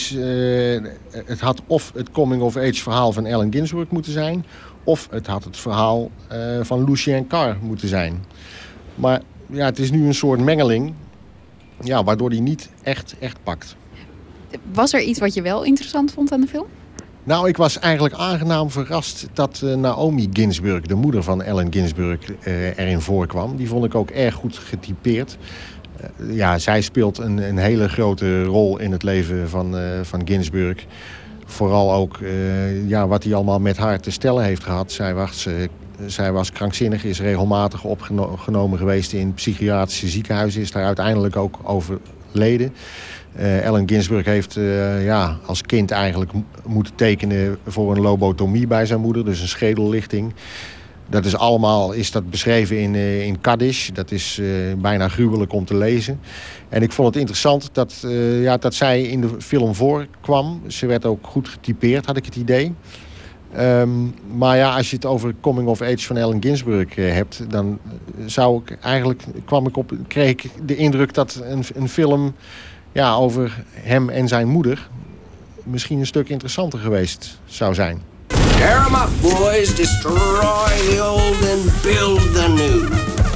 Het had of het coming-of-age verhaal van Allen Ginsberg moeten zijn, of het had het verhaal van Lucien Carr moeten zijn. Maar ja, het is nu een soort mengeling, ja, waardoor die niet echt pakt. Was er iets wat je wel interessant vond aan de film? Nou, ik was eigenlijk aangenaam verrast dat Naomi Ginsberg, de moeder van Allen Ginsberg, erin voorkwam. Die vond ik ook erg goed getypeerd. Ja, zij speelt een hele grote rol in het leven van Ginsberg. Vooral ook wat hij allemaal met haar te stellen heeft gehad. Zij was krankzinnig, is regelmatig opgenomen geweest in psychiatrische ziekenhuizen. Is daar uiteindelijk ook overleden. Allen Ginsberg heeft als kind eigenlijk moeten tekenen voor een lobotomie bij zijn moeder. Dus een schedellichting. Dat is allemaal beschreven in Kaddish. Dat is bijna gruwelijk om te lezen. En ik vond het interessant dat zij in de film voorkwam. Ze werd ook goed getypeerd, had ik het idee. Maar ja, als je het over coming of age van Allen Ginsberg hebt, dan kreeg ik de indruk dat een film over hem en zijn moeder misschien een stuk interessanter geweest zou zijn. Tear 'em up, boys. Destroy the old and build the new.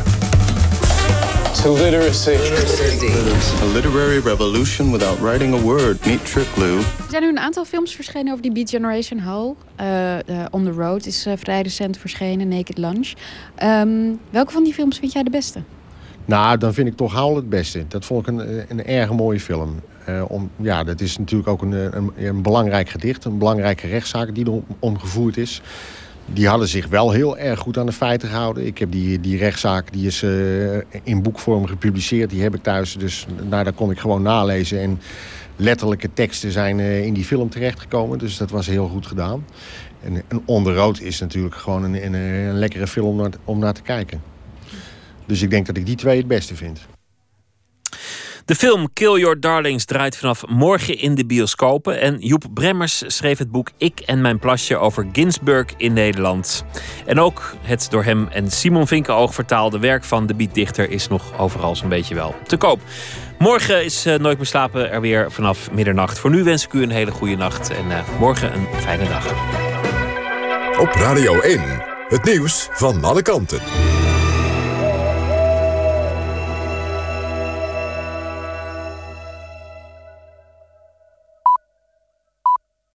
To literacy. A literary revolution without writing a word. Meet Trip Blue. Er zijn nu een aantal films verschenen over die Beat Generation Hall. On the Road is vrij recent verschenen, Naked Lunch. Welke van die films vind jij de beste? Nou, dan vind ik toch Howl het beste. Dat vond ik een erg mooie film. Dat is natuurlijk ook een belangrijk gedicht. Een belangrijke rechtszaak die er omgevoerd is. Die hadden zich wel heel erg goed aan de feiten gehouden. Ik heb die rechtszaak, die is in boekvorm gepubliceerd. Die heb ik thuis, dus daar kon ik gewoon nalezen. En letterlijke teksten zijn in die film terechtgekomen. Dus dat was heel goed gedaan. En On the Road is natuurlijk gewoon een lekkere film om naar te kijken. Dus ik denk dat ik die twee het beste vind. De film Kill Your Darlings draait vanaf morgen in de bioscopen. En Joep Bremmers schreef het boek Ik en mijn plasje over Ginsberg in Nederland. En ook het door hem en Simon Vinkenoog vertaalde werk van de beatdichter is nog overal zo'n beetje wel te koop. Morgen is Nooit meer slapen er weer vanaf middernacht. Voor nu wens ik u een hele goede nacht en morgen een fijne dag. Op Radio 1, het nieuws van alle kanten.